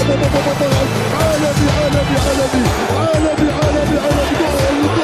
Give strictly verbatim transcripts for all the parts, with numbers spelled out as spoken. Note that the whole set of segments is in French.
عالمي عالمي عالمي عالمي عالمي عالمي جول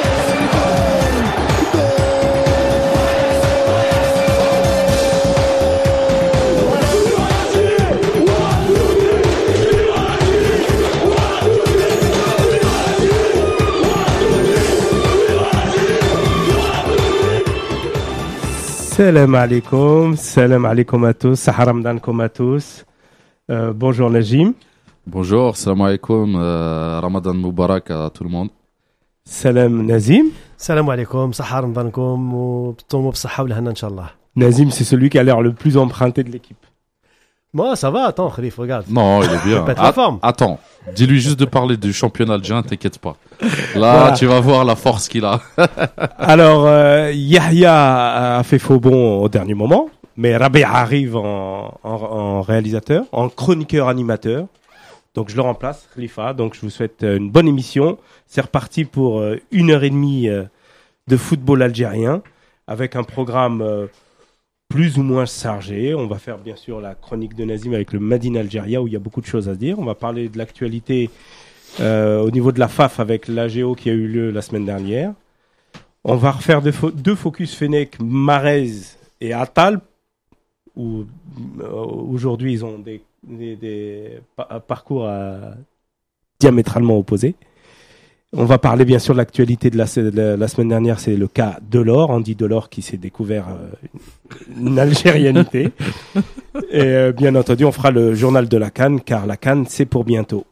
Salam alaikum, salam alaikum à tous, Sahar Ramadankum à tous. Euh, bonjour Najim. Bonjour, salam alaikum, euh, Ramadan Moubarak à tout le monde. Salam Nazim. Salam alaikum, Sahar Ramadankum, ou Tomo B'Saha B'Lahana Inch'Allah. Nazim, c'est celui qui a l'air le plus emprunté de l'équipe. Moi, ça va, attends, Khalif, regarde. Non, il est bien. Pète la forme. Attends, dis-lui juste de parler du championnat algérien, t'inquiète pas. Là, Voilà. tu vas voir la force qu'il a. Alors, euh, Yahya a fait faux bond au dernier moment, mais Rabi arrive en, en, en réalisateur, en chroniqueur animateur. Donc, je le remplace, Khalifa. Donc, je vous souhaite une bonne émission. C'est reparti pour euh, une heure et demie euh, de football algérien avec un programme euh, plus ou moins chargé. On va faire bien sûr la chronique de Nazim avec le Madine Algéria où il y a beaucoup de choses à dire. On va parler de l'actualité euh, au niveau de la F A F avec l'A G O qui a eu lieu la semaine dernière. On va refaire deux, fo- deux focus Fennec, Marez et Atal où euh, aujourd'hui ils ont des, des, des pa- parcours euh, diamétralement opposés. On va parler bien sûr de l'actualité de la, de la, la semaine dernière, c'est le cas Delors, Andy Delors qui s'est découvert euh, une algérianité. Et euh, bien entendu, on fera le journal de la CAN, car la CAN, c'est pour bientôt.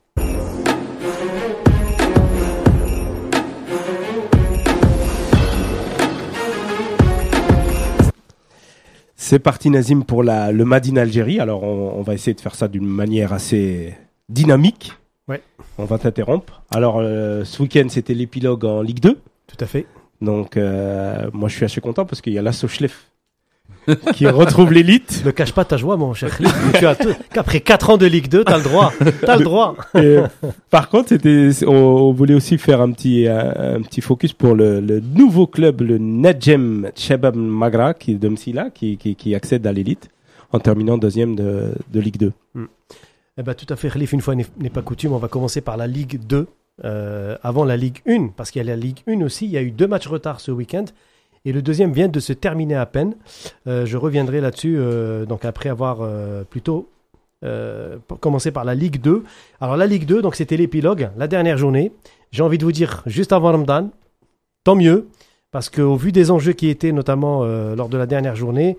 C'est parti Nazim pour la, le Madine Algérie. Alors on, on va essayer de faire ça d'une manière assez dynamique. Ouais. On va t'interrompre. Alors, euh, ce week-end, c'était l'épilogue en Ligue deux. Tout à fait. Donc, euh, moi, je suis assez content parce qu'il y a l'Asso Schleff qui retrouve l'élite. Ne cache pas ta joie, mon cher Khalif. Tu as tout- qu'après quatre ans de Ligue deux, t'as le droit. T'as le droit. Et, par contre, c'était, on, on voulait aussi faire un petit, un, un petit focus pour le, le nouveau club, le Nadjem Shabab Magra, qui est de Msila, qui, qui, qui accède à l'élite en terminant deuxième de, de Ligue deux. Eh ben, tout à fait, Khalif, une fois n'est, n'est pas coutume, on va commencer par la Ligue deux, euh, avant la Ligue un, parce qu'il y a la Ligue un aussi, il y a eu deux matchs retard ce week-end, et le deuxième vient de se terminer à peine. Euh, je reviendrai là-dessus, euh, donc après avoir euh, plutôt euh, pour commencer par la Ligue deux. Alors la Ligue deux, donc c'était l'épilogue, la dernière journée. J'ai envie de vous dire, juste avant Ramadan, tant mieux, parce qu'au vu des enjeux qui étaient notamment euh, lors de la dernière journée,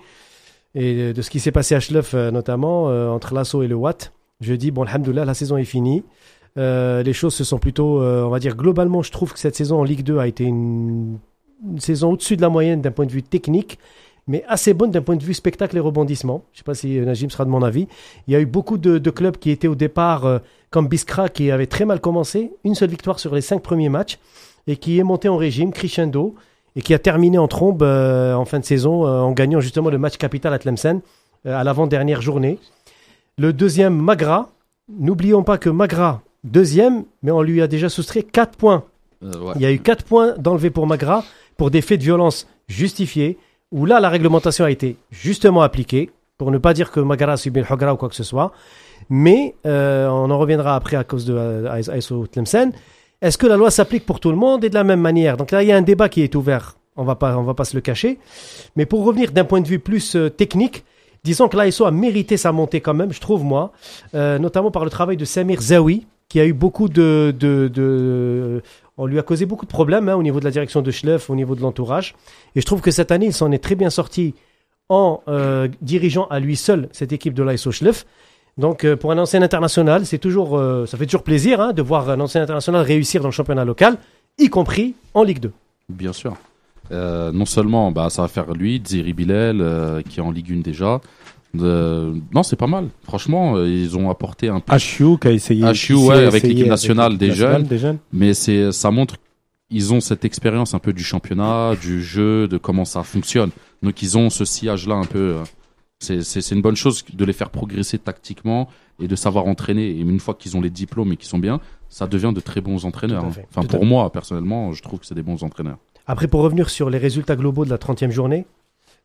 et de ce qui s'est passé à Schleuf euh, notamment, euh, entre l'Asso et le Watt, je dis, bon, alhamdoulilah, la saison est finie. Euh, les choses se sont plutôt, euh, on va dire, globalement, je trouve que cette saison en Ligue deux a été une, une saison au-dessus de la moyenne d'un point de vue technique, mais assez bonne d'un point de vue spectacle et rebondissement. Je ne sais pas si euh, Najim sera de mon avis. Il y a eu beaucoup de, de clubs qui étaient au départ, euh, comme Biskra, qui avait très mal commencé, une seule victoire sur les cinq premiers matchs, et qui est monté en régime, crescendo, et qui a terminé en trombe euh, en fin de saison, euh, en gagnant justement le match capital à Tlemcen, euh, à l'avant-dernière journée. Le deuxième, Magra. N'oublions pas que Magra, deuxième, mais on lui a déjà soustrait quatre points. Euh, ouais. Il y a eu quatre points d'enlevés pour Magra pour des faits de violence justifiés, où là, la réglementation a été justement appliquée, pour ne pas dire que Magra a subi le Hogra ou quoi que ce soit. Mais, euh, on en reviendra après à cause de euh, A S O Tlemcen. Est-ce que la loi s'applique pour tout le monde et de la même manière? Donc là, il y a un débat qui est ouvert. On va pas, on va pas se le cacher. Mais pour revenir d'un point de vue plus euh, technique, disons que l'A S O a mérité sa montée quand même, je trouve moi, euh, notamment par le travail de Samir Zawi, qui a eu beaucoup de... de, de on lui a causé beaucoup de problèmes hein, au niveau de la direction de Schleuf, au niveau de l'entourage. Et je trouve que cette année, il s'en est très bien sorti en euh, dirigeant à lui seul cette équipe de l'A S O Schleuf. Donc euh, pour un ancien international, c'est toujours, euh, ça fait toujours plaisir hein, de voir un ancien international réussir dans le championnat local, y compris en Ligue deux. Bien sûr. Euh, non seulement bah, ça va faire lui, Dziri Bilal, euh, qui est en Ligue un déjà. Euh, non, c'est pas mal. Franchement, euh, ils ont apporté un peu. H U qui a essayé. H U, qui ouais, s'est avec essayé l'équipe nationale l'équipe des nationale jeunes. des jeunes. Mais c'est, ça montre qu'ils ont cette expérience un peu du championnat, du jeu, de comment ça fonctionne. Donc ils ont ce sillage-là un peu. Euh, c'est, c'est, c'est une bonne chose de les faire progresser tactiquement et de savoir entraîner. Et une fois qu'ils ont les diplômes et qu'ils sont bien, ça devient de très bons entraîneurs. Tout à fait. Hein. Enfin, Tout à pour moi, personnellement, je trouve que c'est des bons entraîneurs. Après, pour revenir sur les résultats globaux de la trentième journée,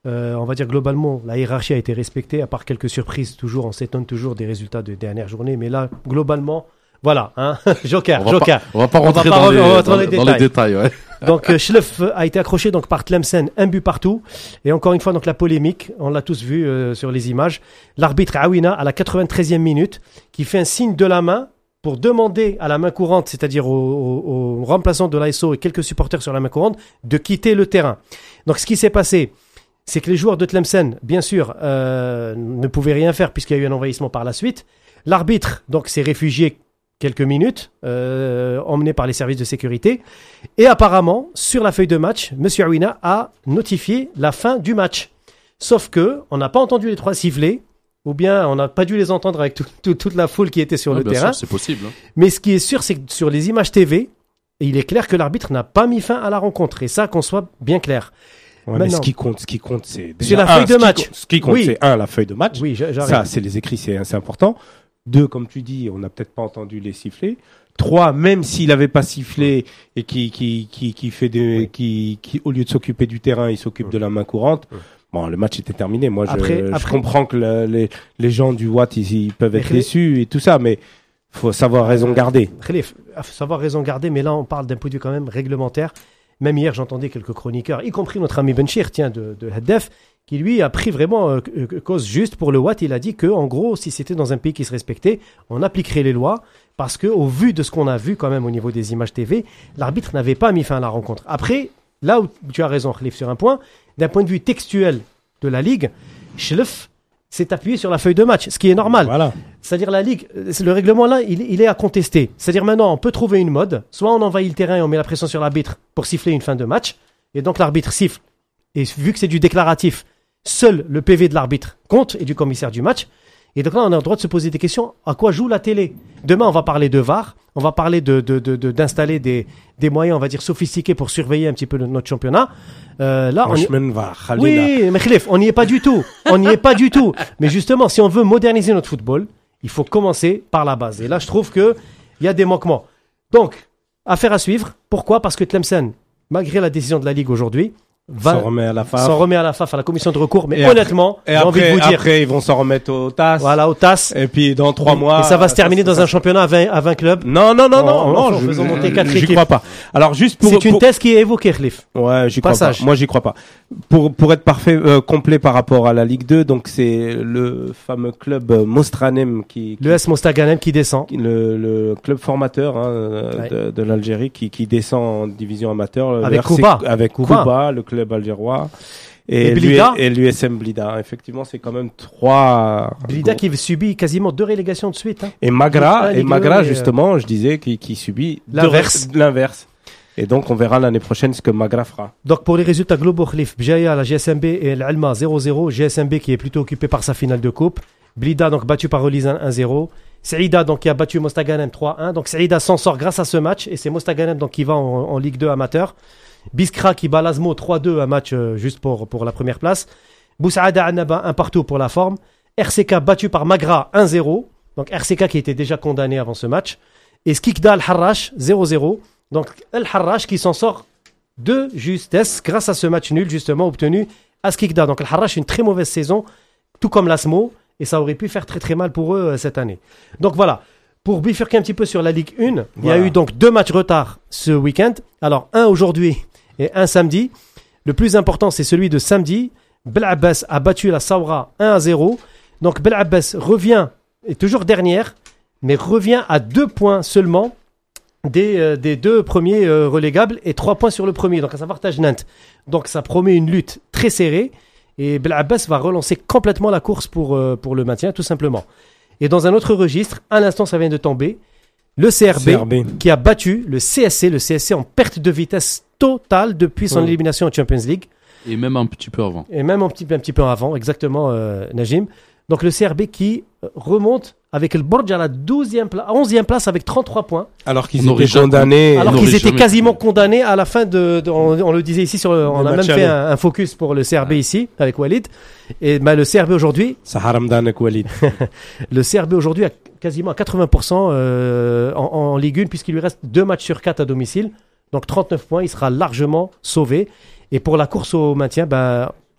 Euh, on va dire globalement, la hiérarchie a été respectée, à part quelques surprises, toujours, on s'étonne toujours des résultats de dernière journée, mais là, globalement, voilà, hein, Joker, On va Joker. pas, on va pas On rentrer va pas dans, re- les, on va dans, dans les dans les détails. Ouais. Donc euh, Schleff a été accroché donc par Tlemcen, un but partout. Et encore une fois, donc la polémique, on l'a tous vu euh, sur les images. L'arbitre Awina à la quatre-vingt-treizième minute, qui fait un signe de la main pour demander à la main courante, c'est-à-dire au, au, au remplaçant de l'A S O et quelques supporters sur la main courante, de quitter le terrain. Donc ce qui s'est passé, c'est que les joueurs de Tlemcen, bien sûr, euh, ne pouvaient rien faire puisqu'il y a eu un envahissement par la suite. L'arbitre donc s'est réfugié quelques minutes, euh, emmené par les services de sécurité. Et apparemment, sur la feuille de match, M. Awina a notifié la fin du match. Sauf que on n'a pas entendu les trois sifflets, ou bien on n'a pas dû les entendre avec tout, tout, toute la foule qui était sur Ouais, le bien terrain. sûr, c'est possible. Hein. Mais ce qui est sûr, c'est que sur les images T V, il est clair que l'arbitre n'a pas mis fin à la rencontre. Et ça, qu'on soit bien clair. Ouais, mais Maintenant. ce qui compte, ce qui compte, c'est C'est la un, feuille de ce qui match. compte- Ce qui compte, Oui. c'est un, la feuille de match. Oui, j'a- j'arrive. Ça, c'est les écrits, c'est c'est important. Deux, comme tu dis, on n'a peut-être pas entendu les sifflets. Trois, même s'il avait pas sifflé et qui qui qui qui fait des Oui. qui qui au lieu de s'occuper du terrain, il s'occupe de la main courante. Oui. Bon, le match était terminé. Moi, je, Après- je après- comprends que le- les les gens du Watt ils, ils peuvent être Mais- déçus et tout ça, mais faut savoir raison garder. Khalif, il faut savoir raison garder, mais là on parle d'un point de vue quand même réglementaire. Même hier, j'entendais quelques chroniqueurs, y compris notre ami Benchir, tiens, de, de Haddef, qui lui a pris vraiment euh, euh, cause juste pour le Watt. Il a dit que, en gros, si c'était dans un pays qui se respectait, on appliquerait les lois, parce que, au vu de ce qu'on a vu quand même au niveau des images T V, l'arbitre n'avait pas mis fin à la rencontre. Après, là où tu as raison, Khalif, sur un point, d'un point de vue textuel de la Ligue, Schleff s'est appuyé sur la feuille de match, ce qui est normal. Voilà. C'est-à-dire la Ligue, euh, le règlement là, il, il est à contester. C'est-à-dire maintenant, on peut trouver une mode. Soit on envahit le terrain et on met la pression sur l'arbitre pour siffler une fin de match. Et donc l'arbitre siffle. Et vu que c'est du déclaratif, seul le P V de l'arbitre compte et du commissaire du match. Et donc là, on a le droit de se poser des questions. À quoi joue la télé? Demain, on va parler de V A R. On va parler de, de, de, de- d'installer des, des moyens, on va dire, sophistiqués pour surveiller un petit peu le- notre championnat. Euh, là, on y- Franchement, va. Khalil, oui, mais Khalif, on n'y est pas du tout. On n'y est pas du tout. Mais justement, si on veut moderniser notre football, il faut commencer par la base. Et là, je trouve que il y a des manquements. Donc, affaire à suivre. Pourquoi? Parce que Tlemcen, malgré la décision de la Ligue aujourd'hui, va s'en remet à la fin. s'en remet à la F A F, à la commission de recours. Mais Et honnêtement, Et j'ai envie de après, vous dire, après, ils vont s'en remettre au T A S. voilà, au T A S. Et puis dans trois Et- mois. Et ça va se ça- terminer ça- dans ça- un championnat à vingt, à vingt clubs. Non, non, non, En- non, en- non, en je, faisant monter quatre j'y équipes. crois pas. Alors juste pour, C'est une pour- thèse qui est évoquée, Khalif. ouais, j'y crois Passage. pas. Moi, j'y crois pas. Pour pour être parfait, euh, complet par rapport à la Ligue deux, donc c'est le fameux club euh, Mostranem qui, qui- Le S Mostaganem qui descend. qui- le, le club formateur hein, euh, Ouais. de, de l'Algérie qui qui descend en division amateur le Avec R C Kouba. avec Kouba. Kouba, le club algérois. Et Et, Blida. l'U- et l'U S M Blida. Effectivement, c'est quand même trois. Blida qui subit quasiment deux rélégations de suite. Hein. Et Magra, Ah, et Ligue Magra un, et, justement, je disais, qui, qui subit deux- L'inverse. L'inverse. Et donc, on verra l'année prochaine ce que Magra fera. Donc pour les résultats globaux, Khalif, Bjaya, la G S M B et l'Alma zéro zéro. G S M B qui est plutôt occupé par sa finale de coupe. Blida donc battu par Olizan un zéro. Saïda donc qui a battu Mostaganem trois un. Donc Saïda s'en sort grâce à ce match et c'est Mostaganem donc qui va en, en Ligue deux amateur. Biskra qui bat Lazmo trois deux, un match euh, juste pour, pour la première place. Boussaada Annaba un partout pour la forme. R C K battu par Magra un zéro. Donc R C K qui était déjà condamné avant ce match. Et Skikda Al-Harrach zéro zéro. Donc Al-Harrach qui s'en sort de justesse grâce à ce match nul justement obtenu à Skikda. Donc Al-Harrach une très mauvaise saison, tout comme l'Asmo, et ça aurait pu faire très très mal pour eux euh, cette année. Donc voilà, pour bifurquer un petit peu sur la Ligue un, il y a Voilà. eu donc deux matchs retard ce week-end. Alors un aujourd'hui et un samedi. Le plus important c'est celui de samedi. Bel Abbas a battu la Saoura un à zéro. Donc Bel Abbas revient, est toujours dernière, mais revient à deux points seulement des, euh, des deux premiers euh, relégables et trois points sur le premier, donc à savoir Tajnant. Donc ça promet une lutte très serrée et Bel Abbas va relancer complètement la course pour, euh, pour le maintien, tout simplement. Et dans un autre registre, à l'instant ça vient de tomber, le C R B, C R B. qui a battu le C S C, le C S C en perte de vitesse totale depuis son Mm. élimination en Champions League. Et même un petit peu avant. Et même un petit, un petit peu avant, exactement, euh, Najim. Donc le C R B qui euh, remonte avec le Borj à la douzième pla- onzième place avec trente-trois points. Alors qu'ils On aurait étaient jamais- condamnés. Alors on qu'ils aurait étaient jamais quasiment pu. condamnés à la fin de... de- on, on le disait ici, sur le- on Le a même match fait aller. un, un focus pour le C R B ici, avec Walid. Et ben, le C R B aujourd'hui, Sahar Hamdan Walid. le C R B aujourd'hui a quasiment à quatre-vingts pour cent euh, en, en Ligue un, puisqu'il lui reste deux matchs sur quatre à domicile. Donc trente-neuf points, il sera largement sauvé. Et pour la course au maintien, ben,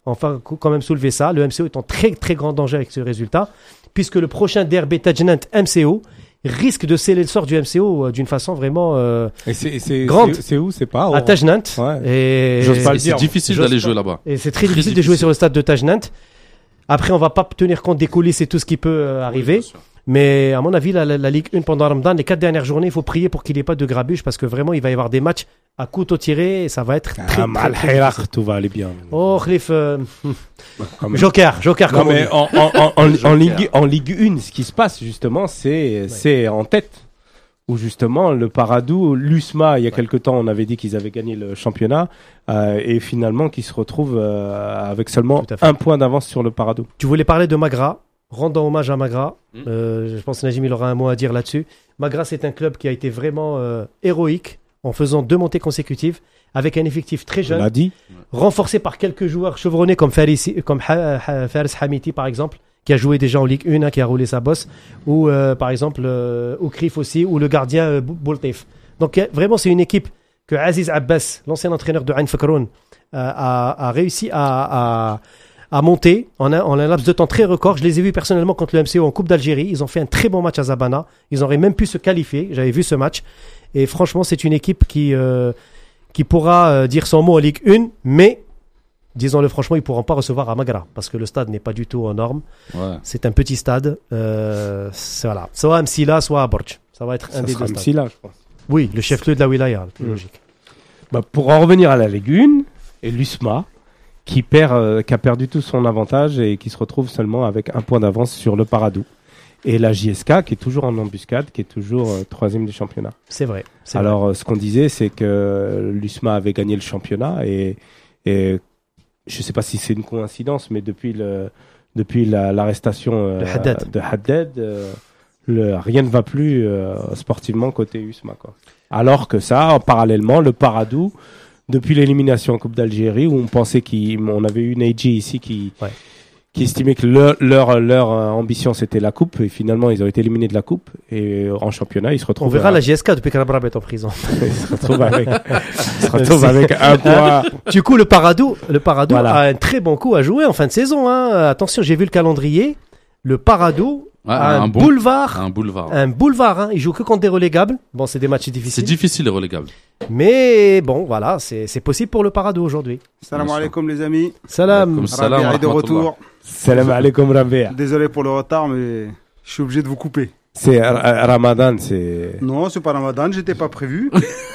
enfin quand même soulever ça. Le M C O est en très très grand danger avec ce résultat, puisque le prochain derby Tajnant M C O risque de sceller le sort du M C O euh, d'une façon vraiment euh, Et c'est, c'est, grande. c'est, c'est où? C'est pas à Tajnant. Ouais. Et, J'ose pas le Et c'est dire. difficile J'ose d'aller pas. jouer là-bas. et c'est très, Très difficile de jouer difficile. sur le stade de Tajnant. Après, on va pas tenir compte des coulisses et tout ce qui peut euh, arriver. Oui, bien sûr. Mais à mon avis, la, la, la Ligue un pendant Ramadan, les quatre dernières journées, il faut prier pour qu'il n'y ait pas de grabuge parce que vraiment, il va y avoir des matchs à couteau tiré et ça va être très, Ah, très, mal très Hirak, difficile. tout va aller bien. Oh, Khalif, euh, Quand même. Joker, Joker Non, comme on mais dit. en, en, en, en, en, Joker. Ligue, en Ligue un, ce qui se passe justement, c'est, c'est en tête. Où justement, le Paradou, l'U S M A, il y a quelque temps, on avait dit qu'ils avaient gagné le championnat. Euh, et finalement, qu'ils se retrouvent euh, avec seulement Tout à fait. un point d'avance sur le Paradou. Tu voulais parler de Magra. Rendons hommage à Magra. Mm. Euh, je pense que Najim il aura un mot à dire là-dessus. Magra, c'est un club qui a été vraiment euh, héroïque en faisant deux montées consécutives avec un effectif très On jeune, l'a dit. renforcé par quelques joueurs chevronnés comme Faris, comme Ha- Ha- Faris Hamiti par exemple, qui a joué déjà en Ligue un, hein, qui a roulé sa bosse, ou euh, par exemple euh, Oukrif aussi, ou le gardien euh, Bou- Boulteif. Donc euh, vraiment, c'est une équipe que Aziz Abbas, l'ancien entraîneur de Ain Fakroun, euh, a, a réussi à, à, à monter en un, en un laps de temps très record. Je les ai vus personnellement contre le M C O en Coupe d'Algérie. Ils ont fait un très bon match à Zabana. Ils auraient même pu se qualifier. J'avais vu ce match. Et franchement, c'est une équipe qui, euh, qui pourra euh, dire son mot en Ligue un, mais disons-le franchement, ils ne pourront pas recevoir à Magra parce que le stade n'est pas du tout aux normes. Ouais. C'est un petit stade. Euh, c'est- voilà. Soit à Msila, soit à Borj. Ça va être un Ça des sera deux stades. Msila, je pense. Oui, le chef-lieu de la wilaya, plus Mm. logique. Bah, pour en revenir à la Ligue un, et l'U S M A, qui, perd, euh, qui a perdu tout son avantage et qui se retrouve seulement avec un point d'avance sur le Paradou. Et la J S K, qui est toujours en embuscade, qui est toujours euh, troisième du championnat. C'est vrai. c'est Alors, euh, ce qu'on disait, c'est que l'U S M A avait gagné le championnat et, et je ne sais pas si c'est une coïncidence, mais depuis, le, depuis la- l'arrestation euh, De Haddad. de Haddad, euh, le, rien ne va plus euh, sportivement côté U S M A, quoi. Alors que ça, parallèlement, le Paradou, depuis l'élimination en Coupe d'Algérie, où on pensait qu'on avait eu Neji ici qui, Ouais. qui estimait que leur, leur, leur euh, ambition c'était la Coupe, et finalement ils ont été éliminés de la Coupe, et euh, en championnat ils se On retrouvent. verra à- la J S K depuis qu'Arabrab est en prison. ils se retrouvent avec, ils se retrouvent avec un point. Du coup, le Paradou, le Paradou Voilà. a un très bon coup à jouer en fin de saison. Hein. Attention, j'ai vu le calendrier. Le Paradou Ouais, a un, un bon- boulevard. Un boulevard. Un boulevard. Hein. Il joue que contre des relégables. Bon, c'est des matchs C'est difficiles. difficile les relégables. Mais bon, voilà, c'est c'est possible pour le Paradou aujourd'hui. Salam Bien sûr. alaikum les amis. Salam. Comme Salam Rabia est de rahmatullah. retour. Salam alaikum Rabia. Désolé pour le retard, mais je suis obligé de vous couper. C'est Ra- Ramadan, c'est. Non, c'est pas Ramadan, j'étais pas prévu.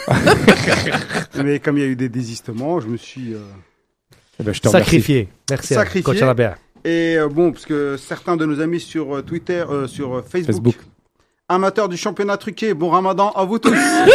Mais comme il y a eu des désistements, je me suis. euh, Eh ben, je te remercie. Sacrifié. Merci. Sacrifié. Coach Rabia. Et euh, bon, parce que certains de nos amis sur euh, Twitter, euh, sur euh, Facebook, Facebook. amateurs du championnat truqué, bon Ramadan à vous tous.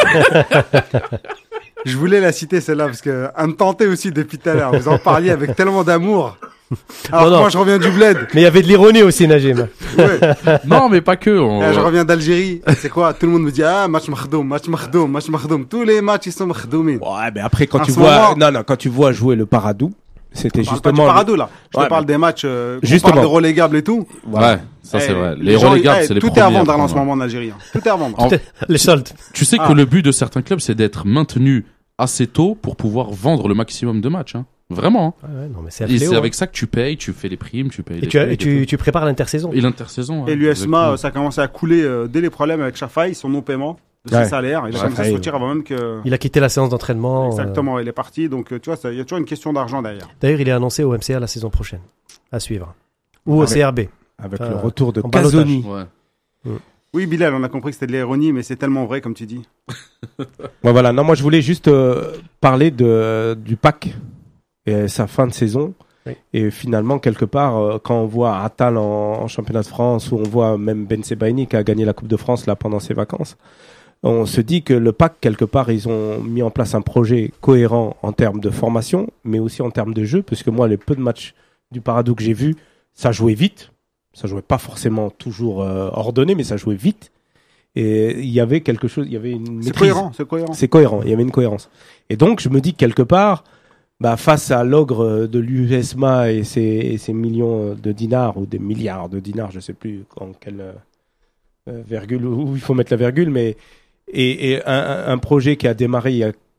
Je voulais la citer celle-là parce que elle me tentait aussi depuis tout à l'heure. Vous en parliez avec tellement d'amour. Alors Non, que non. moi, je reviens du bled. Mais il y avait de l'ironie aussi, Najim. Ouais. Non, mais pas que. on- Eh, je reviens d'Algérie. C'est quoi? Tout le monde me dit ah match makhdoum, match makhdoum, match makhdoum. Tous les matchs ils sont makhdoumin. Ouais, mais après quand En tu ce vois, moment- non, non, quand tu vois jouer le Paradou, c'était Je parle pas du justement. Paradou là. Je Ouais, te parle mais- des matchs. Euh, qu'on Justement. parle de relégables et tout. Ouais, ça c'est Eh, vrai. Les, gens, relégables, eh, c'est les tout premiers. est à à vendre là, en prendre. ce moment en Algérie. hein. Tout est à vendre. En- Les soldes. Tu sais Ah. que le but de certains clubs, c'est d'être maintenu assez tôt pour pouvoir vendre le maximum de matchs. Hein. Vraiment. hein. Ouais, non, mais c'est un Et fléau, c'est hein. avec ça que tu payes, tu fais les primes, tu payes Et les tu, as- trucs et tu, tout. tu prépares l'intersaison. Et l'intersaison. Et ouais, l'U S M A, exactement. ça a commencé à couler euh, dès les problèmes avec Chafaï, son non-paiement de Ouais. ses salaires. Il a commencé à Chafaï, sortir avant même que. Il a quitté la séance d'entraînement. euh, Exactement, il est parti. Donc, euh, tu vois, ça- il y a toujours une question d'argent derrière. D'ailleurs, il est annoncé au M C A la saison prochaine. À suivre. Ou au Avec- C R B. Avec Euh, le retour de en ballottage. Casoni. Ouais. Oui, Bilal, on a compris que c'était de l'ironie, mais c'est tellement vrai, comme tu dis. Ouais, voilà. Non, moi je voulais juste euh, parler de du pack et sa fin de saison. Oui. Et finalement, quelque part, euh, quand on voit Attal en, en championnat de France, ou on voit même Ben Sebaini qui a gagné la Coupe de France là pendant ses vacances, on se dit que le pack, quelque part, ils ont mis en place un projet cohérent en termes de formation, mais aussi en termes de jeu, parce que moi, les peu de matchs du Paradou que j'ai vus, ça jouait vite. Ça jouait pas forcément toujours euh, ordonné, mais ça jouait vite. Et il y avait quelque chose, il y avait une C'est maîtrise. cohérent, c'est cohérent. C'est cohérent, il y avait une cohérence. Et donc, je me dis que quelque part, bah, face à l'ogre de l'U S M A et ses, et ses millions de dinars, ou des milliards de dinars, je sais plus en quelle euh, virgule, où il faut mettre la virgule, mais et, et un, un projet qui a démarré il y a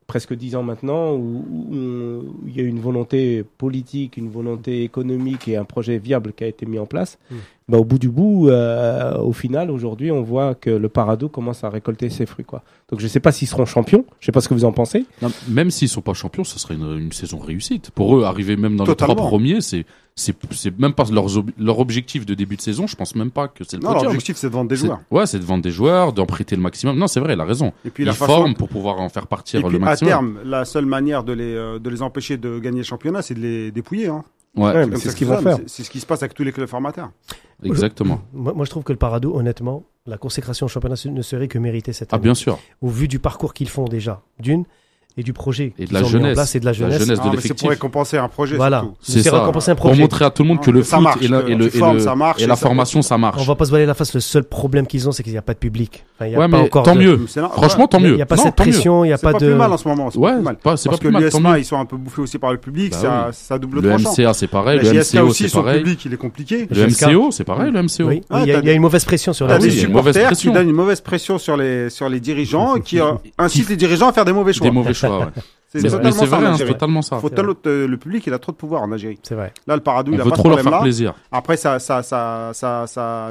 presque dix ans maintenant, où, où on- où il y a une volonté politique, une volonté économique et un projet viable qui a été mis en place. Mm. Bah, au bout du bout, euh, au final, aujourd'hui, on voit que le Parado commence à récolter ses fruits, quoi. Donc, je ne sais pas s'ils seront champions. Je ne sais pas ce que vous en pensez. Non, même s'ils sont pas champions, ce serait une, une saison réussite. Pour eux, arriver même dans Totalement. les trois premiers, c'est c'est c'est même pas leurs ob- leur objectif de début de saison. Je pense même pas que c'est le Non, podium. l'objectif, c'est de vendre des C'est- joueurs. Ouais, c'est de vendre des joueurs, d'en prêter le maximum. Non, c'est vrai, il a raison. Et puis, Ils la façon. forment pour pouvoir en faire partir Et puis, le à maximum. terme, la seule manière de les, euh, de les empêcher de gagner le championnat, c'est de les dépouiller. Hein. Ouais, Ouais, mais Comme c'est ça ce que qu'ils ça, vont mais faire. c'est- C'est ce qui se passe avec tous les clubs formateurs. exactement. Moi, moi, je trouve que le Parado, honnêtement, la consécration au championnat ne serait que méritée cette Ah, année. bien sûr. Au vu du parcours qu'ils font déjà, d'une, et du projet Et de qu'ils la ont mis en jeunesse. place et de la La jeunesse. jeunesse. de Ah, mais c'est l'effectif. pour récompenser un projet. Voilà. surtout. C'est C'est ça. récompenser un Pour projet. montrer à tout le monde que Que le ça foot marche, et, la, que et, le, tu et, formes, le- ça marche, et et la ça- formation, ça marche. On va pas se voiler la face, le seul problème qu'ils ont, c'est qu'il n'y a pas de public. Enfin, il y a Ouais, pas mais encore tant de- mieux. C'est là- Franchement, tant Il mieux. n'y a pas Non, cette tant mieux. pression, il n'y a C'est pas pas de. plus mal en ce moment. C'est Ouais, pas plus mal. c'est pas, c'est Parce pas que plus mal, tant l'U S M A, mieux. ils sont un peu bouffés aussi par le public. Bah ça, oui. ça a double Le tranchant. M C A, c'est pareil. La Le J S K M C O, aussi, c'est son pareil. public, il est compliqué. Le J S K. M C O, c'est pareil, le M C O. Oui, Ah, il y, a- t'as il y a une mauvaise pression sur la T'as oui, des il y a une mauvaise supporters qui pression. donnent une mauvaise pression sur les, sur les dirigeants qui euh, incitent les dirigeants à faire des mauvais choix. Des mauvais choix, ouais. C'est Mais mais totalement c'est ça en vrai, hein, c'est Algérie. totalement ça. Faut tel- euh, le public, il a trop de pouvoir en Algérie. C'est vrai. Là, le Paradou, On il a veut pas ce trop leur faire problème-là. plaisir. Après, ça, ça, ça, ça, ça,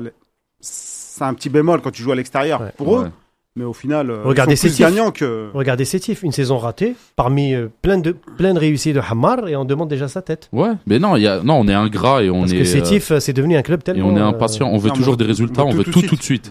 c'est un petit bémol quand tu joues à l'extérieur Ouais. pour eux. Ouais. Mais au final, euh, Regardez ils sont plus Sétif. gagnants que. Regardez Sétif, une saison ratée, parmi euh, plein, de, plein de réussites de Hamar, et on demande déjà sa tête. Ouais, mais non, il y a, non, on est ingrat et on Parce est, que Sétif, euh, c'est devenu un club euh, et tellement. on est euh, impatient. On veut non, toujours on des veut- résultats, on on veut veut tout tout tout tout de de suite.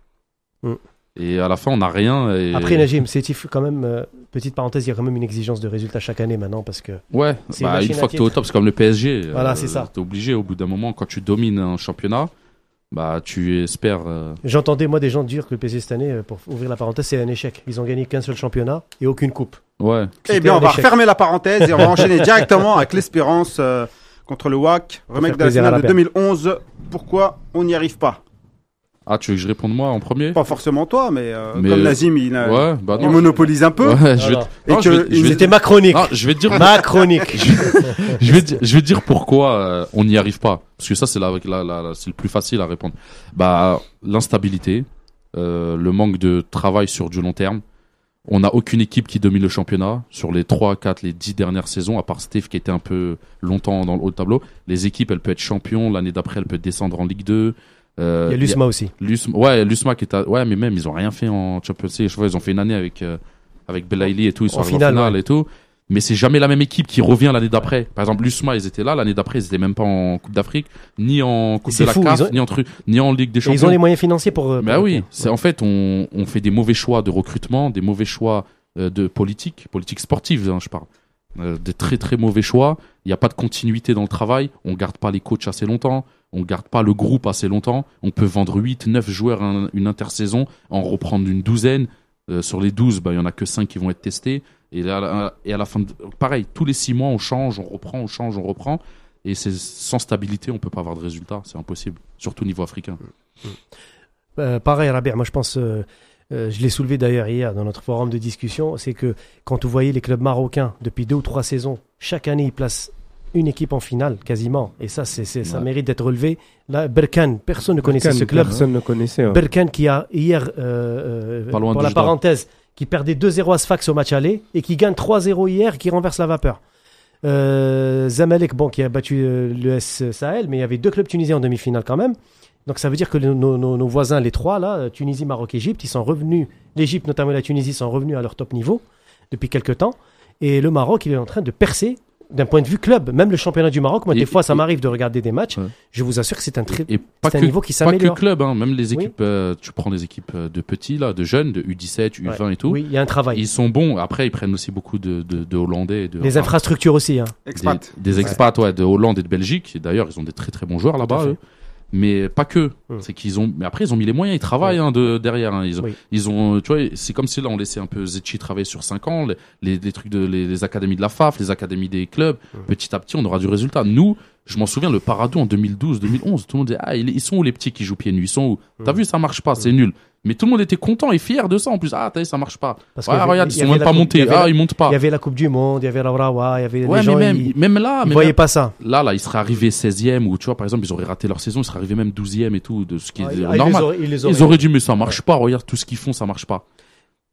Mm. Et à la fin, on n'a rien. Et... Après Najim, Sétif, quand même, euh, petite parenthèse, il y a quand même une exigence de résultats chaque année maintenant, parce que. Ouais, C'est bah, une une machine fois à que t'es au titre. top, c'est comme le P S G. Voilà, c'est ça. T'es obligé, au bout d'un moment, quand tu domines un championnat, bah, tu espères. euh, J'entendais, moi, des gens dire que le P S G cette année, euh, pour ouvrir la parenthèse, c'est un échec. Ils ont gagné qu'un seul championnat et aucune coupe. Ouais. Eh C'était bien, un on va échec. refermer la parenthèse et on va enchaîner directement avec l'Espérance euh, contre le W A C. Remake faire de la plaisir à finale la de paire. deux mille onze. Pourquoi on n'y arrive pas? Ah, tu veux que je réponde moi en premier? Pas forcément toi, mais, euh, Mais, comme euh, Nazim, il, a- Ouais, bah il non. monopolise un peu. Ouais, je vais, Voilà. Et non, je vais- que je vais- C'était ma chronique. non, je vais te dire, Ma chronique. je vais, te- je vais te dire pourquoi euh, on n'y arrive pas. Parce que ça, c'est la, la, la, la- c'est le plus facile à répondre. Bah, l'instabilité, euh, le manque de travail sur du long terme. On n'a aucune équipe qui domine le championnat sur les trois, quatre, les dix dernières saisons, à part Steve qui était un peu longtemps dans le haut de tableau. Les équipes, elles peuvent être champions. L'année d'après, elles peuvent descendre en Ligue deux. Euh, Il y a l'U S M A aussi. L'U S M A, ouais, l'U S M A qui est à- ouais, mais même, ils ont rien fait en Champions League. Je vois, ils ont fait une année avec, euh, avec Belaïli et tout. Ils sont En arrivés finale, en finale ouais. et tout. Mais c'est jamais la même équipe qui revient l'année d'après. Par exemple, l'U S M A, ils étaient là. L'année d'après, ils étaient même pas en Coupe d'Afrique, ni en Coupe c'est de la fou, C A F, ils ont- ni en, tru- ni en Ligue des Et Champions. ils ont les moyens financiers pour. euh, Bah pour- oui, c'est en fait on, on fait des mauvais choix de recrutement, des mauvais choix euh, de politique, politique sportive, hein, je parle, euh, des très très mauvais choix. Il n'y a pas de continuité dans le travail. On garde pas les coachs assez longtemps. On garde pas le groupe assez longtemps. On peut vendre huit, neuf joueurs un- une intersaison, en reprendre une douzaine. Euh, sur les douze, bah il y en a que cinq qui vont être testés. Et là, là, et à la fin, de... pareil, tous les six mois, on change, on reprend, on change, on reprend. Et c'est sans stabilité, on peut pas avoir de résultats. C'est impossible, surtout au niveau africain. Euh, pareil, Rabia, moi je pense, euh, euh, je l'ai soulevé d'ailleurs hier dans notre forum de discussion, c'est que quand vous voyez les clubs marocains depuis deux ou trois saisons, chaque année ils placent une équipe en finale quasiment, et ça, c'est, c'est, ça Ouais. mérite d'être relevé. Là, Berkane, personne ne connaissait Cannes, ce club. Personne ne connaissait. ouais. Berkane qui a hier, euh, euh, Pas loin pour de la Jdad. parenthèse, qui perdait deux zéro à Sfax au match aller et qui gagne trois zéro hier, qui renverse la vapeur. Euh, Zamalek, bon, qui a battu euh, l'E S Sahel, mais il y avait deux clubs tunisiens en demi-finale quand même. Donc ça veut dire que le- nos, nos- nos voisins, les trois, là, Tunisie, Maroc, Égypte, ils sont revenus, l'Égypte, notamment la Tunisie, sont revenus à leur top niveau depuis quelques temps. Et le Maroc, il est en train de percer d'un point de vue club. Même le championnat du Maroc, moi, Et- des fois, ça et- m'arrive de regarder des matchs. Ouais. Je vous assure que c'est un, très, Et pas c'est un que, niveau qui pas que s'améliore. club, hein, même les Oui. équipes, euh, tu prends des équipes euh, de petits, là, de jeunes, de U dix-sept, U vingt et tout. Oui, il y a un travail. Ils sont bons. Après, ils prennent aussi beaucoup de, de, de Hollandais. Et de, Les enfin, infrastructures aussi. Hein. Expat. Des, des expats, ouais, de Hollande et de Belgique. Et d'ailleurs, ils ont des très très bons joueurs Tout à là-bas, fait. eux. Mais pas que. Hum. C'est qu'ils ont, mais après, ils ont mis les moyens, ils travaillent, hein, de, derrière, hein. Ils ont, Oui. ils ont, tu vois, c'est comme si là, on laissait un peu Zetchi travailler sur cinq ans, les, les, les trucs de, les, les académies de la F A F, les académies des clubs. Hum. Petit à petit, on aura du résultat. Nous, je m'en souviens, le Paradou en deux mille douze, deux mille onze, tout le monde disait, ah, ils ils sont où les petits qui jouent pieds nus? Ils sont où? T'as Hum. vu, ça marche pas, c'est nul. Mais tout le monde était content et fier de ça, en plus. Ah, t'as vu, ça marche pas. Parce Ouais, qu'il y avait- regarde, il ils y sont avait même la pas coupe- il y montés. avait Ah, la- ils montent pas. Il y avait la Coupe du Monde, il y avait la Rawa, il y avait Ouais, les gens, mais même, ils, même là, ils mais voyaient là, pas ça. là, là, ils seraient arrivés seizième ou tu vois, par exemple, ils auraient raté leur saison, ils seraient arrivés même douzième et tout, de ce qui est Ah, ils- normal. ils les auraient- ils les auraient- Ils auraient dit, mais ça marche pas, regarde tout ce qu'ils font, ça marche pas.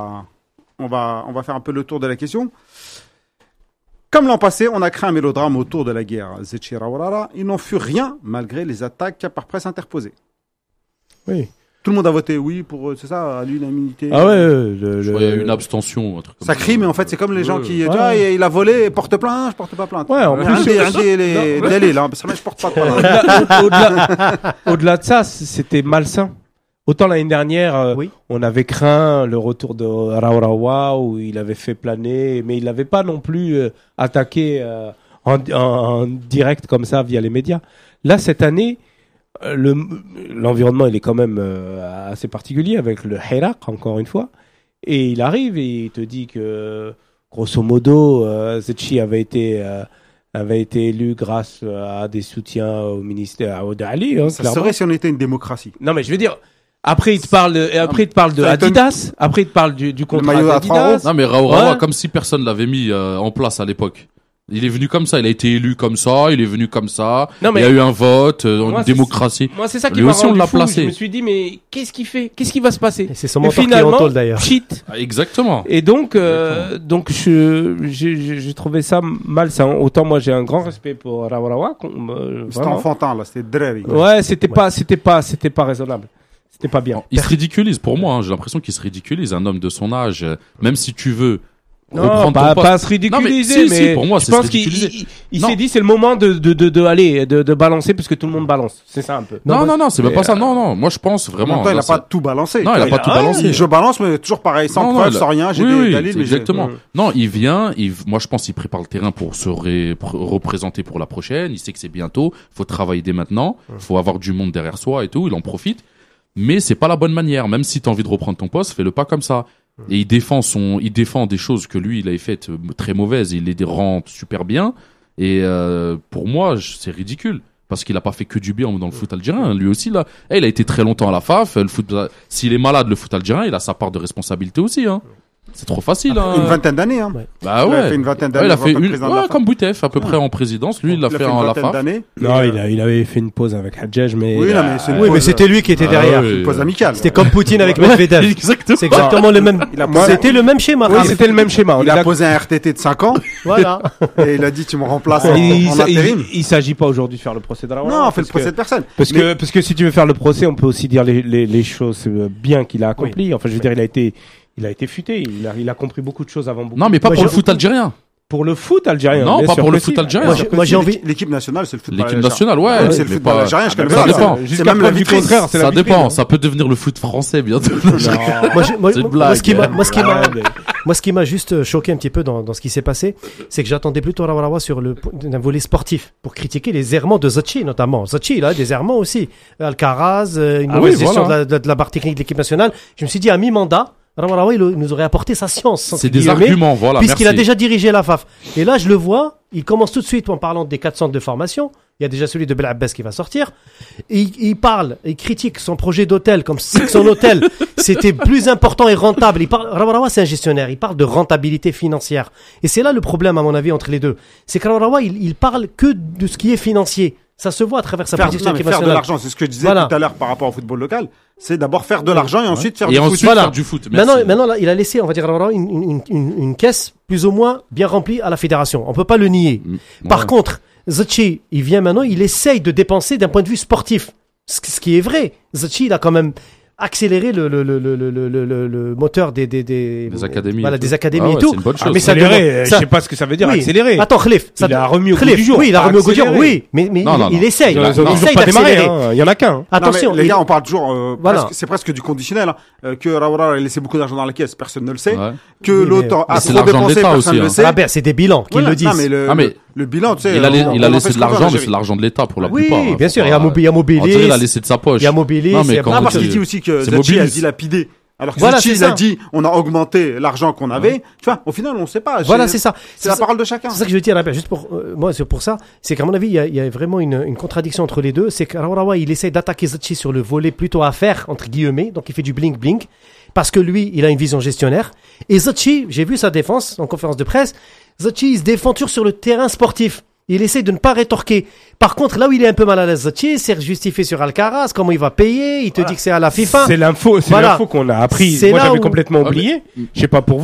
a, on va, on va faire un peu le tour de la question. Comme l'an passé, on a créé un mélodrame autour de la guerre Zetchi Rawarawa. Il n'en fut rien malgré les attaques par presse interposées. Oui. Tout le monde a voté oui pour, c'est ça, à l'unanimité. Ah ouais, le, le, Je crois qu'il y a une abstention, un truc comme Ça ça. crie, mais en fait, c'est comme les gens Ouais. qui disent, Ouais. ah, il a volé, porte plainte, je porte pas plainte. Ouais, en Mais plus, Regardez, euh, regardez les, non. délais, là, parce que moi, je porte pas plainte. Au-delà, au-delà, au-delà de ça, c'était malsain. Autant l'année dernière, euh, Oui. on avait craint le retour de Rawarawa où il avait fait planer, mais il n'avait pas non plus euh, attaqué euh, en, en, en direct comme ça via les médias. Là, cette année, euh, le, l'environnement il est quand même euh, assez particulier avec le Hirak, encore une fois. Et il arrive et il te dit que, grosso modo, euh, Zetchi avait été... Euh, avait été élu grâce à des soutiens au ministère à Oud Ali. Hein, Ça clairement. serait si on était une démocratie. Non, mais je veux dire, après, il te parle, de, et après, il te parle de Ça étonne- Adidas, après, il te parle du, du contrat maillot à trois d'Adidas. Non mais Rawarawa, Ouais. comme si personne l'avait mis euh, en place à l'époque. Il est venu comme ça, il a été élu comme ça, il est venu comme ça. Non, mais- Il y a eu un vote, euh, Moi, une c'est- démocratie. Moi, c'est ça qui Lui m'a aussi, on rendu l'a fou. placé. Je me suis dit, mais qu'est-ce qu'il fait? Qu'est-ce qui va se passer? Et c'est son Et mentor qui est en finalement, tôle d'ailleurs. shit. Ah, Exactement. Et donc, euh, donc, je, j'ai, j'ai j'ai trouvé ça malsain. Autant moi, j'ai un grand respect pour Rawarawa. qu'on- euh, C'était vraiment. enfantin, là, c'était Dreri. Ouais, c'était pas, c'était pas, c'était pas raisonnable. C'était pas bien. Il se ridiculise pour moi, hein. J'ai l'impression qu'il se ridiculise. Un homme de son âge, euh, même si tu veux Non, reprendre pas, ton poste. pas se ridiculiser, Non, mais si, mais si, pour moi, je c'est se pense qu'il ridiculiser. il, il Non. s'est dit c'est le moment de de de, de aller de, de balancer parce que tout le monde balance. C'est ça un peu. Non, Non, non, non, c'est même mais, pas ça. euh, Non, non. Moi, je pense En vraiment. même temps, il là, a pas c'est- tout balancé. Non, il a Tu vois, pas tout Ah, balancé. il- Je balance, mais toujours pareil, sans Non, preuve, non, sans rien, j'ai oui, des oui, Dalil, mais j'ai- exactement. Mm. Non, il vient, il, moi je pense qu'il prépare le terrain pour se ré- pr- représenter pour la prochaine. Il sait que c'est bientôt. Faut travailler dès maintenant. Faut avoir du monde derrière soi et tout. Il en profite. Mais c'est pas la bonne manière. Même si t'as envie de reprendre ton poste, fais-le pas comme ça. Et il défend son, il défend des choses que lui il avait faites euh, très mauvaises. Il les rend super bien. Et euh, pour moi, je- c'est ridicule. Parce qu'il a pas fait que du bien dans le foot algérien. Lui aussi, là, eh, il a été très longtemps à la F A F. Le foot, s'il est malade, le foot algérien, il a sa part de responsabilité aussi, hein. C'est trop facile, hein. Une vingtaine d'années, hein. Bah Il ouais. a fait une vingtaine Ouais, d'années. il a en fait tant que une, président de la ouais, F A F. comme Boutef, à peu près en présidence. Lui, il l'a Il a fait une en la vingtaine F A F. d'années. Non, Et, il, a, il avait fait une pause avec Hadjaj, mais. Oui, non, euh, mais c'est une Oui, mais pause, c'était lui qui était derrière. Ah ouais. une pause amicale. C'était comme Poutine avec Medvedev. Exactement. C'est exactement le même. Il a posé- C'était le même schéma. oui, c'était le même schéma. On Il est a d'accord. posé un R T T de cinq ans Voilà. et il a dit tu me remplaces en, Il, en il- intérim. il- il s'agit pas aujourd'hui de faire le procès de Rawarawa. Non, on fait le parce procès que- de personne. Parce Mais- que, parce que si tu veux faire le procès, on peut aussi dire les, les, les choses euh, bien qu'il a accomplies. Enfin, je veux dire, il a été, il a été futé. Il a, il a compris beaucoup de choses avant beaucoup. Non, mais pas Moi, pour le j'ai- foot algérien. Pour le foot algérien. Non, bien pas sûr pour le que foot si. algérien. Moi, j'ai- moi, j'ai envie. L'équipe nationale, c'est le football. L'équipe algérien. nationale, ouais. Ouais, c'est le mais football pas- algérien, je connais ça pas. dépend. C'est Jusqu'à même la preuve du vitrine. contraire, c'est la Ça vitrine, dépend. hein. Ça peut devenir le foot français bientôt. Moi, j'ai- moi, C'est une moi, blague. ce qui m'a, moi, ce qui m'a, Ouais, mais- moi, ce qui m'a juste choqué un petit peu dans, dans ce qui s'est passé, c'est que j'attendais plutôt Rawarawa sur le d'un volet sportif pour critiquer les errements de Zetchi notamment. Zetchi, il a des errements aussi. Alcaraz, euh, une Ah mauvaise oui, gestion voilà. de, la, de la barre technique de l'équipe nationale. Je me suis dit à mi-mandat, Rawarawa, il nous aurait apporté sa science. entre C'est des guillemets, arguments, voilà. puisqu'il a merci. déjà dirigé la F A F. Et là, je le vois, il commence tout de suite en parlant des quatre centres de formation. Il y a déjà celui de Belabbès qui va sortir. Et il, il parle, il critique son projet d'hôtel comme si son hôtel c'était plus important et rentable. Il parle, Rawarawa, c'est un gestionnaire. Il parle de rentabilité financière. Et c'est là le problème, à mon avis, entre les deux. C'est que Rawarawa, il, il parle que de ce qui est financier. Ça se voit à travers sa Faire, politique non, mais équipe faire de nationale. l'argent, c'est ce que je disais Voilà. tout à l'heure par rapport au football local. C'est d'abord faire de l'argent et ensuite faire Et du ensuite foot. Voilà. faire du foot. Merci. Maintenant, maintenant là, il a laissé, on va dire, Rawarawa, une, une, une, une caisse plus ou moins bien remplie à la fédération. On peut pas le nier. Mm, Par ouais. contre, Zetchi, il vient maintenant, il essaye de dépenser d'un point de vue sportif. Ce, ce qui est vrai. Zetchi, il a quand même accéléré le, le, le, le, le, le, le, le moteur des, des, des, Des académies voilà, et tout. des académies Ah et ouais, tout. c'est une bonne Ah, chose. mais ça Accéléré, demande- euh, ça- je sais pas ce que ça veut dire, oui. accéléré. Attends, Khalif. ça- Il a remis au goût Khalif, du jour. Oui, il a pas remis au goût du jour. accéléré. Oui, mais, mais Non, il, non, il non. essaye. Ils ont Il ils ont toujours essaye pas démarré, d'accélérer. hein. Il y en a qu'un. hein. Attention, Non, mais les il- gars, on parle toujours, euh, Voilà. presque- c'est presque du conditionnel, hein, euh, que Rawarawa a laissé beaucoup d'argent dans la caisse, personne ne le sait, Ouais. que Oui, mais- l'autre Mais a c'est trop l'argent de dépensé, l'État personne aussi, ne le hein. sait. Robert, c'est des bilans qui Voilà. le disent. Non, mais le, Ah, mais- le, le bilan, tu sais. Il a, on- il a on en laissé fait de ce qu'on veut en l'argent, mais c'est Algérie. de l'argent de l'État pour la Oui, plupart. hein. bien Faut sûr. pas- Il y a Mobi- il y a On dirait Mobilis. qu'il a laissé de sa poche. Il y a Mobilis. Non, mais il y a quand Ah, beaucoup parce de qu'il choses. dit aussi que C'est Zetchi a Mobilis. dilapidé. Alors que Voilà, Zetchi, c'est il a ça. dit, on a augmenté l'argent qu'on avait. Tu vois, au final, on ne sait pas. Voilà, c'est ça. C'est la parole de chacun. C'est ça que je veux dire, Robert, juste pour euh, moi, c'est pour ça, c'est qu'à mon avis, il y a, il y a vraiment une, une contradiction entre les deux. C'est que Rawarawa, il essaie d'attaquer Zetchi sur le volet plutôt à faire entre guillemets, donc il fait du bling bling, parce que lui, il a une vision gestionnaire. Et Zetchi, j'ai vu sa défense en conférence de presse. Zetchi, il se défend toujours sur le terrain sportif. Il essaie de ne pas rétorquer. Par contre, là où il est un peu mal à l'aise, Zetchi, c'est justifié sur Alcaraz, comment il va payer. Il te dit que c'est à la FIFA. C'est l'info, c'est Voilà. l'info qu'on a appris. C'est Moi, là j'avais où- complètement Ah, mais- oublié. Je sais pas pour vous,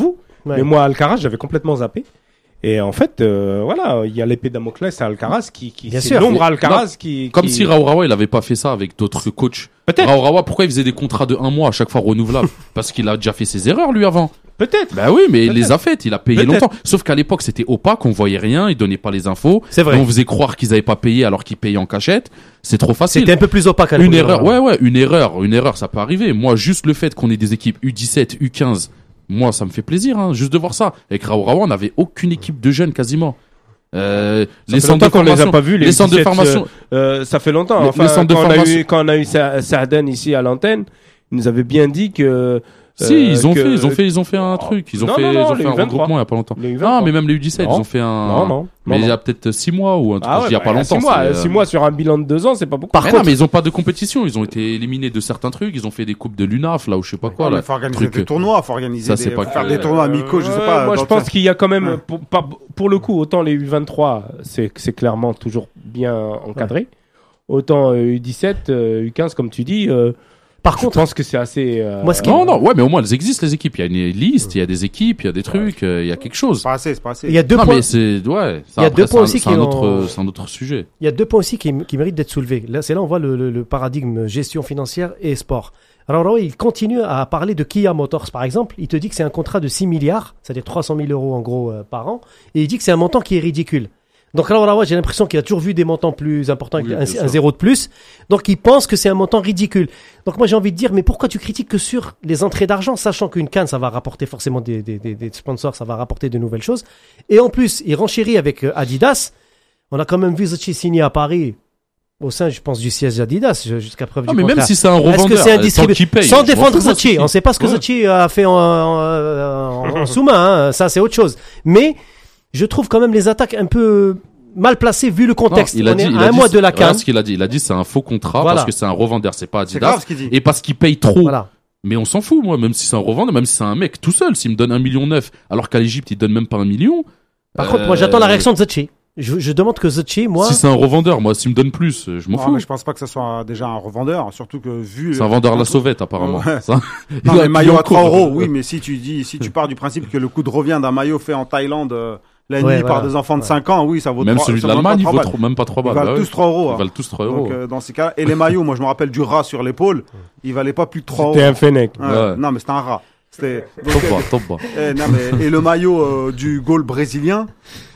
Ouais. Mais moi, Alcaraz, j'avais complètement zappé. Et en fait, euh, voilà, il y a l'épée Damoclès à Alcaraz qui, qui Bien c'est sûr. l'ombre à Mais- Alcaraz qui, Comme qui- si Raourawa, il avait pas fait ça avec d'autres coachs. Peut-être. Raourawa, pourquoi il faisait des contrats de un mois à chaque fois renouvelables? Parce qu'il a déjà fait ses erreurs, lui, avant. Peut-être. Bah oui, mais il Peut-être. les a faites, il a payé Peut-être. longtemps. Sauf qu'à l'époque, c'était opaque, on voyait rien, ils donnaient pas les infos. C'est vrai. Et on faisait croire qu'ils avaient pas payé alors qu'ils payaient en cachette. C'est trop facile. C'était un peu plus opaque à Une l'époque. erreur, ouais, ouais, une erreur, une erreur, ça peut arriver. Moi, juste le fait qu'on ait des équipes U dix-sept, U quinze, moi, ça me fait plaisir, hein, juste de voir ça. Avec Raourawa, on n'avait aucune équipe de jeunes quasiment. Euh, Ça les fait centres de longtemps qu'on les a formation, pas vus, les les centres de dix-sept, formation. Euh, ça fait longtemps. Les- Enfin, les centres de quand, on a formation- eu, quand on a eu Sa- Sarden ici à l'antenne, il nous avait bien dit que. Si, euh, ils ont que- fait, ils ont fait, ils ont fait un truc. Ils ont Non, fait, non, ils non, ont les fait un U vingt-trois. regroupement il y a pas longtemps. Les U Ah, vingt-trois. mais même les U dix-sept, Non. ils ont fait un. Non, non. Mais non, il y non. a peut-être six mois ou un truc. Ah il ouais, y a pas bah, longtemps. Six mois, c'est, euh, six mois sur un bilan de deux ans, c'est pas beaucoup. mais non, mais ils ont pas de compétition. Ils ont été éliminés de certains trucs. Ils ont fait des coupes de l'U N A F, là, ou je sais pas quoi, Il là. faut organiser truc, des euh, tournois, faut organiser ça, des, c'est pas faire que- des tournois amicaux, je sais Ouais, pas. Moi, dans je le pense sens- qu'il y a quand même, Ouais. pour, par- pour le coup, autant les U vingt-trois, c'est c'est clairement toujours bien encadré. Autant euh, U dix-sept, euh, U quinze, comme tu dis, euh, Par je contre, pense que c'est assez. euh, Moi, ce qui- Non, non, ouais, mais au moins elles existent les équipes. Il y a une liste, il y a des équipes, il y a des trucs, euh, il y a quelque chose. C'est pas assez, c'est pas assez. il y a deux non, points. mais c'est ouais. Ça, Il y a après, deux c'est points un- aussi c'est un qui autre, ont- c'est un autre sujet. Il y a deux points aussi qui, qui méritent d'être soulevés. Là, c'est là où on voit le, le- le paradigme gestion financière et sport. Alors là, il continue à parler de Kia Motors, par exemple. Il te dit que c'est un contrat de six milliards, c'est-à-dire trois cent mille euros en gros euh, par an, et il dit que c'est un montant qui est ridicule. Donc alors là, ouais, j'ai l'impression qu'il a toujours vu des montants plus importants, Oui, avec un, bien un sûr. zéro de plus. Donc il pense que c'est un montant ridicule. Donc moi j'ai envie de dire, mais pourquoi tu critiques que sur les entrées d'argent, sachant qu'une canne, ça va rapporter forcément des, des, des, des sponsors, ça va rapporter de nouvelles choses. Et en plus, il renchérit avec euh, Adidas. On a quand même vu Zachi signer à Paris, au sein, je pense, du siège Adidas, je- jusqu'à preuve Non, du mais contraire. même si c'est un Est-ce revendeur, que c'est un tant qu'il distributeur paye, sans je m'en défendre fous, moi, Zachi, si. on ne sait pas ce que Ouais. Zachi a fait en, en, en- en sous-main, hein. Ça c'est autre chose. Mais je trouve quand même les attaques un peu mal placées vu le contexte. Non, il a on dit, est il à a un dit- mois de la voilà CAN. ce qu'il a dit. Il a dit c'est un faux contrat Voilà. parce que c'est un revendeur, c'est pas C'est grave Adidas. ce qu'il dit. Et parce qu'il paye trop. Voilà. Mais on s'en fout, moi, même si c'est un revendeur, même si c'est un mec tout seul, s'il me donne un million neuf, alors qu'à l'Égypte, il donne même pas un million. Par euh, contre, moi j'attends la réaction de Zachi. Je, je demande que Zachi, moi, Si c'est un revendeur, moi, s'il me donne plus, euh, je m'en Non, fous. mais je pense pas que ça soit déjà un revendeur, surtout que vu. C'est un vendeur à la sauvette, apparemment. Ouais. Ça. Non, Il a mais un maillot à client trois court. euros, oui, mais si tu dis, si tu pars du principe que le coût de revient d'un maillot fait en Thaïlande euh, la Ouais, nuit par voilà. des enfants de Ouais. cinq ans, oui, ça vaut Même trois- celui de ça vaut l'Allemagne, il pas vaut trois trop- balles. même pas trois Ils balles. valent bah tous ouais. trois euros. Ils hein. valent tous trois euros. Donc, euh, dans ces cas, et les maillots, moi je me rappelle du rat sur l'épaule, il valait pas plus de trois euros. C'était un Fennec. Ouais. Ouais. Non, mais c'était un rat. C'était. donc, Top euh, bas, top bas. eh, non, mais- et le maillot euh, du goal brésilien,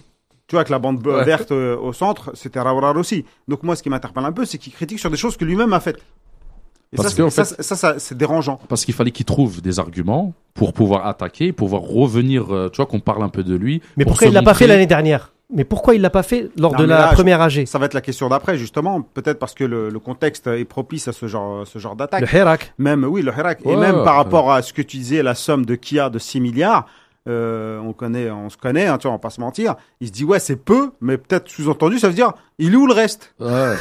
tu vois, avec la bande euh, Ouais. verte euh, au centre, c'était Raourar aussi. Donc moi, ce qui m'interpelle un peu, c'est qu'il critique sur des choses que lui-même a faites. Et Parce ça, que, en c'est- fait- ça, ça, ça, c'est dérangeant. Parce qu'il fallait qu'il trouve des arguments pour pouvoir attaquer, pouvoir revenir, euh, tu vois, qu'on parle un peu de lui. mais pour pourquoi se il l'a pas fait montrer. l'année dernière? Mais pourquoi il l'a pas fait lors Non, de mais la là, je- première A G? Ça va être la question d'après, justement. Peut-être parce que le, le contexte est propice à ce genre, ce genre d'attaque. Le Hirak. Même, oui, le Hirak. Ouais, et même ouais, par ouais. rapport à ce que tu disais, la somme de Kia de six milliards, euh, on connaît, on se connaît, hein, tu vois, on va pas se mentir. Il se dit, ouais, c'est peu, mais peut-être sous-entendu, ça veut dire, il est où le reste? Ouais.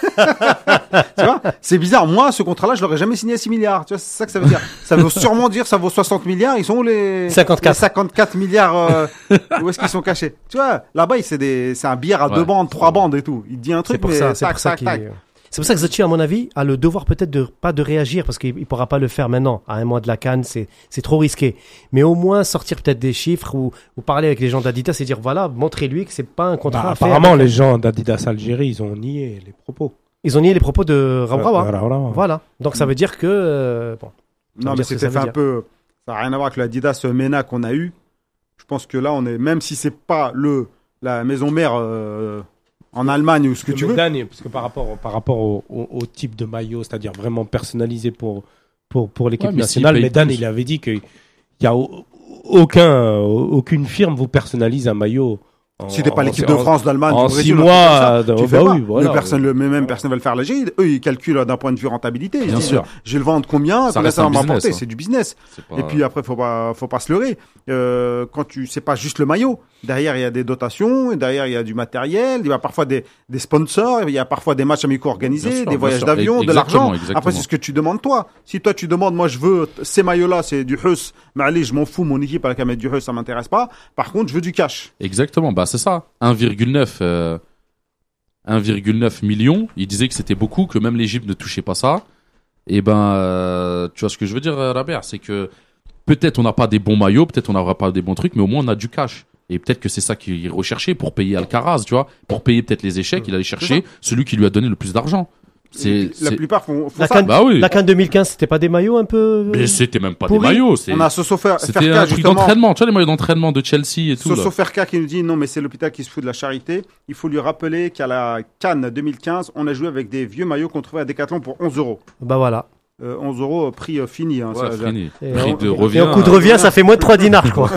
Tu vois? C'est bizarre. Moi, ce contrat-là, je l'aurais jamais signé à six milliards. Tu vois, c'est ça que ça veut dire. Ça veut sûrement dire, ça vaut soixante milliards. Ils sont où les cinquante-quatre. les cinquante-quatre milliards, euh, où est-ce qu'ils sont cachés? Tu vois, là-bas, il- c'est des, c'est un billard à Ouais. deux bandes, trois bandes et tout. Il te dit un truc, C'est pour mais ça, c'est tac, pour ça tac, qu'il tac. C'est pour ça que Zachi, à mon avis, a le devoir peut-être de pas de réagir parce qu'il il pourra pas le faire maintenant. À un mois de la CAN, c'est c'est trop risqué. Mais au moins sortir peut-être des chiffres ou, ou parler avec les gens d'Adidas et dire voilà, montrez-lui que c'est pas un contrat. Bah, à faire apparemment, avec- les gens d'Adidas Algérie, ils ont nié les propos. Ils ont nié les propos de Rabrawa. Voilà, voilà. Voilà. Donc ça veut dire que euh, bon. Ça Non, veut mais dire ce que c'était ça fait veut un dire. peu, ça n'a rien à voir avec le Adidas Mena qu'on a eu. Je pense que là, on est, même si c'est pas le, la maison mère, euh, en Allemagne ou ce que tu Mais veux. Dan, parce que par rapport, par rapport au, au- au type de maillot, c'est-à-dire vraiment personnalisé pour, pour, pour l'équipe Ouais, mais s'il nationale, paye mais Dan, plus. il avait dit qu'il y a au- aucun, aucune firme vous personnalise un maillot. En, Si t'es pas en- l'équipe en- de France, d'Allemagne, en du six Brésil, un truc mois, comme ça, euh, tu bah fais pas. oui, voilà. Le personne, le, mais même personne ne veut le faire léger. Eux, ils calculent d'un point de vue rentabilité. Ils Bien disent, sûr. je vais le vendre combien, Ça combien reste ça va un business, m'apporter. hein. C'est du business. C'est pas- Et puis après, faut pas, faut pas se leurrer. Euh, quand tu, c'est pas juste le maillot. Derrière, il y a des dotations. Et derrière, il y a du matériel. Il y a parfois des, des sponsors. Il y a parfois des matchs amicaux organisés, Bien sûr, des bien voyages sûr. d'avion, de Exactement, l'argent. exactement. Après, c'est ce que tu demandes toi. Si toi, tu demandes, moi, je veux ces maillots-là, c'est du Huss. Mais allez, je m'en fous. Mon équipe, elle a qu'à mettre du Huss, ça m'intéresse pas. Par contre, je veux du cash. Exactement, bah c'est ça. un virgule neuf euh, un virgule neuf million, il disait que c'était beaucoup, que même l'Égypte ne touchait pas ça. Et ben, euh, tu vois ce que je veux dire, euh, Rabert, c'est que peut-être on n'a pas des bons maillots, peut-être on n'aura pas des bons trucs, mais au moins on a du cash. Et peut-être que c'est ça qu'il recherchait pour payer Alcaraz, tu vois, pour payer peut-être les échecs, il allait chercher celui qui lui a donné le plus d'argent. C'est, La c'est... plupart font, font La ça. Cannes, Bah oui. la Cannes deux mille quinze, c'était pas des maillots un peu. Mais c'était même pas pourri. des maillots, c'est... On a Soso Fer- c'était Ferka, un truc justement. d'entraînement, tu vois les maillots d'entraînement de Chelsea et tout. Soso Là. Ferka qui nous dit non, mais c'est l'hôpital qui se fout de la charité. Il faut lui rappeler qu'à la Cannes deux mille quinze, on a joué avec des vieux maillots qu'on trouvait à Decathlon pour onze euros. Bah voilà. Euh, onze euros, prix euh, fini. Hein, Ouais, ça, fini. Et Prix on- de Et revient. en coup de revient, ça fait moins de trois dinars, je crois.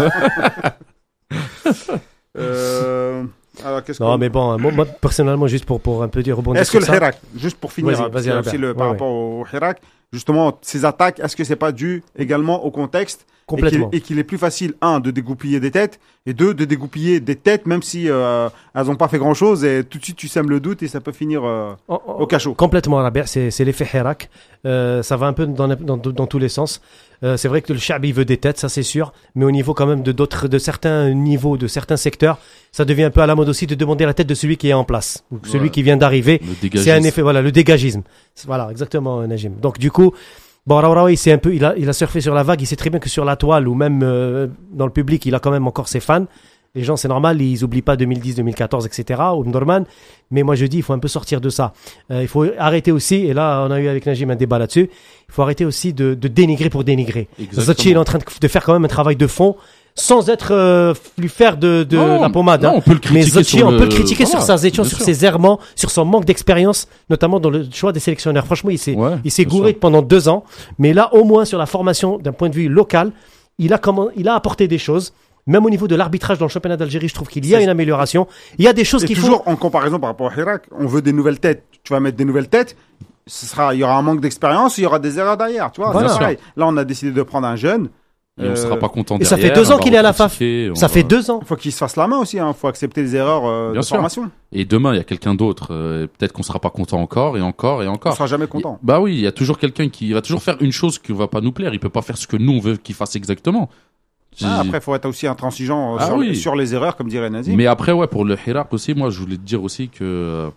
Euh, alors, qu'est-ce Non, qu'on- mais bon, moi, moi, personnellement, juste pour, pour un peu dire rebondir Est-ce que sur le ça. Hirak, juste pour finir, Vas-y, hein, parce vas-y, qu'il y a Albert. aussi le, par Ouais, rapport au Hirak, justement, ces attaques, est-ce que c'est pas dû également au contexte et qu'il- Complètement. et qu'il est plus facile, un, de dégoupiller des têtes, et deux, de dégoupiller des têtes, même si euh, elles n'ont pas fait grand-chose, et tout de suite tu sèmes le doute et ça peut finir euh, Oh, oh, au cachot. Complètement, Rabia, c'est, c'est l'effet Hirak. Euh, ça va un peu dans, dans, dans tous les sens. Euh, c'est vrai que le Sha'bi veut des têtes, ça c'est sûr, mais au niveau quand même de d'autres, de certains niveaux, de certains secteurs, ça devient un peu à la mode aussi de demander la tête de celui qui est en place, ou celui Ouais. qui vient d'arriver. Le dégagisme. C'est un effet, voilà, le dégagisme. Voilà, exactement, Najim. Donc du coup, bon, Raouraoui, c'est un peu, il a, il a surfé sur la vague. Il sait très bien que sur la toile ou même euh, dans le public, il a quand même encore ses fans. Les gens, c'est normal, ils oublient pas deux mille dix, deux mille quatorze, et cetera. Ou Norman. Mais moi, je dis, il faut un peu sortir de ça. Euh, il faut arrêter aussi. Et là, on a eu avec Najim un débat là-dessus. Il faut arrêter aussi de, de dénigrer pour dénigrer. Exactement. Zachi, il est en train de, de faire quand même un travail de fond, sans être euh, lui faire de, de Non, la pommade. non, hein. on peut le Mais critiquer Zachi, sur on le- peut le critiquer voilà, sur sa gestion, bien sur sûr. ses errements, sur son manque d'expérience, notamment dans le choix des sélectionneurs. Franchement, il s'est, Ouais, il s'est bien gouré sûr. pendant deux ans. Mais là, au moins, sur la formation d'un point de vue local, il a comment, il a apporté des choses. Même au niveau de l'arbitrage dans le championnat d'Algérie, je trouve qu'il y a C'est- une amélioration. Il y a des choses Et qu'il toujours faut. en comparaison par rapport au Hirak, on veut des nouvelles têtes. Tu vas mettre des nouvelles têtes, ce sera, il y aura un manque d'expérience, il y aura des erreurs derrière. Tu vois, Voilà. c'est pareil. Là, on a décidé de prendre un jeune. Et on Euh, sera pas content Et ça derrière, fait deux on ans va qu'il est à la F A F. recritiquer, on Ça va- fait deux ans. Il faut qu'il se fasse la main aussi. Il faut accepter les erreurs euh, Bien de sûr. formation. Et demain, il y a quelqu'un d'autre. euh, peut-être qu'on sera pas content encore et encore et On encore. sera jamais content. Il- Bah oui, il y a toujours quelqu'un qui va toujours faire une chose qui va pas nous plaire. Il peut pas faire ce que nous on veut qu'il fasse exactement. Ah, J'ai- après, il faut être aussi intransigeant euh, Ah sur, oui. sur les erreurs, comme dirait Nazim. Mais après, ouais, pour le Hirak aussi, moi, je voulais te dire aussi que euh,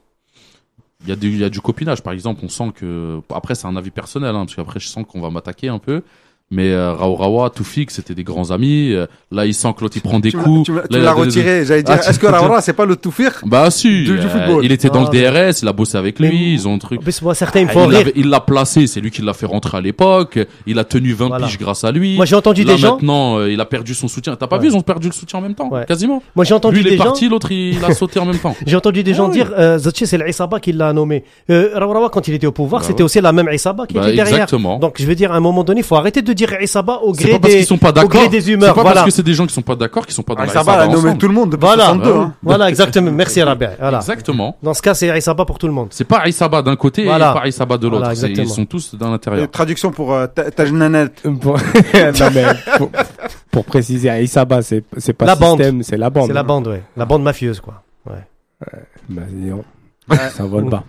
il y a du, il y a du copinage. Par exemple, on sent que après, c'est un avis personnel, hein, parce qu'après, je sens qu'on va m'attaquer un peu. Mais euh, Raourawa, Toufik, c'était des grands amis. Euh, là, il sent que l'autre il prend des tu me- coups. tu me- tu Là, me il l'as a des- retiré. J'allais dire, Ah, tu- est-ce que Raoura, c'est pas le Toufir Bah si, Du- du euh, football. il était dans Ah, le D R S, il a bossé avec lui, Mais- ils ont un truc. En plus, moi, certains, ils me Ah, font il rire. l'avait- il l'a placé, c'est lui qui l'a fait rentrer à l'époque. Il a tenu vingt Voilà. piges grâce à lui. Moi, j'ai entendu Là, des gens. maintenant, euh, il a perdu son soutien. T'as pas Ouais. vu, ils ont perdu le soutien en même temps, Ouais. quasiment. Moi, j'ai entendu Lui, il des est gens. parti, l'autre, il a sauté en même temps. J'ai entendu des gens Ah oui. dire, euh, Zachi, c'est l'Isaba qui l'a nommé. Euh, Raourawa, quand il était au pouvoir, Bah c'était ouais. aussi la même Isaba qui Bah, était derrière. exactement. Donc, je veux dire, à un moment donné, il faut arrêter de dire Isaba au C'est gré pas parce des, qu'ils sont pas au gré d'accord. des C'est humeurs. pas Voilà. parce que c'est des gens qui sont pas d'accord qui sont pas dans Ah, la ça va, Isaba elle a nommé ensemble. tout le monde depuis Voilà. soixante-deux. Ah oui. hein. Voilà, exactement. Merci, Rabia. Voilà. Exactement. Dans ce cas, c'est Isaba pour tout le monde. C'est pas Isaba d'un côté Voilà. et pas Isaba de l'autre. Voilà, C'est- exactement. Ils sont tous dans Et l'intérieur. traduction pour euh, Ta- Tajnanet. Pour... non, mais pour, pour préciser, Aïsaba, c'est c'est pas La bande. système, c'est la bande. C'est la bande, ouais. La bande mafieuse, quoi. Ouais. Bah, dis donc. Ça vole pas.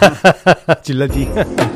Tu l'as dit.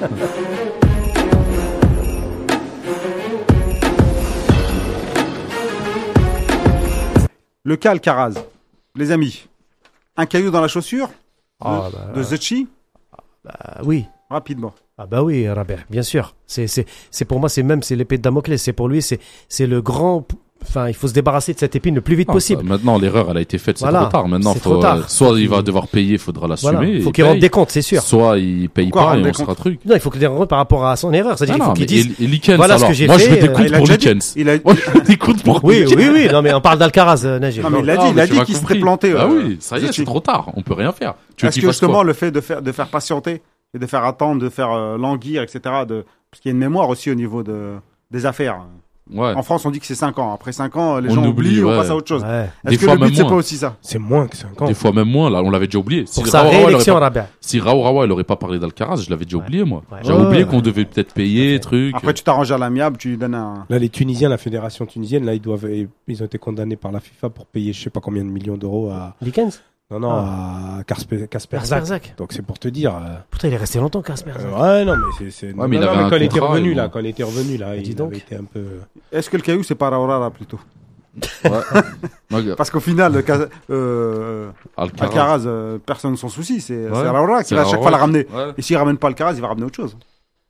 Le cas Alcaraz. Les amis, un caillou dans la chaussure Ah, bah, de Zetchi, ah, oui. rapidement. Ah bah oui, Rabia, bien sûr. C'est c'est c'est pour moi, c'est même c'est l'épée de Damoclès. C'est pour lui, c'est c'est le grand. Enfin, il faut se débarrasser de cette épine le plus vite Ah, possible. ça, maintenant, l'erreur, elle a été faite, c'est Voilà. trop tard. Maintenant, C'est faut, trop tard. euh, soit il va devoir payer, il faudra l'assumer. Voilà. Il faut il qu'il paye. rende des comptes, c'est sûr. Soit il paye Pourquoi pas et rendre on des sera comptes truc. Non, il faut qu'il rende par rapport à son erreur. C'est-à-dire Ah qu'il faut non, qu'il mais dise. et- et Likens, voilà ce alors. que j'ai Moi, je fait, veux des euh, comptes il a pour déjà dit. Likens. Il a... Moi, je veux des comptes pour Oui, Likens. oui, oui. Non, mais on parle d'Alcaraz, euh, Najim. Non, mais il a Non, dit, il mais a tu dit vas qu'il compris. s'était planté. Ah euh, oui, ça y est, Zetchi. c'est trop tard. On peut rien faire. Tu veux Est-ce qu'il que fasse justement quoi le fait de faire, de faire patienter et de faire attendre, de faire euh, languir, et cetera, de... parce qu'il y a une mémoire aussi au niveau de... des affaires. Ouais. En France, on dit que c'est cinq ans. Après cinq ans, les On gens oublie, oublient, on ouais. passe à autre chose. Ouais. Des Est-ce que fois, le but, même c'est moins. pas aussi ça? C'est moins que cinq ans. Des fois même moins, là, on l'avait déjà oublié. Pour si sa Raourawa, il aurait réélection, pas- Rabia. Si Raourawa, il aurait pas parlé d'Alcaraz, je l'avais déjà oublié, moi. Ouais. J'avais Ouais, oublié ouais. qu'on devait peut-être payer, truc. Après, tu t'arranges à l'amiable, tu lui donnes un... Là, les Tunisiens, la fédération tunisienne, là, ils doivent, ils ont été condamnés par la FIFA pour payer, je sais pas combien de millions d'euros à, Likens. non, non, à Kasper, Kasper Kasper Zak. Zak. Donc, c'est pour te dire, euh, Putain, il est resté longtemps, Kasper. euh, ouais, non, mais c'est, c'est, non, mais il non, avait mais un quand il était contrat, revenu, et là, bon. quand il était revenu, là, dis il donc. avait été un peu, Est-ce que le caillou, c'est pas Raoura, plutôt? Ouais. Ouais, Parce qu'au final, le cas- euh, Alcaraz. Alcaraz, euh, personne ne s'en soucie. C'est Ouais. c'est Raoura qui C'est va à chaque Raoura fois la qui- ramener. Ouais. Et s'il ramène pas Alcaraz, il va ramener autre chose.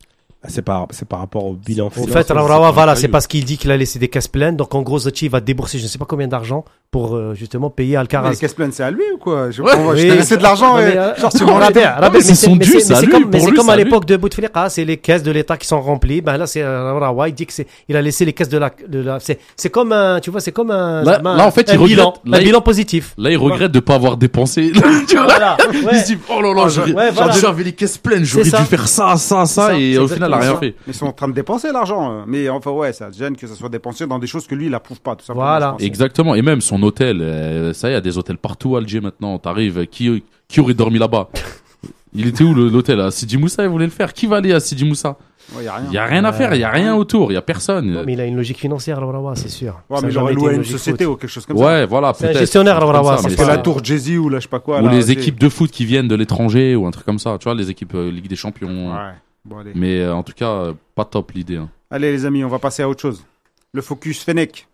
C'est par, c'est par rapport au bilan En financier. fait, C'est Raourawa, pas voilà, prévu. c'est parce qu'il dit qu'il a laissé des caisses pleines. Donc, en gros, Zachi va débourser je ne sais pas combien d'argent pour euh, justement payer Mais Alcaraz. les caisses pleines, c'est à lui ou quoi? Je, Ouais. je Oui. t'ai laissé de l'argent Non, et mais, euh, genre tu non, manges. Rabia, Rabia, mais c'est son mais dû, c'est- ça, mais c'est lui, comme, mais pour c'est lui, comme ça, à lui. l'époque de Bouteflika, c'est les caisses de l'État qui sont remplies. Ben là, c'est euh, Raourawa, il dit que c'est, il a laissé les caisses de la, de la, c'est, c'est comme un, tu vois, c'est comme un, Là- un- là, en fait, un il bilan, regrette- là, un il- bilan positif. Là, il regrette de pas avoir dépensé. Tu vois, Voilà. il Ouais. se dit, oh là là, j'aurais, ouais, voilà. j'avais les caisses pleines, j'aurais C'est ça. dû faire ça, ça, ça, ça, et c'est au final, il a rien exactement fait. Ils sont en train de dépenser l'argent. euh. Mais enfin, ouais, ça gêne que ça soit dépensé dans des choses que lui, il approuve pas, tout simplement. Voilà. je pense. Exactement. Et même son hôtel, euh, ça y est, il y a des hôtels partout à Alger maintenant. T'arrives, qui, qui aurait dormi là-bas? Il était où le- l'hôtel? À Sidi Moussa, il voulait le faire. Qui va aller à Sidi Moussa? Ouais, y a rien. Il y a rien à faire, il y a rien autour, il y a personne. Non, mais il a une logique financière, Raourawa, c'est sûr. Ouais, Ça mais a il aurait jamais été loué une logique société foot. ou quelque chose comme ça. Ouais, voilà, C'est un peut-être. gestionnaire, un truc comme Raourawa, ça, c'est mais Parce que pas- la tour Jay-Z ou là, je sais pas quoi. Ou là, les c'est- équipes de foot qui viennent de l'étranger ou un truc comme ça, tu vois, les équipes euh, Ligue des Champions. Ouais. Bon, allez. Mais euh, en tout cas, euh, pas top l'idée. Hein. Allez, les amis, on va passer à autre chose. Le focus Fennec.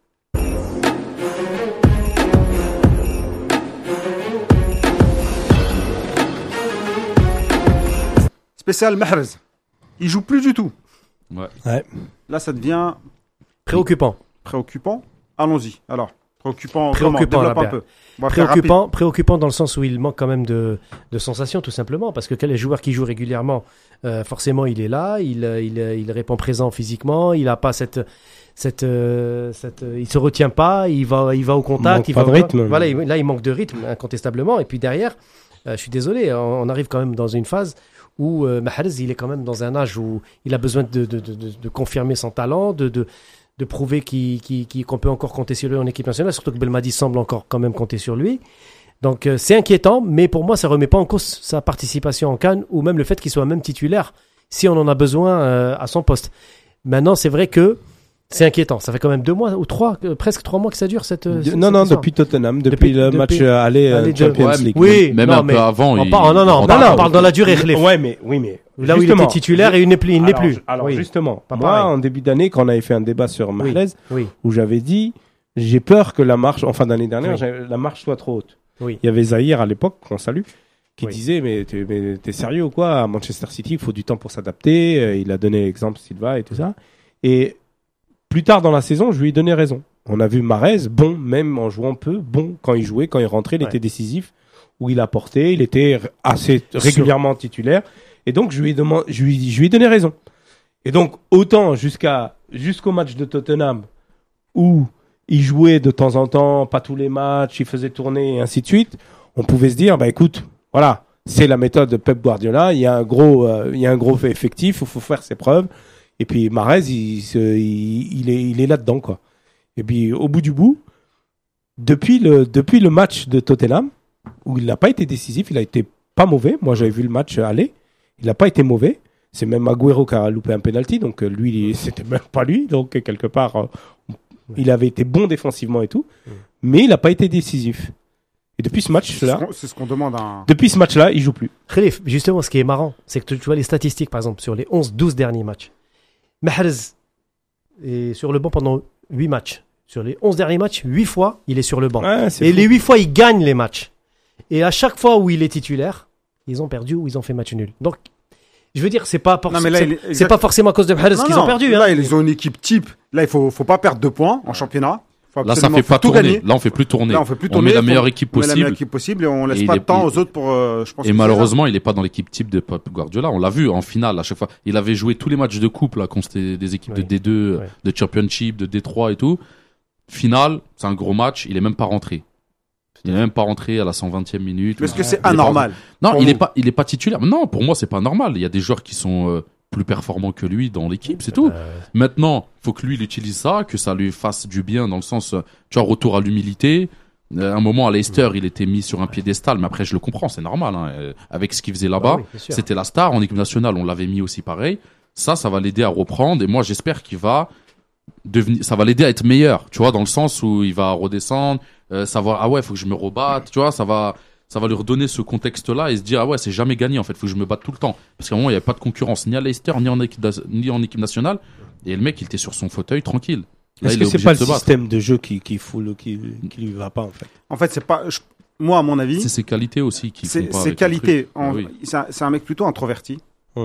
Spécial Mahrez. Il joue plus du tout. Ouais. Là, ça devient Préoccupant. préoccupant. Allons-y. Alors, préoccupant. Préoccupant, comment Développe un Rabia. peu. On va faire Préoccupant, préoccupant dans le sens où il manque quand même de, de sensations, tout simplement, parce que quel est le joueur qui joue régulièrement, euh, forcément, il est là, il, euh, il, euh, il répond présent physiquement, il a pas cette, cette, euh, cette, euh, il se retient pas, il va, il va au contact, manque il pas va de au- rythme. Voilà, il- là, il manque de rythme, incontestablement. Et puis derrière, euh, je suis désolé, on, on arrive quand même dans une phase où euh, Mahrez, il est quand même dans un âge où il a besoin de, de, de, de, de confirmer son talent, de, de, de prouver qu'il, qu'il, qu'il- qu'on peut encore compter sur lui en équipe nationale, surtout que Belmadi semble encore quand même compter sur lui. Donc euh, c'est inquiétant, mais pour moi, ça remet pas en cause sa participation en CAN ou même le fait qu'il soit même titulaire si on en a besoin euh, à son poste. Maintenant, c'est vrai que c'est inquiétant. Ça fait quand même deux mois ou trois, euh, presque trois mois que ça dure cette. De- cette- non, cette non, histoire. depuis Tottenham, depuis, Depuis- le depuis- match euh, aller euh, Aller de- Champions Ouais, League. Oui, Même non, un mais peu avant. on il- parle- non, non, il on rentre parle, pas. on parle dans la durée, Khlif. Ouais, mais oui, mais Là où il justement, était titulaire et il n'est plus. Il n'est alors, plus. je- Alors oui. justement, Pas moi pareil. en début d'année, quand on avait fait un débat sur Mahrez, oui, où j'avais dit, j'ai peur que la marche, en fin d'année dernière, Oui. j'ai- la marche soit trop haute. oui. Il y avait Zahir à l'époque, qu'on salue, qui Oui. disait, mais t'es, mais t'es sérieux ou quoi? À Manchester City, il faut du temps pour s'adapter. Euh, Il a donné l'exemple Silva et tout ça. Et plus tard dans la saison, je lui ai donné raison. On a vu Mahrez, bon, même en jouant peu, bon, quand il jouait, quand il rentrait, il Ouais. était décisif, où il apportait, il était r- assez régulièrement titulaire. Et donc, je lui ai demandé, je lui, je lui ai donné raison. Et donc, autant jusqu'à, jusqu'au match de Tottenham, où il jouait de temps en temps, pas tous les matchs, il faisait tourner et ainsi de suite, on pouvait se dire, bah écoute, voilà, c'est la méthode de Pep Guardiola, il y a un gros, euh, il y a un gros effectif, il faut faire ses preuves. Et puis Mahrez, il, se, il, il est, il est là-dedans, quoi. Et puis au bout du bout, depuis le, depuis le match de Tottenham, où il n'a pas été décisif, il a été pas mauvais. Moi, j'avais vu le match aller, il n'a pas été mauvais. C'est même Agüero qui a loupé un penalty, donc euh, lui, il- c'était même pas lui. Donc euh, quelque part, euh, il avait été bon défensivement et tout, mais il n'a pas été décisif. Et depuis ce C'est ce match-là, qu'on- c'est ce qu'on demande à un. depuis ce match-là, il joue plus. Khalif, justement, ce qui est marrant, c'est que tu, tu vois les statistiques, par exemple, sur les onze douze derniers matchs. Mahrez est sur le banc pendant huit matchs. Sur les onze derniers matchs, huit fois, il est sur le banc. Ouais, c'est Et fou. les huit fois, il gagne les matchs. Et à chaque fois où il est titulaire, ils ont perdu ou ils ont fait match nul. Donc, je veux dire, c'est pas, pour- Non, mais là, c'est- il est c'est exact- pas forcément à cause de Mahrez Non, qu'ils non, ont perdu. Là, hein. ils ont une équipe type. Là, il faut, faut pas perdre deux points en championnat. Faut Là, ça absolument- fait faut pas tout tourner. gagner. Là, on fait plus tourner. Là, on fait plus On tourner. met la faut- meilleure équipe on met la meilleure possible. équipe possible et on laisse Et pas il de temps est- aux autres pour. euh, je pense Et que c'est malheureusement, il est pas dans l'équipe type de Pep Guardiola. On l'a vu en finale à chaque fois. Il avait joué tous les matchs de coupe là, quand c'était des équipes Oui. de D deux, Ouais. de Championship, de D trois et tout. Finale, c'est un gros match. Il est même pas rentré. Il est même pas rentré à la cent vingtième minute. ça. Mais est-ce que c'est Il est pas- anormal? Non, pour il est vous pas, il est pas titulaire. Non, pour moi, c'est pas normal. Il y a des joueurs qui sont euh, plus performants que lui dans l'équipe, c'est tout. Euh, Maintenant, faut que lui, il utilise ça, que ça lui fasse du bien dans le sens, euh, tu vois, retour à l'humilité. Euh, un moment à Leicester, il était mis sur un piédestal, mais après, je le comprends, c'est normal. Hein, euh, avec ce qu'il faisait là-bas, bah oui, bien sûr. c'était la star. En équipe nationale, on l'avait mis aussi pareil. Ça, ça va l'aider à reprendre. Et moi, j'espère qu'il va devenir, ça va l'aider à être meilleur. Tu vois, dans le sens où il va redescendre, euh, savoir, ah ouais, faut que je me rebatte. Tu vois, ça va, ça va lui redonner ce contexte-là et se dire, ah ouais, c'est jamais gagné, en fait, faut que je me batte tout le temps. Parce qu'à un moment, il n'y avait pas de concurrence, ni à Leicester, ni en équipe, da- ni en équipe nationale. Et le mec, il était sur son fauteuil, tranquille. Là, Est-ce il que est c'est obligé pas de le se battre. système de jeu qui, qui fout le, qui, qui lui va pas, en fait? En fait, c'est pas. je- Moi, à mon avis, C'est ses qualités aussi qui font c'est pas ses avec le qualités. truc. En- Ah oui. C'est un, c'est un mec plutôt introverti. Ouais.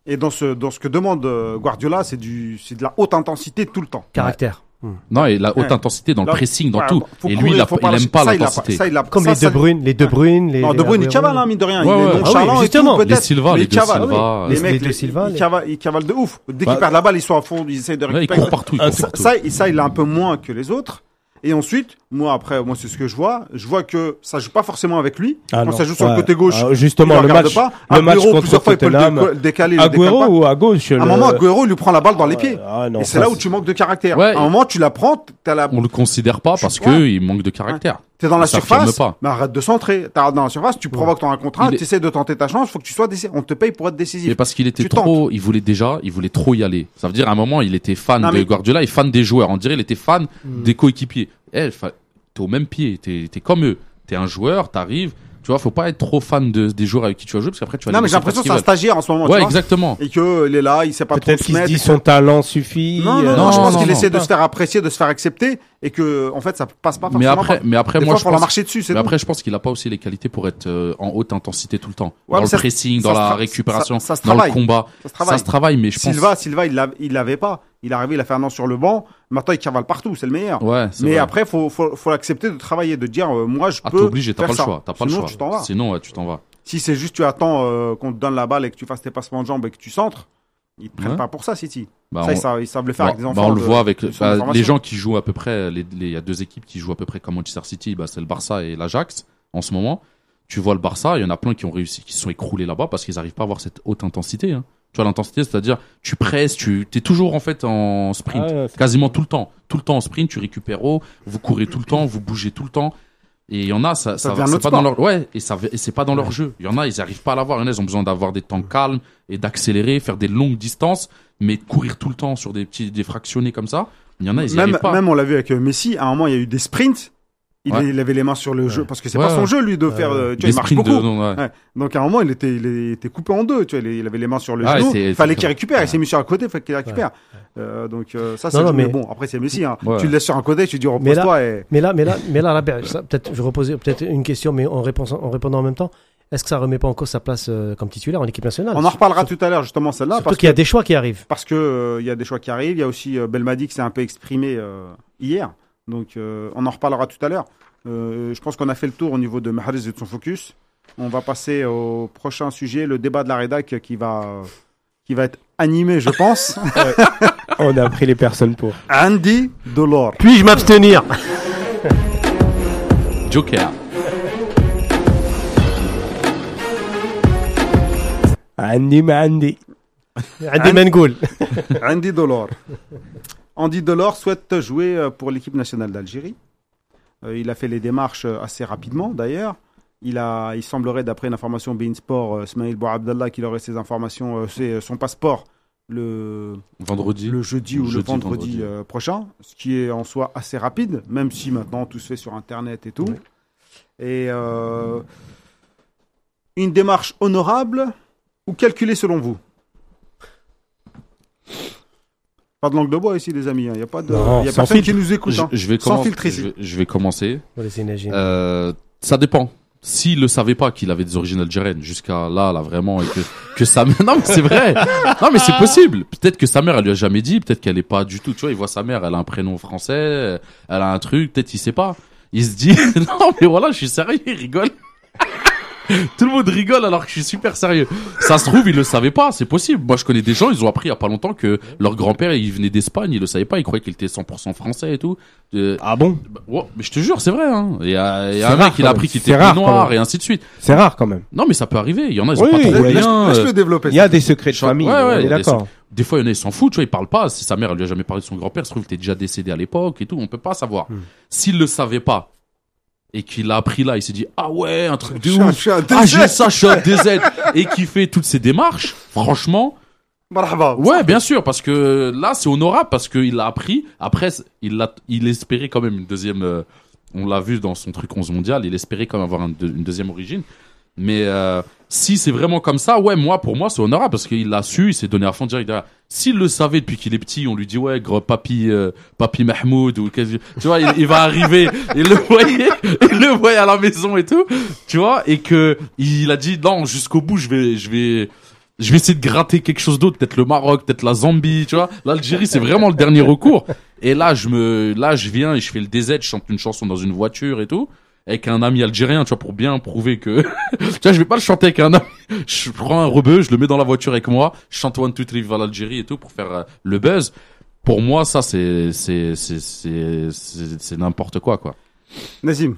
Et dans ce, dans ce que demande euh, Guardiola, c'est du, c'est de la haute intensité tout le temps. Caractère. Non, et la haute Ouais. intensité dans le Là, pressing, dans ouais, tout. faut Et courir, lui, il, a, faut il lâcher. aime pas Ça, il a l'intensité. ça, il a- Comme ça, les ça- De Bruyne, les De Bruyne, les. Non, les De Bruyne, il Agüero. cavale, hein, mine de rien. Ouais, il est ouais. nonchalant Ah oui, et justement. tout, peut-être. Les Silva, mais les il deux cavale. Silva. Les Les mecs, deux les- Silva, ils les- cavalent, ils cavalent de ouf. Dès Bah, qu'ils perdent la balle, ils sont à fond, ils essayent de Ouais, il récupérer. court partout, il Un court tout- partout. Ça, il- ça, il a un peu moins que les autres. Et ensuite, moi, après, moi, c'est ce que je vois. Je vois que ça joue pas forcément avec lui. Ah Quand non. ça joue sur Ouais. le côté gauche, Ah, il justement, le le regarde match, pas. le match Agüero, contre plusieurs fois, il peut le Tottenham. déco- décaler, il le décale Agüero pas. ou à gauche À un le- moment, Agüero, il lui prend la balle dans les Ah, pieds. ah, non, Et c'est ça, là où tu manques de caractère. Ouais. À un moment, tu la prends, t'as la, On le considère pas Je- parce ouais. que il manque de caractère. t'es dans la Il s'affirme surface, pas. mais arrête de centrer. T'es dans la surface, tu provoques ton un contre un, Il est- tu essaies de tenter ta chance, faut que tu sois décisif. On te paye pour être décisif. Mais parce qu'il était Tu trop, il voulait déjà, il voulait trop y aller. Ça veut dire à un moment, il était fan Non, de mais- Guardiola et fan des joueurs. On dirait, il était fan des coéquipiers. Eh, fa- t'es au même pied, t'es, t'es comme eux. T'es un joueur, t'arrives. Tu vois, faut pas être trop fan de, des joueurs avec qui tu vas jouer parce qu'après tu vas Non, les mais j'ai laisser l'impression que faire c'est un ce qu'ils stagiaire en ce moment. veulent. tu Ouais, vois. exactement. Et que il est là, il sait pas trop Peut-être se qu'il se mettre. dit et que- son talent suffit. Non, non, euh, non, je pense non, qu'il non. essaie de se faire apprécier, de se faire accepter, et que, en fait, ça passe pas forcément. Mais après, par- mais après, Des moi, fois, je faut la pense, marcher dessus, c'est mais tout. après, je pense qu'il a pas aussi les qualités pour être euh, en haute intensité tout le temps. Ouais, dans mais le ça se- pressing, ça dans se la tra- récupération, ça- ça se dans le travaille. combat. Ça se travaille. Ça se travaille, mais je pense. Silva, Silva, il l'a- il l'avait pas. Il est arrivé, il a fait un an sur le banc. Maintenant, il cavale partout, c'est le meilleur. Ouais, c'est Mais vrai. après, faut, faut, faut l'accepter de travailler, de dire, euh, moi, je Ah, t'es peux. obligé, t'as faire pas le ça. choix, t'as pas le Sinon, choix. tu t'en vas. Sinon, ouais, tu t'en vas. Si c'est juste tu attends euh, qu'on te donne la balle et que tu fasses tes passements de jambes et que tu centres, ils te prennent Ouais. pas pour ça, City. Bah, ça, on- ils, savent, ils savent le faire Bah, avec des bah, enfants. on le de- voit avec de son bah, formation. les gens qui jouent à peu près. les- les- Il y a deux équipes qui jouent à peu près comme Manchester City. Bah, c'est le Barça et l'Ajax en ce moment. Tu vois le Barça, il y en a plein qui ont réussi, qui se sont écroulés là-bas parce qu'ils arrivent pas à avoir cette haute intensité. Hein. Tu vois l'intensité, c'est-à-dire tu presses, tu es toujours en fait en sprint, Ah, ouais, c'est- quasiment tout le temps, tout le temps en sprint. Tu récupères haut, vous courez tout le temps, vous bougez tout le temps. Et il y en a, ça, Ça ça, devient un c'est autre pas dans sport. leur, ouais, et ça, et c'est pas dans leur jeu. Il y en a, ils arrivent pas à l'avoir. Il y en a, ils ont besoin d'avoir des temps calmes et d'accélérer, faire des longues distances, mais courir tout le temps sur des petits, des fractionnés comme ça. Il y en a, ils y Même, arrivent pas. même on l'a vu avec euh, Messi, à un moment, il y a eu des sprints. Il, Ouais. il avait les mains sur le jeu parce que c'est Ouais, pas son ouais. jeu, lui, de faire. euh, tu vois, des il marche sprints beaucoup. de, non, ouais. Ouais. Donc à un moment, il était, il était coupé en deux. Tu vois, il il avait les mains sur le Ah, genou. c'est- Il fallait c'est- qu'il récupère. ouais. Il s'est mis sur un côté, il fallait qu'il récupère. Euh, donc euh, ça, c'est Non, le non, jeu. Mais mais- bon, après c'est Messi. Hein. Ouais. Tu le laisses sur un côté, tu dis Mais là- repose-toi. Et... Mais là, mais là, mais là, Rabia, ça, peut-être, je reposais peut-être une question, mais en répondant, en répondant en même temps, est-ce que ça remet pas en cause sa place euh, comme titulaire en équipe nationale? On en reparlera Surtout- tout à l'heure justement celle-là Surtout parce qu'il y a que des choix qui arrivent. parce que euh, il y a des choix qui arrivent. Il y a aussi euh, Belmadi qui s'est un peu exprimé euh, hier. Donc euh, on en reparlera tout à l'heure. Euh, je pense qu'on a fait le tour au niveau de Mahrez et de son focus. On va passer au prochain sujet, le débat de la rédac qui va qui va être animé, je pense. On a pris les personnes pour. Andy Delors. Puis-je m'abstenir? Joker. Andy ma Andy. Andy Mengoul. Andy Delors. Andy Delors souhaite jouer euh, pour l'équipe nationale d'Algérie. Euh, il a fait les démarches euh, assez rapidement d'ailleurs. Il a, il semblerait, d'après une information Bein Sport, euh, Smaïl Bouabdallah, qu'il aurait ses informations, euh, ses- son passeport le, Vendredi. le jeudi ou Jeudi, le vendredi, vendredi. euh, prochain, ce qui est en soi assez rapide, même si maintenant tout se fait sur Internet et tout. Oui. Et euh, une démarche honorable ou calculée selon vous? Pas de langue de bois ici, les amis. Il n'y a pas de, Non, y a sans personne filtre. qui nous écoute. Je, hein. je vais Sans commencer. filtre ici. Je, vais- je vais commencer. On va laisser imaginer. Euh, ça dépend. S'il le savait pas qu'il avait des origines algériennes jusqu'à là, là vraiment, et que que sa mère, non mais c'est vrai, non mais c'est possible. Peut-être que sa mère elle lui a jamais dit, peut-être qu'elle est pas du tout. Tu vois, il voit sa mère, elle a un prénom français, elle a un truc, peut-être il sait pas. Il se dit non mais voilà, je suis sérieux, il rigole. Tout le monde rigole alors que je suis super sérieux. Ça se trouve, ils le savaient pas, c'est possible. Moi, je connais des gens, ils ont appris il y a pas longtemps que leur grand-père, il venait d'Espagne, ils le savaient pas, ils croyaient qu'il était cent pour cent français et tout. Euh, Ah bon? bah, ouais, mais je te jure, c'est vrai, hein. Il y a, il y a C'est un rare, mec, il a quand appris même. qu'il C'est était rare, plus quand noir même. et ainsi de suite. C'est rare quand même. Non, mais ça peut arriver. Il y en a, ils ont Oui, pas oui, trop de laisse- liens. Laisse-le euh, développer. Il y a des secrets de Ouais, famille. ouais, on est il y a des d'accord. Des fois, il y en a, ils s'en foutent, tu vois, ils parlent pas. Si sa mère, elle lui a jamais parlé de son grand-père, ça se trouve, il était déjà décédé à l'époque et tout, on peut pas savoir. Hmm. S'il le savait pas, et qu'il l'a appris là, il s'est dit, ah ouais, un truc de Je suis un- ouf. je suis un Ah, D Z. j'ai ça, je suis un D Z. Et qui fait toutes ces démarches, franchement, Marhaba. ouais, bien sûr, parce que là, c'est honorable, parce qu'il l'a appris. Après, il l'a, il espérait quand même une deuxième, euh, on l'a vu dans son truc onze mondial, il espérait quand même avoir un deux- une deuxième origine. Mais euh, si c'est vraiment comme ça, ouais, moi, pour moi, c'est honorable, parce qu'il l'a su, il s'est donné à fond direct derrière. S'il le savait depuis qu'il est petit, on lui dit, ouais, gros papi, euh, papi Mahmoud, ou qu'est-ce que- tu vois, il, il va arriver, il le voyait, il le voyait à la maison et tout, tu vois, et que il a dit, non, jusqu'au bout, je vais, je vais, Je vais essayer de gratter quelque chose d'autre, peut-être le Maroc, peut-être la Zambie, tu vois. L'Algérie, c'est vraiment le dernier recours. Et là, je me, là, je viens et je fais le D Z, je chante une chanson dans une voiture et tout, avec un ami algérien, tu vois, pour bien prouver que, tu vois, je vais pas le chanter avec un ami. Je prends un rebeu, je le mets dans la voiture avec moi, je chante One, Two, Three, Viva l'Algérie et tout pour faire euh, le buzz. Pour moi, ça, c'est, c'est, c'est, c'est, c'est, c'est n'importe quoi, quoi. Nazim,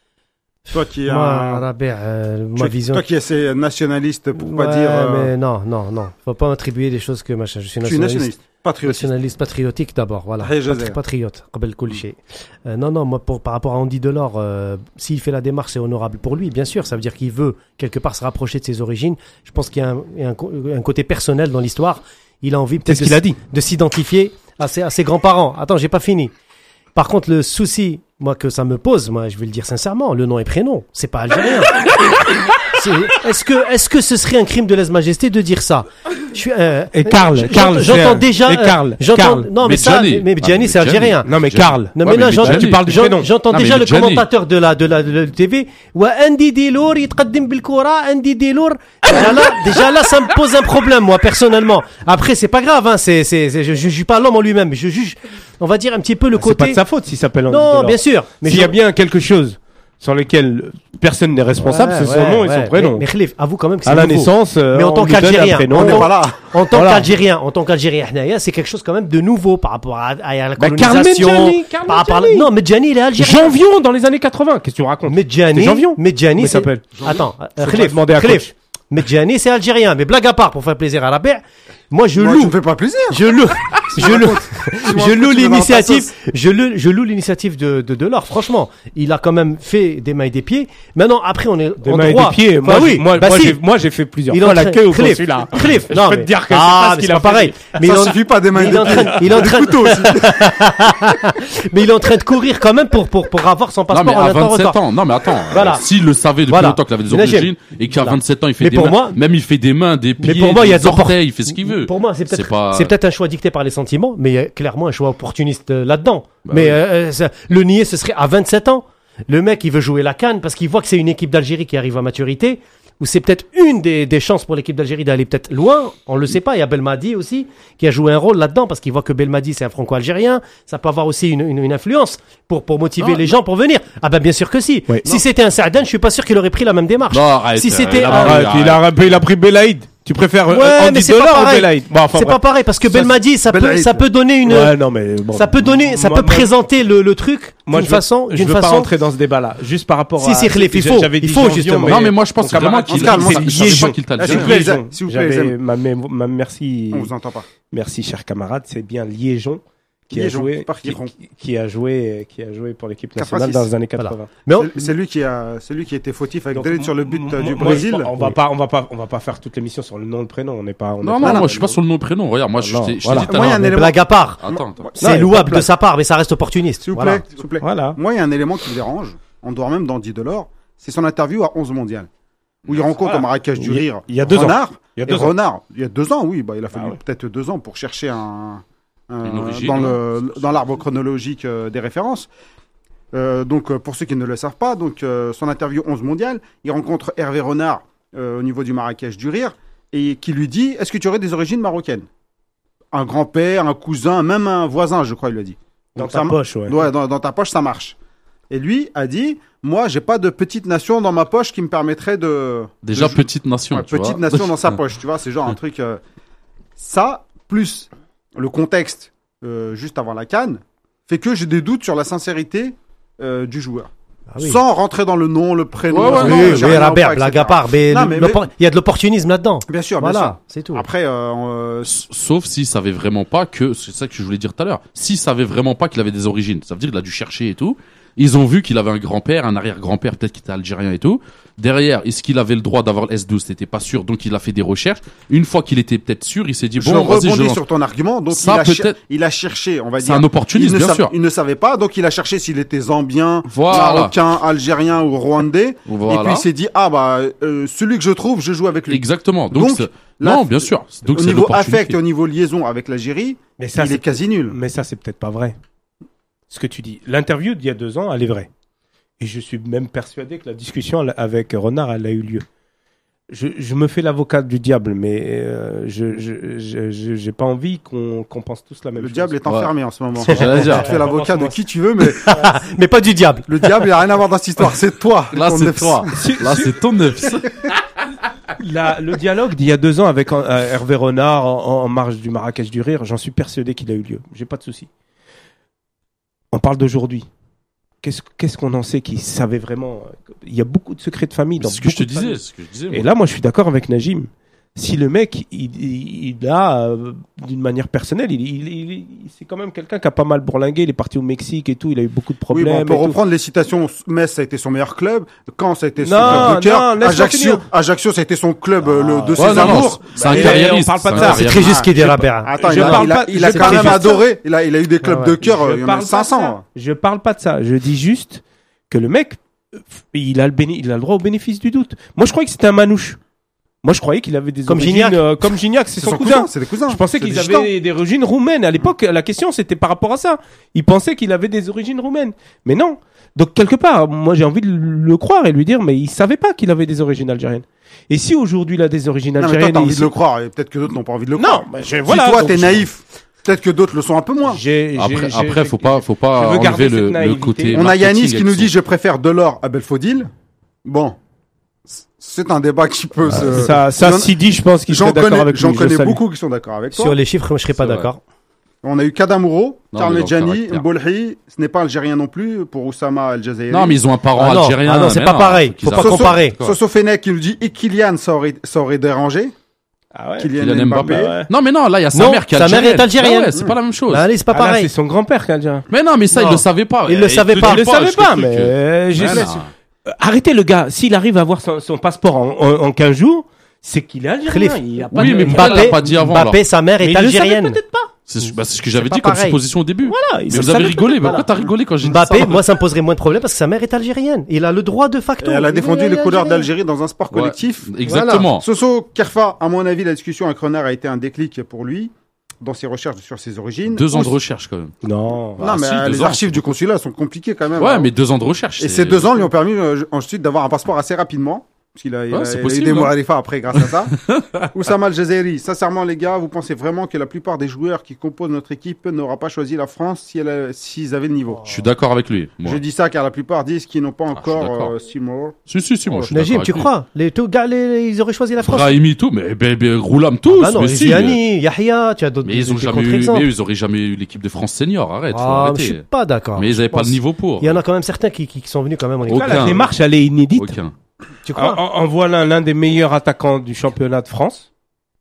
toi qui es Moi, un... Rabi', euh, tu- ma vision. toi qui es assez nationaliste, pour pas Ouais, dire... euh, mais non, non, non. Faut pas m'attribuer des choses que machin. Je suis Tu es nationaliste. nationaliste, patriotique. Nationaliste patriotique d'abord, voilà. Très Patri- José. patriote, قبل كل شيء. Euh, non, non, moi, pour, par rapport à Andy Delors, euh, s'il fait la démarche, c'est honorable pour lui, bien sûr. Ça veut dire qu'il veut quelque part se rapprocher de ses origines. Je pense qu'il y a un, il y a un, co- un côté personnel dans l'histoire. Il a envie C'est peut-être ce qu'il de, a dit. de s'identifier à ses, à ses grands-parents. Attends, j'ai pas fini. Par contre, le souci, moi, que ça me pose, moi, je vais le dire sincèrement, le nom et prénom, c'est pas algérien. C'est- Est-ce que, est-ce que ce serait un crime de lèse-majesté de dire ça? Je suis, euh, Et Karl, j'entends- Karl, j'entends frère. déjà, Et euh, Karl, j'entends, Karl. non, mais, Mais ça, Gianni. mais, mais Ah, Gianni, mais c'est Gianni. algérien. Non, mais Gianni. Karl. Non, Ouais, mais là, mais j'entends, Gianni. Tu parles du j'en- prénom. j'entends Non, mais déjà le le Gianni. commentateur de la, de la, de la T V. Wa Andy Delour, يتقدم بالكرة, Andy Delour. Déjà là, déjà là, ça me pose un problème, moi, personnellement. Après, c'est pas grave, hein, c'est, c'est, c'est- je, je juge pas l'homme en lui-même, mais je juge, on va dire un petit peu le C'est pas côté. de sa faute s'il s'appelle Andy Non, Delors. bien sûr. Mais S'il y je- a bien quelque chose sur lequel personne n'est responsable, Ouais, c'est son ouais, nom et ouais. son prénom. Mais, mais Khalif, avoue quand même que c'est À la nouveau. naissance, euh, Mais en on tant lui donne un qu'Algérien, prénom. On n'est pas là. En tant Voilà. qu'Algérien, en tant qu'Algérien, Hnaya, c'est quelque chose quand même de nouveau par rapport à, à la Bah, colonisation. Carl Medjani, Carl par rapport à- Medjani. Non, Medjani, il est algérien. Janvion dans les années quatre-vingts. Qu'est-ce que tu racontes? Medjani, C'est Janvion. Medjani, Comment il c'est... s'appelle? Attends, euh, Faut Khalif, pas demander à Khalif. coach. Medjani, c'est algérien. Mais blague à part, pour faire plaisir à Rabi', moi, je Moi, tu loue. me fais pas plaisir. Je loue, je loue, Tu je me loue racontes, tu me mets dans ta l'initiative, sauce. je loue, je loue l'initiative de, de Delors. Franchement, il a quand même fait des mains et des pieds. Maintenant, après, on est Des en mains et droit. des pieds. Enfin, Moi, oui, j'ai- moi, bah moi, si. j'ai, moi, j'ai fait plusieurs Il fois est en train- la queue au Khalif, consulat. Khalif, Je non, peux mais- te dire que c'est ah, pas ce mais qu'il c'est a pas fait. pareil. Mais Ça il en- suffit pas des mains mais et il est en des train, pieds. il est en Des train, couteaux aussi. mais il est en train de courir quand même pour, pour, pour avoir son Non, passeport mais en à un temps vingt-sept record. ans. Non, mais attends. Voilà. euh, S'il le savait depuis Voilà. longtemps qu'il avait des Mais là, j'aime. origines et qu'à Voilà. vingt-sept ans, il fait Mais des pour mains, moi- même il fait des mains, des pieds, Mais pour moi, il y a des de l'oppor- orteils, il fait ce qu'il veut. Pour moi, c'est peut-être, C'est pas- c'est peut-être un choix dicté par les sentiments, mais il y a clairement un choix opportuniste euh, là-dedans. Bah mais oui. euh, ça- le nier, ce serait à vingt-sept ans. Le mec, il veut jouer la canne parce qu'il voit que c'est une équipe d'Algérie qui arrive à maturité, ou c'est peut-être une des, des chances pour l'équipe d'Algérie d'aller peut-être loin. On le sait pas. Il y a Belmadi aussi qui a joué un rôle là-dedans parce qu'il voit que Belmadi c'est un franco-algérien. Ça peut avoir aussi une, une, une influence pour, pour motiver Non, les gens pour venir. Ah ben bien sûr que si. Ouais. Si c'était un Sardan, je suis pas sûr qu'il aurait pris la même démarche. Non, arrête. Si euh, c'était là, un- arrête, Arrête, il a, arrête. il a pris Belaïd. Tu préfères euh, Ouais, Andy mais c'est pas Delors ou pareil. Belaïd? Bon, enfin, c'est bref. pas pareil parce que Ça, Belmadi, ça peut, Belaïd. ça peut donner une, Ouais, non, mais bon. ça peut donner, ça Moi- peut moi- présenter le, le truc Moi, d'une je veux- façon, je d'une veux pas façon. rentrer dans ce débat-là. Juste par rapport Si, à. si, Khalif, il faut, j'avais il dit faut, Janvion, justement. mais Non, mais moi, je pense mon vraiment camarade, qu'il on se calme, on il- se- il- je il- savait pas qu'il t'a Ah, le s'il vous géré. plaît, Zem, Jean. s'il vous plaît, J'avais Zem. ma, ma, ma- merci. On vous entend pas. Merci, cher camarade. C'est bien Liégeon qui Liégeon, a joué, pas qui, Liégeon. qui a joué, qui a joué pour l'équipe nationale quatre-vingt-six. dans les années Voilà. quatre-vingts. Mais on- C'est- C'est lui qui a, c'est lui qui a été fautif avec Donc, David sur le but moi- euh, du moi, Brésil. je- On va Oui. pas, on va pas, on va pas faire toute l'émission sur le nom, le prénom. On n'est pas. on Non, n'est non, pas- moi, je suis pas sur le nom et prénom. Regarde, moi, je Non, t'ai je t'ai voilà. dit tout à Moi, il y a l'heure. un mais élément- blague à part. Attends, attends. Non, il y C'est a louable pas de de sa part, mais ça reste opportuniste. S'il vous Voilà. plaît, s'il vous plaît. Voilà. Moi, il y a un élément qui me dérange, en dehors même d'Andy Delors, c'est son interview à onze mondial, où il rencontre Voilà. au Marrakech du Il y a- Rire il y a deux ans. Renard. Il y a Et deux ans. Renard, il y a deux ans, oui, bah, il a fallu Ah ouais. peut-être deux ans pour chercher un, un- Une origine, dans, ouais. le, dans l'arbre chronologique euh, des références. Euh, donc, euh, pour ceux qui ne le savent pas, donc euh, son interview onze mondial, il rencontre Hervé Renard euh, au niveau du Marrakech du Rire et qui lui dit: est-ce que tu aurais des origines marocaines? Un grand-père, un cousin, même un voisin, je crois, il le dit. Dans Donc, ta ça- poche, ouais. Ouais, dans, dans ta poche, ça marche. Et lui a dit: moi, j'ai pas de petite nation dans ma poche qui me permettrait de. Déjà, de- petite nation. Ouais, tu petite vois. nation dans sa poche, tu vois, c'est genre un truc. euh, Ça, plus le contexte euh, juste avant la CAN, fait que j'ai des doutes sur la sincérité euh, du joueur. Ah oui. Sans rentrer dans le nom, le prénom. Ouais, ouais, le non, nom, Oui, j'ai oui, rien à Rabert, voir, blague et cetera. à part, mais Non, le- mais- l'oppor- il y a de l'opportunisme là-dedans. Bien sûr, bien sûr. Voilà, c'est tout. Après, euh, euh, Sauf s'il savait vraiment pas que, c'est ça que je voulais dire tout à l'heure, s'il savait vraiment pas qu'il avait des origines, ça veut dire qu'il a dû chercher et tout. Ils ont vu qu'il avait un grand-père, un arrière-grand-père, peut-être qui était algérien et tout. Derrière, est-ce qu'il avait le droit d'avoir le S douze? C'était pas sûr, donc il a fait des recherches. Une fois qu'il était peut-être sûr, il s'est dit, je bon, vas-y, je rebondis lance. sur ton argument. Donc, Ça, il, a cher- peut-être- il a cherché, on va C'est dire. un opportuniste, il ne bien sav- sûr. Il ne savait pas, donc il a cherché s'il était zambien, Voilà. marocain, algérien ou rwandais. Voilà. Et puis il s'est dit: ah bah, euh, celui que je trouve, je joue avec lui. Exactement. Donc, Donc, c'est- là, non, bien sûr. Donc, Au c'est niveau l'opportunité. affect et au niveau liaison avec l'Algérie, Mais ça, il c'est est quasi nul. Mais ça, c'est peut-être pas vrai. Ce que tu dis. L'interview d'il y a deux ans, elle est vraie. Et je suis même persuadé que la discussion avec Renard, elle a eu lieu. je, je me fais l'avocat du diable, mais euh, je, je, je, je- j'ai pas envie qu'on, qu'on pense tous la même Le chose. diable est enfermé en ce moment. J'allais dire. Tu fais l'avocat de qui tu veux, mais Mais pas du diable. le diable, il a rien à voir dans cette histoire. C'est toi. Là, ton c'est nefs. toi. Là, c'est ton neuf. La- le dialogue d'il y a deux ans avec euh, Hervé Renard en, en marge du Marrakech du Rire, j'en suis persuadé qu'il a eu lieu. J'ai pas de souci. On parle d'aujourd'hui. Qu'est-ce, qu'est-ce qu'on en sait qui savait vraiment euh, Il y a beaucoup de secrets de famille dans C'est ce que je te beaucoup de disais. familles. c'est ce que je disais. Et moi. là, moi, je suis d'accord avec Najim. Si le mec, il, il, il a, euh, d'une manière personnelle, il, il, il- il- c'est quand même quelqu'un qui a pas mal bourlingué. Il est parti au Mexique et tout. Il a eu beaucoup de Oui, problèmes. bon, on peut et tout. reprendre les citations. Metz, ça a été son meilleur club. Caen, ça a été son Non, club de cœur. non, laisse-moi Ajaccio, finir. Ajaccio, ça a été son club euh, le, de Ouais, ses non, non, amours. c'est un Et carriériste. on parle pas de c'est un ça, C'est carriériste. très juste ce qu'il dit, je- Rabert. Attends, Je il a, parle il a, pas- il a je quand parle même pas de ça. adoré. Il a, il a eu des clubs Ouais, de ouais. cœur. Je euh, Il y en parle a pas de cinq cents. ça. Je parle pas de ça. Je dis juste que le mec, euh, il a le béni- il a le droit au bénéfice du doute. Moi, je croyais que c'était un manouche. Moi, je croyais qu'il avait des Comme origines, Gignac. euh, comme Gignac, c'est C'est son, son cousin. cousin. C'est des cousins. Je pensais C'est qu'ils des avaient gitans. des, des origines roumaines. À l'époque, la question, c'était par rapport à ça. Il pensait qu'il avait des origines roumaines. Mais non. Donc, quelque part, moi, j'ai envie de le croire et lui dire, mais il savait pas qu'il avait des origines algériennes. Et si aujourd'hui, il a des origines Non, mais toi, algériennes... t'as il envie de sait- le croire. Et peut-être que d'autres n'ont pas envie de le Non, croire. mais je, Si voilà. toi, donc t'es je- naïf, peut-être que d'autres le sont un peu moins. J'ai, j'ai- Après, j'ai- après, j'ai- faut pas, faut pas je veux garder enlever le, cette le naïveté. côté. On a marketing Yanis qui avec nous son- dit je préfère Delors à Belfodil. Bon, c'est un débat qui peut se. Ça, ça, J'en- Sidi, je pense qu'il J'en serait d'accord connais, avec lui. j'en je connais salue. beaucoup qui sont d'accord avec toi. Sur les chiffres, moi, je serais pas C'est vrai. d'accord. On a eu Kadamouro, Non, Charles mais dans le Medjani, caractère. Mbolhi. Ce n'est pas algérien non plus pour Oussama El Jazairi. Non, mais ils ont un parent Ah non, algérien. ah non, c'est mais pas pareil. faut qu'ils Faut pas arrêtent. comparer. Soso Fenech qui nous dit et Kylian, ça aurait, ça aurait dérangé. Ah ouais. Kylian, Kylian Mbappé. Mbappé. Ouais. Non, mais non, là, il y a sa Non, mère qui est sa mère algérienne. est algérienne. Ah ouais, c'est pas la même chose. Bah, allez, c'est pas Ah là, pareil. c'est son grand-père qui a déjà. Mais non, mais ça, Non. il le savait pas. Il le Et savait te pas. dis Il le savait je te pas, truc, mais euh, euh, j'ai- ouais, laisse- non. Euh, Arrêtez le gars. S'il arrive à avoir son, son passeport en, en, en quinze jours, c'est qu'il est algérien. Khalif. Il a pas Oui, de- mais pourquoi il Mbappé, l'a pas dit avant, Mbappé, sa mère Mais est il le savait algérienne. peut-être pas. C'est bah, c'est ce que j'avais pas dit comme pareil. supposition au début. Voilà, il Mais le vous avez savait rigolé. peut-être Mais pourquoi pas. t'as rigolé quand j'ai dit Mbappé, ça moi, ça me poserait moins de problème parce que sa mère est algérienne. Il a le droit de facto. Et elle a défendu Il les est couleurs algérien. d'Algérie dans un sport Ouais, collectif. exactement. Voilà. Soso Kerfa, à mon avis, la discussion avec Renard a été un déclic pour lui dans ses recherches sur ses origines. Deux ans de Ous- recherche quand même. Non. Non, Ah, mais si, euh, deux les ans, archives c'est du consulat sont compliquées quand même. Ouais, hein. mais deux ans de recherche. Et c'est- ces deux ans lui ont permis euh, ensuite d'avoir un passeport assez rapidement. Parce qu'il a, il Ouais, a- c'est il a eu possible, des hein. Mouralifa après grâce à ça. Oussama El Jazairi, sincèrement les gars, vous pensez vraiment que la plupart des joueurs qui composent notre équipe n'auraient pas choisi la France si elle a- s'ils avaient le niveau Je suis d'accord avec lui. moi. Je dis ça car la plupart disent qu'ils n'ont pas je suis encore d'accord. euh, Seymour. Si, si, si, moi je suis Najim, d'accord tu avec lui. crois les, tous gars, les- ils auraient choisi la France. Brahimi, tout, mais ben, ben, Roulam, tous. Ah non, mais si, Ziani, Yahya, tu as d'autres mais ils ont des jamais eu, contre-exemples. mais ils auraient jamais eu l'équipe de France senior. Arrête, faut Ah, je suis arrêter. pas d'accord. Mais ils avaient pas pense- le niveau pour. Il y en a quand même certains qui, qui, qui sont venus quand même en équipe. Là, la Aucun. démarche, elle est inédite. Aucun. Tu En, crois en- en voilà l'un des meilleurs attaquants du championnat de France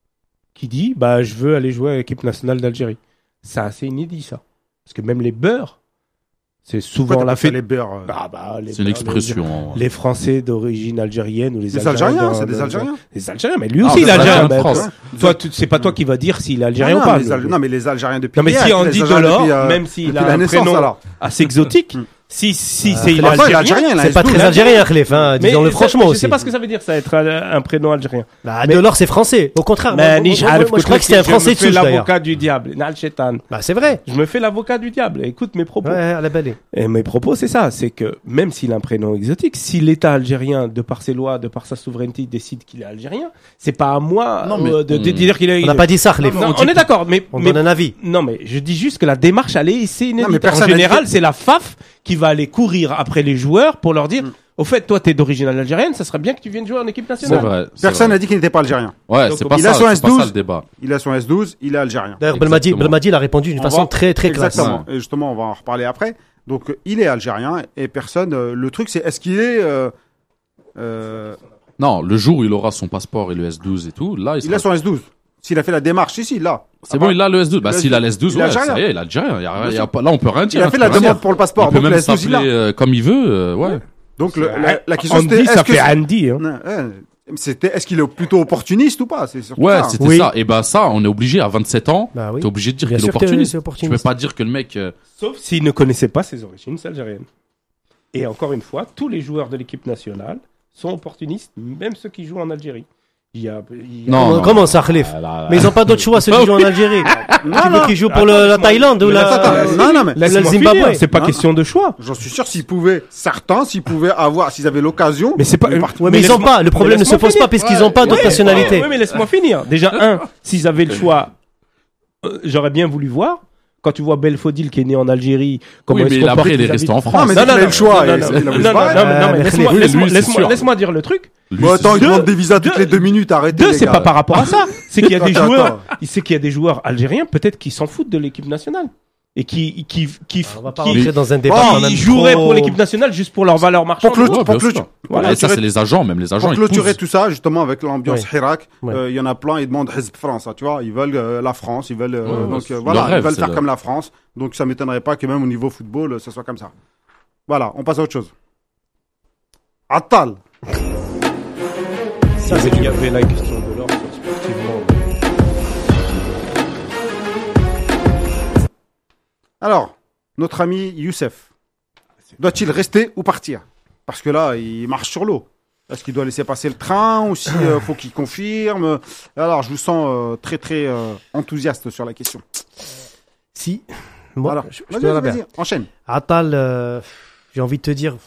qui dit bah je veux aller jouer à l'équipe nationale d'Algérie. C'est assez inédit ça. Parce que même les beurs, c'est souvent Pourquoi la t'appelles ça fête. les beurs euh Ah bah, les C'est une beurs, expression. Les, les Français d'origine algérienne ou les Des Algériens. Algériens, d'un- c'est des d'un- Algériens. Des Algériens, mais lui Ah, aussi mais il est c'est algérien. Algérien de bah, France. toi, tu- c'est pas toi qui va dire s'il est algérien non, ou pas. mais les Al- non, mais les Algériens depuis Non, mais hier, si les on dit Algériens Delors, depuis, euh, même s'il depuis a la un naissance, prénom alors. assez exotique, si, si c'est il est Parfois, il est algérien. algérien, il a C'est pas S douze. très algérien, Khalif, hein, Mais disons-le ça- franchement je aussi. sais pas ce que ça veut dire, ça, être un, un prénom algérien. Bah, Mais- Delors, c'est français. Au contraire, moi, Mais moi, Nish moi, Arif moi, je crois que c'était un je français me de fais souche, d'ailleurs. l'avocat du diable. Nal Shetan. Bah, c'est vrai. Je me fais l'avocat du diable. Écoute mes propos. Ouais, à la belle. Et mes propos, c'est ça. C'est que même s'il a un prénom exotique, si l'État algérien, de par ses lois, de par sa souveraineté, décide qu'il est algérien, c'est pas à moi Non, mais euh, de, de on- dire qu'il est. On n'a pas dit ça, Khalif. Non, on est d'accord, mais, On mais donne un avis. non, mais je dis juste que la démarche, elle est, c'est inédit. mais En personne n'a dit général, que- c'est la F A F qui va aller courir après les joueurs pour leur dire, Mm. au fait, toi, t'es d'origine algérienne, ça serait bien que tu viennes jouer en équipe C'est nationale. vrai. c'est Personne vrai. n'a dit qu'il n'était pas algérien. Ouais, Donc, c'est pas il ça. a son C'est pas S douze. ça le débat. Il a son S douze, il est algérien. D'ailleurs, Belmadi, Exactement. Belmadi, il a répondu d'une On façon va- très, très classe. Exactement. Et justement, on va en reparler après. Donc, euh, il est algérien et personne. euh, le truc, c'est est-ce qu'il est. euh, euh, Non, le jour où il aura son passeport et le S douze et tout, là, il il sera. a son S douze. S'il a fait la démarche, si, si, là. C'est bon, il a le S douze. Bah, Le s'il a S douze. le S douze, Il est ouais, algérien. ça y est, il est algérien. Il y a- Bien il y a sûr. pas- Là, on peut rien Il dire. a hein, fait tu la peux rien demande dire. pour le Il passeport. peut Donc, même le S douze, il s'appeler a. euh, comme il veut, euh, ouais. Donc, le- la, la question, Andy, c'était. ça Est-ce que fait c'est- Andy, hein. Non, ouais, c'était, est-ce qu'il est plutôt opportuniste ou pas? C'est surtout Ouais, ça. c'était Oui. ça. Et ben ça, on est obligé à vingt-sept ans. Bah oui. T'es obligé de dire Bien qu'il est sûr que opportuniste. c'est Tu peux opportuniste. pas dire que le mec. euh, Sauf s'il ne connaissait pas ses origines algériennes. Et encore une fois, tous les joueurs de l'équipe nationale sont opportunistes, même ceux qui jouent en Algérie. Il y a, il y a- Non, Comment- non. Comment ça, Khalif? Ah, là, là. Mais ils ont pas d'autre choix, ceux qui jouent en Algérie. Non, Tu veux non. qu'ils jouent pour Attends, le- la laisse-moi- Thaïlande ou mais la... attends, attends, non, non, mais Laisse-moi le finir, Zimbabwe. c'est pas Non, question de choix. J'en suis sûr s'ils pouvaient, certains, s'ils pouvaient avoir, s'ils avaient l'occasion. Mais c'est pas. de partir. Ouais, mais, ils ont laisse-moi- pas. Le problème mais ne se laisse-moi pose pas finir. puisqu'ils ont pas d'autre Ouais, nationalité. Oui, mais laisse-moi finir. Déjà, un, s'ils avaient le choix, euh, j'aurais bien voulu voir. Quand tu vois Belfodil qui est né en Algérie, comment Oui, il se mais comporte après, il est vis-à-vis- resté en Non, France. mais Non, il non, a eu non, le choix. non, et non, il a non, voulu non, se non, barrer. non, mais- non, Euh, mais mais laisse-moi, lui, laisse-moi, lui, c'est laisse-moi, sûr. laisse-moi dire le truc. Lui, Bon, c'est attends, ils Deux- demandent des visas toutes deux- les deux minutes, arrêtez. Deux, les c'est gars. pas par rapport à ça. C'est qu'il y a des Attends, joueurs, attends. c'est qu'il y a des joueurs algériens, peut-être qui s'en foutent de l'équipe nationale. Et qui, qui, qui, On va pas qui, rentrer dans un débat Bon, quand même qui joueraient trop- pour l'équipe nationale juste pour leur valeur marchande. Pour clôt- Ouais, pour bien clôt- sûr. voilà, Et ça, clôturer- c'est les agents, même les agents. Pour ils clôturer poussent. tout ça, justement, avec l'ambiance Ouais. Hirak, euh, il Ouais. y en a plein, ils demandent Hizb France, hein, tu vois, ils veulent euh, la France, ils veulent, euh, Ouais, ouais, donc, c'est euh, leur voilà, rêve, ils veulent c'est faire le- comme la France, donc ça m'étonnerait pas que même au niveau football, euh, ce soit comme ça. Voilà, on passe à autre chose. Attal. Ça, c'est qu'il y avait la question de l'or, sportivement. Alors, notre ami Youssef, doit-il rester ou partir? Parce que là, il marche sur l'eau. Est-ce qu'il doit laisser passer le train ou s'il faut qu'il confirme? Alors, je vous sens euh, très très euh, enthousiaste sur la question. Si. Moi, Voilà. je, je Vas-y, te la vas-y, bien. vas-y, enchaîne. Attal, euh, j'ai envie de te dire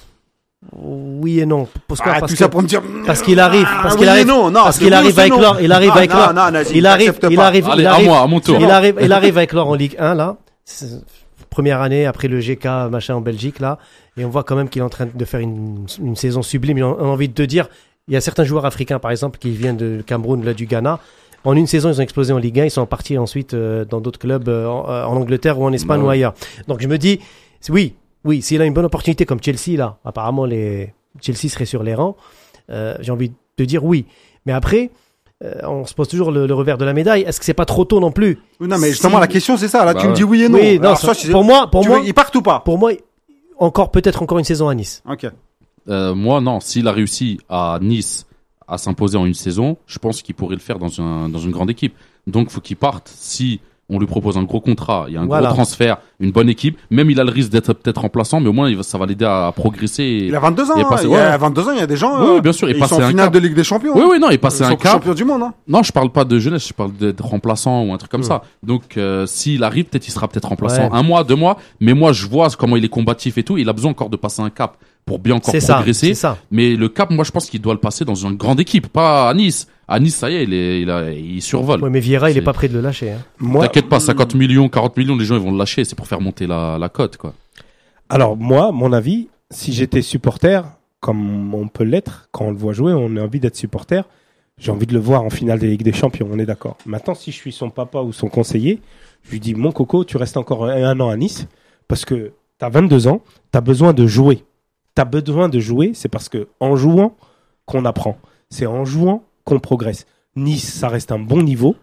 oui et non. Pourquoi? Ah, parce tout que, ça pour me dire. parce qu'il arrive, Ah, parce oui qu'il et arrive, non, non, parce c'est qu'il oui arrive ou c'est avec non. l'or, il arrive Ah, avec non, l'or, non, Nazim, il arrive, t'acceptes il pas. arrive, Allez, il à arrive, moi, à mon tour. il arrive, il arrive avec l'or en Ligue un là. C'est- Première année après le G K machin en Belgique là, et on voit quand même qu'il est en train de faire une, une saison sublime. J'ai envie de te dire, il y a certains joueurs africains par exemple qui viennent de Cameroun, là du Ghana. En une saison, ils ont explosé en Ligue un, ils sont partis ensuite euh, dans d'autres clubs euh, en, euh, en Angleterre ou en Espagne Bah ou ouais. ailleurs. Donc je me dis, c'est- oui, oui, s'il a une bonne opportunité comme Chelsea là, apparemment les Chelsea serait sur les rangs. Euh, j'ai envie de te dire oui, mais après, euh, on se pose toujours le, le revers de la médaille. Est-ce que c'est pas trop tôt non plus? Oui, non, mais justement, Si- la question, c'est ça. Là, Bah tu me ouais. dis oui et non. Oui, non, Alors, ça- soit, si- pour moi, pour tu moi, veux- ils partent ou pas? pour moi, encore peut-être encore une saison à Nice. Ok. Euh, moi, non. S'il a réussi à Nice à s'imposer en une saison, je pense qu'il pourrait le faire dans, un, dans une grande équipe. Donc, faut qu'il parte. Si on lui propose un gros contrat, il y a un Voilà. gros transfert, une bonne équipe, même il a le risque d'être peut-être remplaçant, mais au moins, il va, ça va l'aider à, à progresser. Et... Il a vingt-deux ans. Il est hein. passé- Il y a ouais. vingt-deux ans, il y a des gens. Oui, euh, oui, bien sûr, il ils passe sont en un finale cap. de Ligue des Champions. Oui, hein. oui, non, il Ils passait un sont cap. champions du monde. Hein. Non, je parle pas de jeunesse, je parle d'être remplaçant ou un truc comme ça. Donc, euh, s'il arrive, peut-être il sera peut-être remplaçant Ouais. un mois, deux mois. Mais moi, je vois comment il est combatif et tout. Il a besoin encore de passer un cap pour bien encore C'est ça, progresser. c'est ça. Mais le cap, moi, je pense qu'il doit le passer dans une grande équipe, pas à Nice. À Nice, ça y est, il, est, il, a, il survole. Ouais, mais Vieira, il est C'est- pas prêt de le lâcher. Hein. Moi, T'inquiète pas, cinquante millions, quarante millions, les gens ils vont le lâcher. C'est pour faire monter la, la cote, quoi. alors moi, mon avis, si j'étais supporter, comme on peut l'être, quand on le voit jouer, on a envie d'être supporter. J'ai envie de le voir en finale des Ligues des Champions, on est d'accord. Maintenant, si je suis son papa ou son conseiller, je lui dis, mon coco, tu restes encore un, un an à Nice, parce que t'as vingt-deux ans, t'as besoin de jouer. T'as besoin de jouer, c'est parce que en jouant qu'on apprend. C'est en jouant qu'on progresse. Nice, ça reste un bon niveau.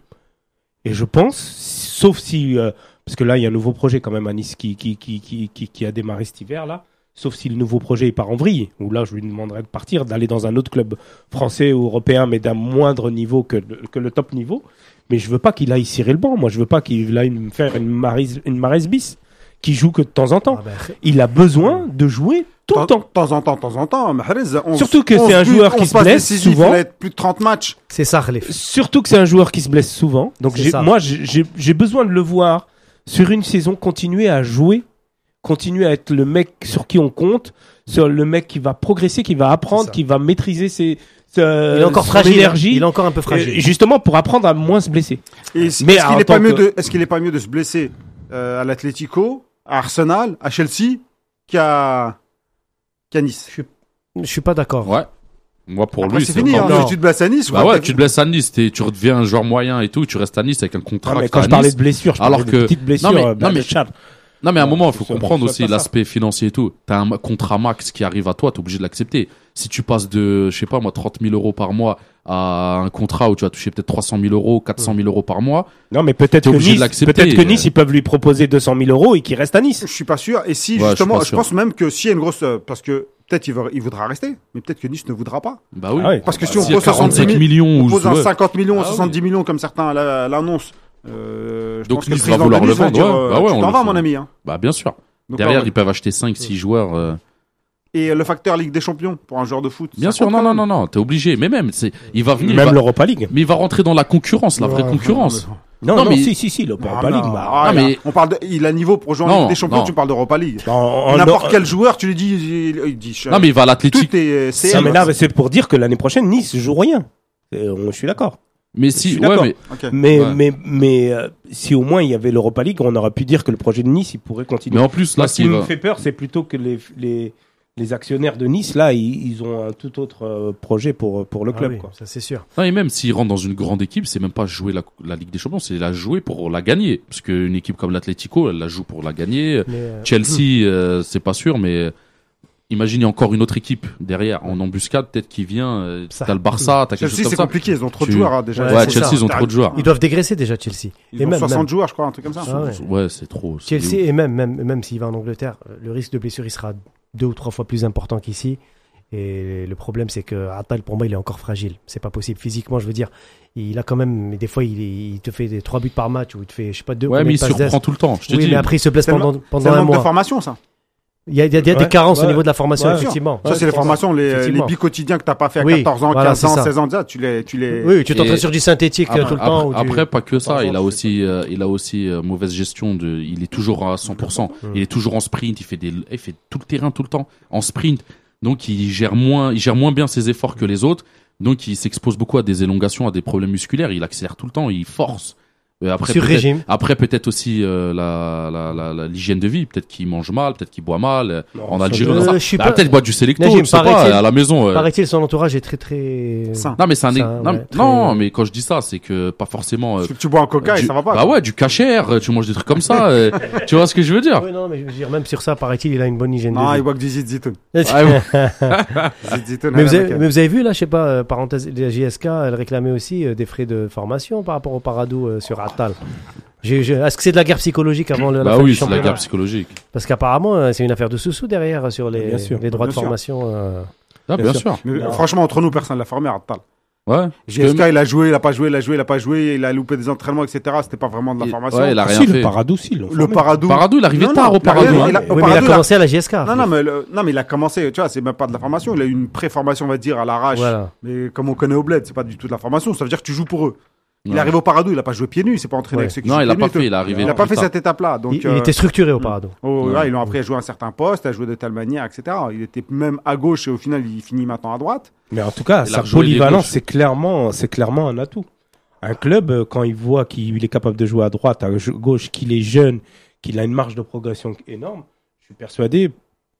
Et je pense, sauf si... euh, parce que là, il y a un nouveau projet quand même à Nice qui, qui, qui, qui, qui, qui a démarré cet hiver-là. Sauf si le nouveau projet il part en vrille, où là, je lui demanderais de partir, d'aller dans un autre club français ou européen, mais d'un moindre niveau que le, que le top niveau. Mais je veux pas qu'il aille cirer le banc. Moi, je veux pas qu'il aille me faire une Maryse, une Maryse bis, qui joue que de temps en temps. Ah ben, Il a besoin de jouer tout le De temps. temps en temps, de temps en temps. Mahrez, on- Surtout que on c'est un se- joueur on qui se se passe blesse décisif, souvent. Il va être plus de trente matchs. c'est ça, Khalif. Surtout que c'est un joueur qui se blesse souvent. Donc C'est j'ai- ça. moi, j'ai j'ai- j'ai besoin de le voir sur une saison continuer à jouer, continuer à être le mec sur qui on compte, sur le mec qui va progresser, qui va C'est apprendre, ça. qui va maîtriser ses, sa- Il est encore son fragile. hein. énergie. Il est encore un peu euh, fragile. justement pour apprendre à moins se blesser. Et est-ce Mais est-ce qu'il en est pas tant mieux que- de, est-ce qu'il est pas mieux de se blesser euh, à l'Atlético, à Arsenal, à Chelsea, qu'à qu'à Nice? Je suis pas d'accord. Ouais. Moi, pour Après, lui, c'est fini. vraiment- Hein, Non. tu te blesses à Nice. Bah quoi. ouais, tu te blesses à Nice, t'es- tu redeviens un joueur moyen et tout, tu restes à Nice avec un contrat. Non, mais que quand t'as je à parlais Nice. de blessures, je Alors parlais que- de petites blessures. Non, mais- euh, non, bah, mais- de Charles. Non, mais à un Non, moment, il ce faut soit- comprendre ce soit aussi pas ça. l'aspect financier et tout. T'as un contrat max qui arrive à toi, t'es obligé de l'accepter. Si tu passes de, je sais pas moi, trente mille euros par mois à un contrat où tu vas toucher peut-être trois cent mille euros, quatre cent mille euros par mois, Non, mais peut-être T'es que obligé de Nice, l'accepter, peut-être que euh. Nice, ils peuvent lui proposer deux cent mille euros et qu'il reste à Nice. Je suis pas sûr. Et si Ouais, je suis justement, pas je, sûr. pense même que s'il y a une grosse, euh, parce que peut-être il, va- il voudra rester, mais peut-être que Nice ne voudra pas. bah oui. Ah ouais. Parce que si Bah, on s'il y a pose soixante-dix quarante-cinq millions, millions on ou pose un ouais. cinquante millions, Ah soixante-dix oui. millions comme certains la- l'annoncent. Euh, je Donc pense que Nice le va président vouloir de le Nice va vendre, dire, ouais. euh, Bah ouais, tu on t'en le vas fait. mon ami. Hein. Bah bien sûr. Donc, Derrière, ouais. ils peuvent acheter cinq six joueurs. euh, Et le facteur Ligue des Champions pour un joueur de foot. Bien ça sûr, compte non, quand non, même. non, non, t'es obligé. Mais même, c'est, il va venir. il Même va- l'Europa League. Mais il va rentrer dans la concurrence, la vraie Non, concurrence. Non, Non, non, mais- si, si, si, l'Europa Ah, League. non. bah, Ah, Non, il a- mais- on parle de, il a niveau pour jouer en Non, Ligue des Champions, non. tu parles d'Europa League. en- en- N'importe en- quel joueur, tu lui dis, il, il dit, Non, mais il va à l'Atlético. tout est C Non, M. mais là, c'est pour dire que l'année prochaine, Nice joue rien. Et, euh, je suis d'accord. Mais Je si, suis ouais, d'accord. mais, Ok. Mais, Ouais. mais, mais euh, si au moins il y avait l'Europa League, on aurait pu dire que le projet de Nice, il pourrait continuer. mais en plus, là, Moi, ce qui s'il me va, fait peur, c'est plutôt que les, les, les actionnaires de Nice, là, ils, ils ont un tout autre euh, projet pour, pour le Ah club. oui, quoi. ça c'est sûr. non, et même s'il rentre dans une grande équipe, c'est même pas jouer la, la Ligue des Champions, c'est la jouer pour la gagner. Parce qu'une équipe comme l'Atlético, elle la joue pour la gagner. Mais, euh, Chelsea, euh, c'est pas sûr, mais imaginez encore une autre équipe derrière, en embuscade, peut-être qui vient, euh, Ça. t'as le Barça, t'as quelque Chelsea, chose c'est comme ça. compliqué, ils ont trop de Tu- joueurs, hein, déjà. Ouais, Ouais, c'est Chelsea, ça. ils ont trop de joueurs. Ils doivent dégraisser déjà Chelsea. Ils et ont même, soixante même joueurs, je crois, un truc comme ça. Ah ouais. Ouais, c'est trop. c'est Chelsea ouf. et même, même, même s'il va en Angleterre, euh, le risque de blessure il sera deux ou trois fois plus important qu'ici. Et le problème c'est que Attal pour moi il est encore fragile. C'est pas possible physiquement, je veux dire. Il a quand même, mais des fois il, est- il te fait des trois buts par match ou il te fait je sais pas deux. Ouais, combien mais de il passes surprend d'ess. tout le temps. Je te Oui, dis. mais après il se blesse C'est le- pendant, C'est pendant le un manque de mois. formation, ça. Il y a, il y a, il y a Ouais, des carences ouais. au niveau de la formation, Ouais, effectivement. Ça, c'est les Ouais, formations, les, les Effectivement. billes quotidiens que t'as pas fait à Oui, quatorze ans, voilà, quinze c'est ans, ça. seize ans, déjà, tu les, tu les, Oui, tu t'entraînes Et- sur du synthétique euh, Après, tout le temps. après, ou du- après, pas que ça, Par il a exemple, aussi, euh, il a aussi euh, mauvaise gestion de. Il est toujours à cent pour cent. Il est toujours en sprint. Il fait des, il fait tout le terrain tout le temps en sprint. Donc il gère moins, il gère moins bien ses efforts que les autres. Donc il s'expose beaucoup à des élongations, à des problèmes musculaires. Il accélère tout le temps, il force. Euh, après, Sur peut-être- régime. Après peut-être aussi euh, la, la, la, la- l'hygiène de vie. Peut-être qu'il mange mal, peut-être qu'il boit mal. euh, Non, en ça, Algérie, euh, on a ça. je suis Bah, pas- peut-être boire du Selecto, Najim, je sais pas, paraît-il- à la maison. euh. Paraît-il, son entourage est très très. Sain. Non mais c'est un, Ça, non, ouais, mais- très- non, mais quand je dis ça, c'est que pas forcément. euh, Tu, tu bois un coca et du- ça va pas. Bah ouais, du cachère, tu manges des trucs comme ça. euh, tu vois ce que je veux dire? Oui, non, mais je veux dire, même sur ça, paraît-il, il a une bonne hygiène Non, de il vie. boit que du zit zitoun. Ah ouais. Zit zitoun, Mais à vous, la avez, maca. mais vous avez vu là, je sais pas, euh, parenthèse, la J S K, elle réclamait aussi euh, des frais de formation par rapport au Paradou euh, sur Attal. J'ai- j'ai- Est-ce que c'est de la guerre psychologique avant le, la Bah fin oui, du c'est la championnat guerre psychologique. Parce qu'apparemment, euh, c'est une affaire de sous-sous derrière euh, sur les, Bien sûr, les droits bien de sûr. formation. euh. Ah, Bien bien sûr. sûr. Mais, Non. franchement, entre nous, personne l'a formé à Attal. Ouais. J S K, il a joué, il a pas joué, il a joué, il a pas joué, il a loupé des entraînements, et cetera. C'était pas vraiment de la Il- formation. ouais, il a Ah, rien si, le fait. Paradou, si. ils l'ont Le formé. Paradou. Paradou, il arrivait Non, tard non, au Paradou. il a- hein. il a- Oui, mais il a Paradou, là- commencé à la J S K. Non, non, mais, le- non, mais il a commencé, tu vois, c'est même pas de la formation, il a eu une pré-formation, on va dire, à l'arrache. Voilà. Mais comme on connaît au bled, c'est pas du tout de la formation, ça veut dire que tu joues pour eux. Il Ouais. est arrivé au Paradou, il a pas joué pieds nus, il s'est pas entraîné Ouais. avec ceux qui Non, jouent il a pieds pas nus, fait, il est arrivé. Il a pas fait plus tard. cette étape-là. Donc, Il, il euh, était structuré au hmm. Paradou. oh, Ouais. là, ils l'ont appris à jouer à un certain poste, à jouer de telle manière, et cetera. Il était même à gauche et au final, il finit maintenant à droite. Mais en tout cas, Il a sa rejoué les polyvalence, gauches. c'est clairement, c'est clairement un atout. Un club, euh, quand il voit qu'il est capable de jouer à droite, à gauche, qu'il est jeune, qu'il a une marge de progression énorme, je suis persuadé,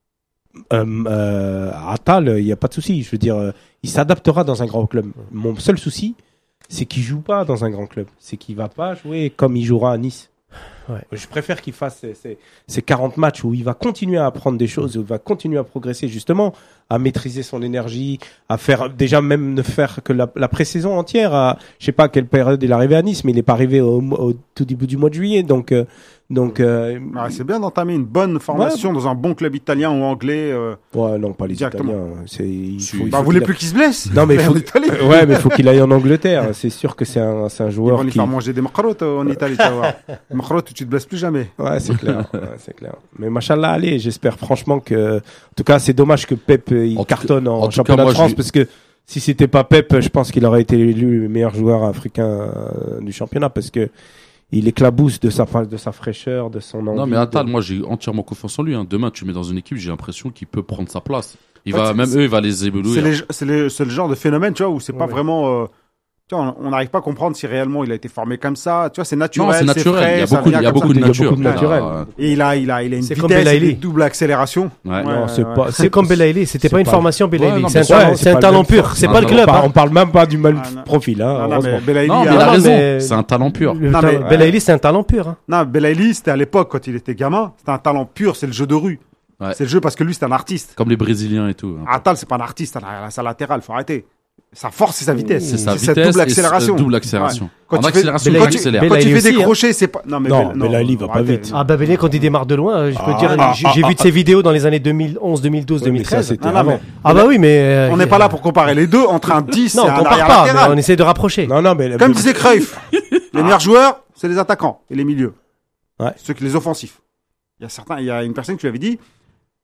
euh, euh, à Attal, il n'y a pas de souci. Je veux dire, euh, il s'adaptera dans un grand club. Mon seul souci, c'est qu'il joue pas dans un grand club. C'est qu'il va pas jouer comme il jouera à Nice. Ouais. Je préfère qu'il fasse ces, ces, ces quarante matchs où il va continuer à apprendre des choses, où il va continuer à progresser justement, à maîtriser son énergie, à faire déjà même ne faire que la, la pré-saison entière. À, je sais pas à quelle période il est arrivé à Nice, mais il n'est pas arrivé au, au tout début du mois de juillet. Donc, euh, donc euh, Ah, c'est bien d'entamer une bonne formation dans un bon club italien ou anglais. euh. ouais, non, pas les Directement. Italiens. C'est, il Si. faut, il Bah, faut vous voulez qu'il plus qu'il se blesse Non, mais il en faut- Italie. a- ouais, mais il faut qu'il aille en Angleterre. C'est sûr que c'est un, c'est un Ils joueur vont lui qui. faire manger des macrottes en Italie, tu vas voir. Macrottes, tu te blesses plus jamais. Ouais, c'est clair. ouais, c'est clair. Mais machallah, allez, j'espère franchement que. En tout cas, c'est dommage que Pep euh, il En tout cartonne cas- en, en tout championnat cas, moi, de France je- parce que si c'était pas Pep, je pense qu'il aurait été élu le meilleur joueur africain euh, du championnat parce que il éclabousse de sa de sa fraîcheur, de son envie. Non, mais de- Attal, moi, j'ai entièrement confiance en lui. Hein. Demain, tu le mets dans une équipe, j'ai l'impression qu'il peut prendre sa place. Il En fait, va, c'est- même c'est- eux, il va les C'est éblouir. les- c'est les- c'est le genre de phénomène, tu vois, où c'est pas Ouais. vraiment. euh, tu vois, on on n'arrive pas à comprendre si réellement il a été formé comme ça. Tu vois, c'est naturel. Non, c'est naturel. frais, il y a ça beaucoup, de- vient il y a comme ça. beaucoup de Il y a beaucoup nature. de naturel. Ah, Et il a, il a, il a une C'est vitesse, comme et Belaïli. une double accélération. ouais. Ouais. Non, c'est ouais. pas. C'est comme Belaïli, c'était c'est pas une pas- formation Belaïli, Ouais, non, c'est un bien sûr. talent, Ouais, c'est un pas le talent même pur, for- c'est Non, pas non, le on club. parle, hein. on parle même pas du même Ah, non. profil. Hein, Non, non, mais heureusement. Belaïli, Non, mais euh, il a non, raison. mais- C'est un talent pur. Le Non, talent- mais- Belaïli, c'est un talent pur. hein. non, Belaïli, c'était à l'époque, quand il était gamin, c'était un talent pur, c'est le jeu de rue. Ouais. C'est le jeu parce que lui, c'est un artiste. Comme les Brésiliens et tout. hein. Attal, c'est pas un artiste, à la, sa latérale, faut arrêter. Sa force, c'est sa vitesse. C'est sa cette vitesse double et accélération. ce- double accélération. Ouais. Quand En tu fais- accélération, il Belaïli- accélère. Quand tu Belaïli fais des aussi, hein. crochets, c'est pas. Non, mais Non, Bel- Belaïli, il va pas arrêtez. vite. Ah bah Belaïli, quand il démarre de loin, euh, je peux Ah, te dire, ah, j'ai ah, j'ai ah, vu de ses vidéos dans les années deux mille onze, deux mille douze, Oui, mais ça, deux mille treize. c'était Non, non, avant. mais- Ah bah oui, mais euh, On n'est pas là pour comparer les deux entre un dix Non, et on un compare arrière pas, mais latéral. on essaie de rapprocher. Non, non, mais Comme disait Cruyff, les meilleurs joueurs, c'est les attaquants et les milieux. Ouais. Ceux qui les offensifs. Il y a certains, il y a une personne qui lui avait dit,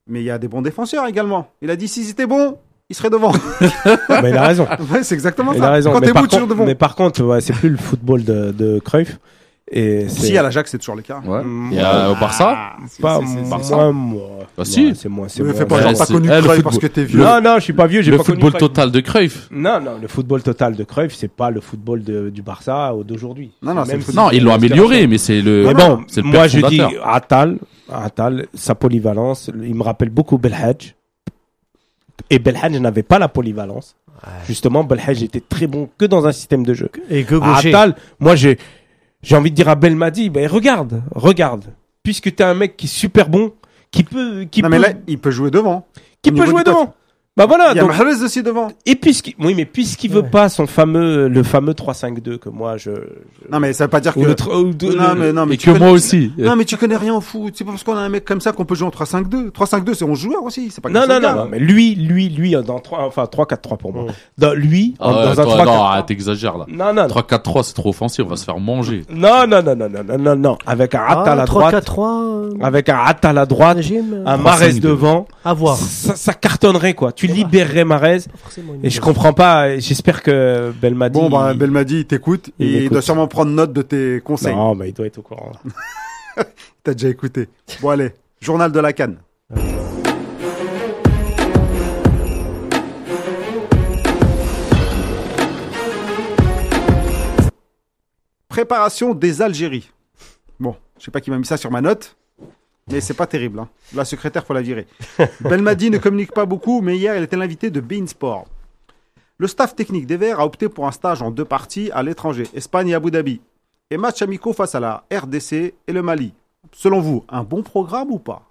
Mais il y a des bons défenseurs également. Il a dit s'ils étaient bons, ils seraient devant. Mais il a raison. Ouais, c'est exactement Il ça. a raison. Quand mais, t'es par bon, toujours contre, devant. mais par contre, ouais, c'est plus le football de, de Cruyff. Et c'est Si, à l'Ajax, c'est toujours le cas. Ouais. Mm, Et euh, au Barça Ah, c'est- pas c'est- c'est- c'est- moins, moi. Bah si. Ouais, c'est moi, c'est Ne moi. fais pas Ouais, genre pas c'est- connu eh, le Cruyff football- parce que t'es vieux. Non, non, je suis pas vieux. J'ai Le pas connu football Cruyff. total de Cruyff. Non, non, le football total de Cruyff, c'est pas le football de, du Barça ou d'aujourd'hui. Non, non, c'est Même le si- Non, ils l'ont amélioré, mais c'est le. Mais bon, c'est le moi père je dis fondateur. Attal, Attal, sa polyvalence, il me rappelle beaucoup Belhadj. Et Belhadj n'avait pas la polyvalence. Justement, Belhadj était très bon que dans un système de jeu. Et que À gaucher. Attal, moi j'ai j'ai envie de dire à Belmadi, ben regarde, regarde, puisque t'es un mec qui est super bon, qui peut qui Non, peut mais là, il peut jouer devant. qui au peut niveau jouer du poste. devant. Bah voilà, Il y a donc Mahrez aussi devant. et puisqu'il oui mais puisqu'il veut Ouais. pas son fameux le fameux trois cinq deux que moi je, je- Non, mais ça veut pas dire que. ou le tr- ou de- Non, le- mais non, mais Et tu que connais- moi aussi. Non, mais tu connais rien au foot. C'est pas parce qu'on a un mec comme ça qu'on peut jouer en trois cinq deux. trois cinq deux, c'est onze joueurs aussi. C'est pas Non, qu'un non, seul non, gars. non, mais lui, lui, lui, dans trois, enfin, trois quatre trois pour moi. Mm. Dans, lui, en- Ah ouais, dans un toi, trois non, quatre ah, t'exagères là. Non, non, non. trois quatre trois, c'est trop offensif, on va se faire manger. Non, non, non, non, non, non, non, non. Avec un Ah, Attal à trois droite. quatre trois. euh, Avec un Attal à droite. régime, Un euh, Mahrez cinq deux. devant. à voir. Ça, ça cartonnerait, quoi. Tu Ouais. libérerais Mahrez. Pas forcément une Et je idée. comprends pas. et J'espère que Belmadi. Bon, bah, il- Belmadi, il t'écoute. Il Et il m'écoute. doit sûrement prendre note de tes conseils. Non, mais il doit être au courant. T'as déjà écouté. Bon, allez. Journal de la Cannes. Préparation des Algéries. Bon, je sais pas qui m'a mis ça sur ma note, mais c'est pas terrible. Hein. La secrétaire, faut la virer. Belmadi ne communique pas beaucoup, mais hier, il était l'invité de beIN Sport. Le staff technique des Verts a opté pour un stage en deux parties à l'étranger, Espagne et Abu Dhabi, et matchs amicaux face à la R D C et le Mali. Selon vous, un bon programme ou pas?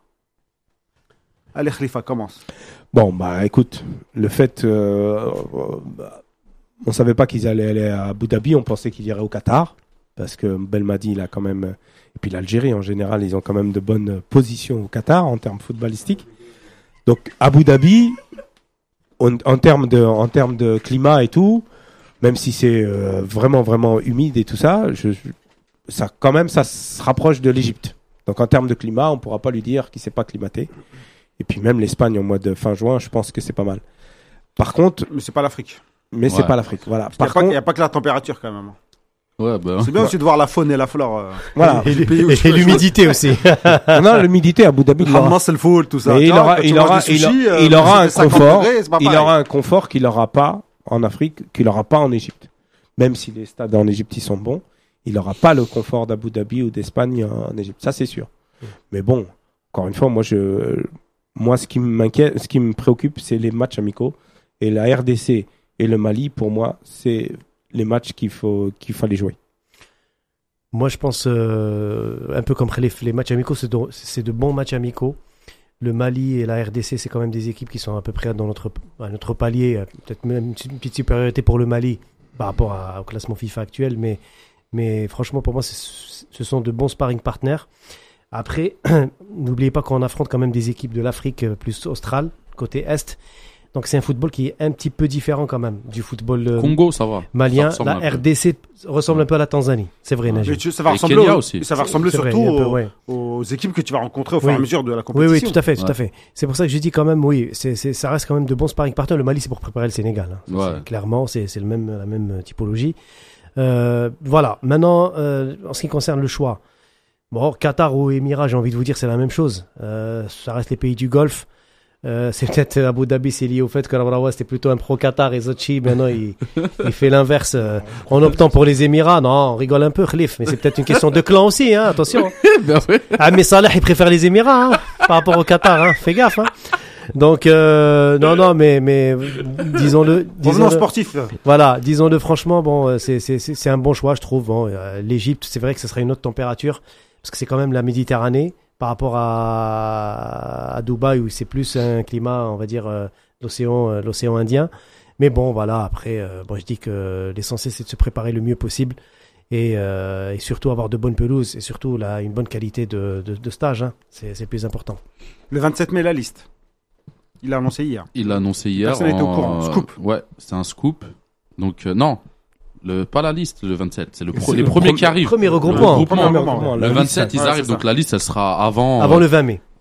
Allez, Khalifa, commence. Bon, bah, écoute, le fait, euh, euh, bah, on savait pas qu'ils allaient aller à Abu Dhabi, on pensait qu'ils iraient au Qatar, parce que Belmadi, il a quand même, et puis l'Algérie en général, ils ont quand même de bonnes positions au Qatar en termes footballistiques. Donc, Abu Dhabi, en, en termes de, en termes de climat et tout, même si c'est euh, vraiment, vraiment humide et tout ça, je, je- ça, quand même, ça se rapproche de l'Égypte. Donc, en termes de climat, on pourra pas lui dire qu'il s'est pas climaté. Et puis même l'Espagne en mois de fin juin, je pense que c'est pas mal. Par contre, Mais c'est pas l'Afrique. mais c'est Ouais. pas l'Afrique. Voilà. Il n'y a, Par pas- contre, y a pas que la température quand même. Ouais, bah. C'est bien aussi de voir la faune et la flore. euh, voilà. Et, du pays où et- je- et l'humidité aussi. non, l'humidité à Abu Dhabi, il Le aura, Hamas, c'est le foot, tout ça. mais Tu il vois, aura, quand tu il manges aura, des il, sushis, aura- euh, il aura un c'est cinquante confort. degrés, c'est pas Il pareil. aura un confort qu'il n'aura pas en Afrique, qu'il n'aura pas en Égypte. Même si les stades en Égypte ils sont bons, il n'aura pas le confort d'Abu Dhabi ou d'Espagne en Égypte. Ça c'est sûr. Mais bon, encore une fois, moi je, moi ce qui m'inquiète, ce qui me préoccupe, c'est les matchs amicaux et la R D C et le Mali. Pour moi, c'est les matchs qu'il faut, qu'il fallait jouer. Moi, je pense, euh, un peu comme les, les matchs amicaux, c'est de, c'est de bons matchs amicaux. Le Mali et la R D C, c'est quand même des équipes qui sont à peu près dans notre, à notre palier. euh, Peut-être même une petite supériorité pour le Mali par rapport à- au classement FIFA actuel. Mais, mais franchement, pour moi, c'est- ce sont de bons sparring partners. Après, n'oubliez pas qu'on affronte quand même des équipes de l'Afrique euh, plus australe, côté Est. Donc c'est un football qui est un petit peu différent quand même du football euh, Congo, ça va. malien. Ça ressemble La un peu. R D C ressemble un peu à la Tanzanie. C'est vrai, Najib. Mais tu- ça va Et ressembler, Kenya au- aussi. ça va ressembler C'est vrai, surtout il y a un peu, aux, ouais. aux équipes que tu vas rencontrer au fur Oui. et à mesure de la Oui, compétition. oui, tout à fait, tout Ouais. à fait. C'est pour ça que je dis quand même, oui, c'est, c'est, ça reste quand même de bons sparring partners. Le Mali, c'est pour préparer le Sénégal. hein. Ça, Ouais. c'est- clairement, c'est, c'est le même, la même typologie. Euh, voilà. Maintenant, euh, en ce qui concerne le choix, bon, Qatar ou Émirats, j'ai envie de vous dire, c'est la même chose. Euh, ça reste les pays du Golfe. Euh, c'est peut-être Abu Dhabi, c'est lié au fait que Lamraoua c'était plutôt un pro Qatar et Sochi maintenant il, il fait l'inverse euh, en optant pour les Émirats. Non, on rigole un peu, Khalif, mais c'est peut-être une question de clan aussi, hein, attention. Ben ouais. Ah, mais Salah, il préfère les Émirats hein, par rapport au Qatar, hein. Fais gaffe. Hein. Donc, euh, non, non, mais, mais disons-le. Revenons Disons-le sportif. voilà, disons-le franchement, bon, euh, c'est, c'est, c'est c'est un bon choix, je trouve. Bon, euh, l'Égypte, c'est vrai que ce serait une autre température, parce que c'est quand même la Méditerranée, par rapport à, à Dubaï, où c'est plus un climat, on va dire, euh, l'océan, euh, l'océan Indien. Mais bon, voilà, après, euh, bon, je dis que l'essentiel, c'est de se préparer le mieux possible. Et, euh, et surtout avoir de bonnes pelouses et surtout là, une bonne qualité de, de, de stage. Hein. C'est, c'est le plus important. Le vingt-sept mai, la liste. Il l'a annoncé hier. Il l'a annoncé hier. Personne n'était au en- courant. Scoop. Ouais, c'est un scoop. Donc, euh, non. Le, pas la liste, le vingt-sept. C'est le pro- C'est les le premiers premier- qui arrivent. Premier Le regroupement. regroupement. Premier regroupement. Le La vingt-sept, liste, ils ouais, arrivent. c'est Donc, ça. la liste, elle sera avant. Avant euh, le vingt mai.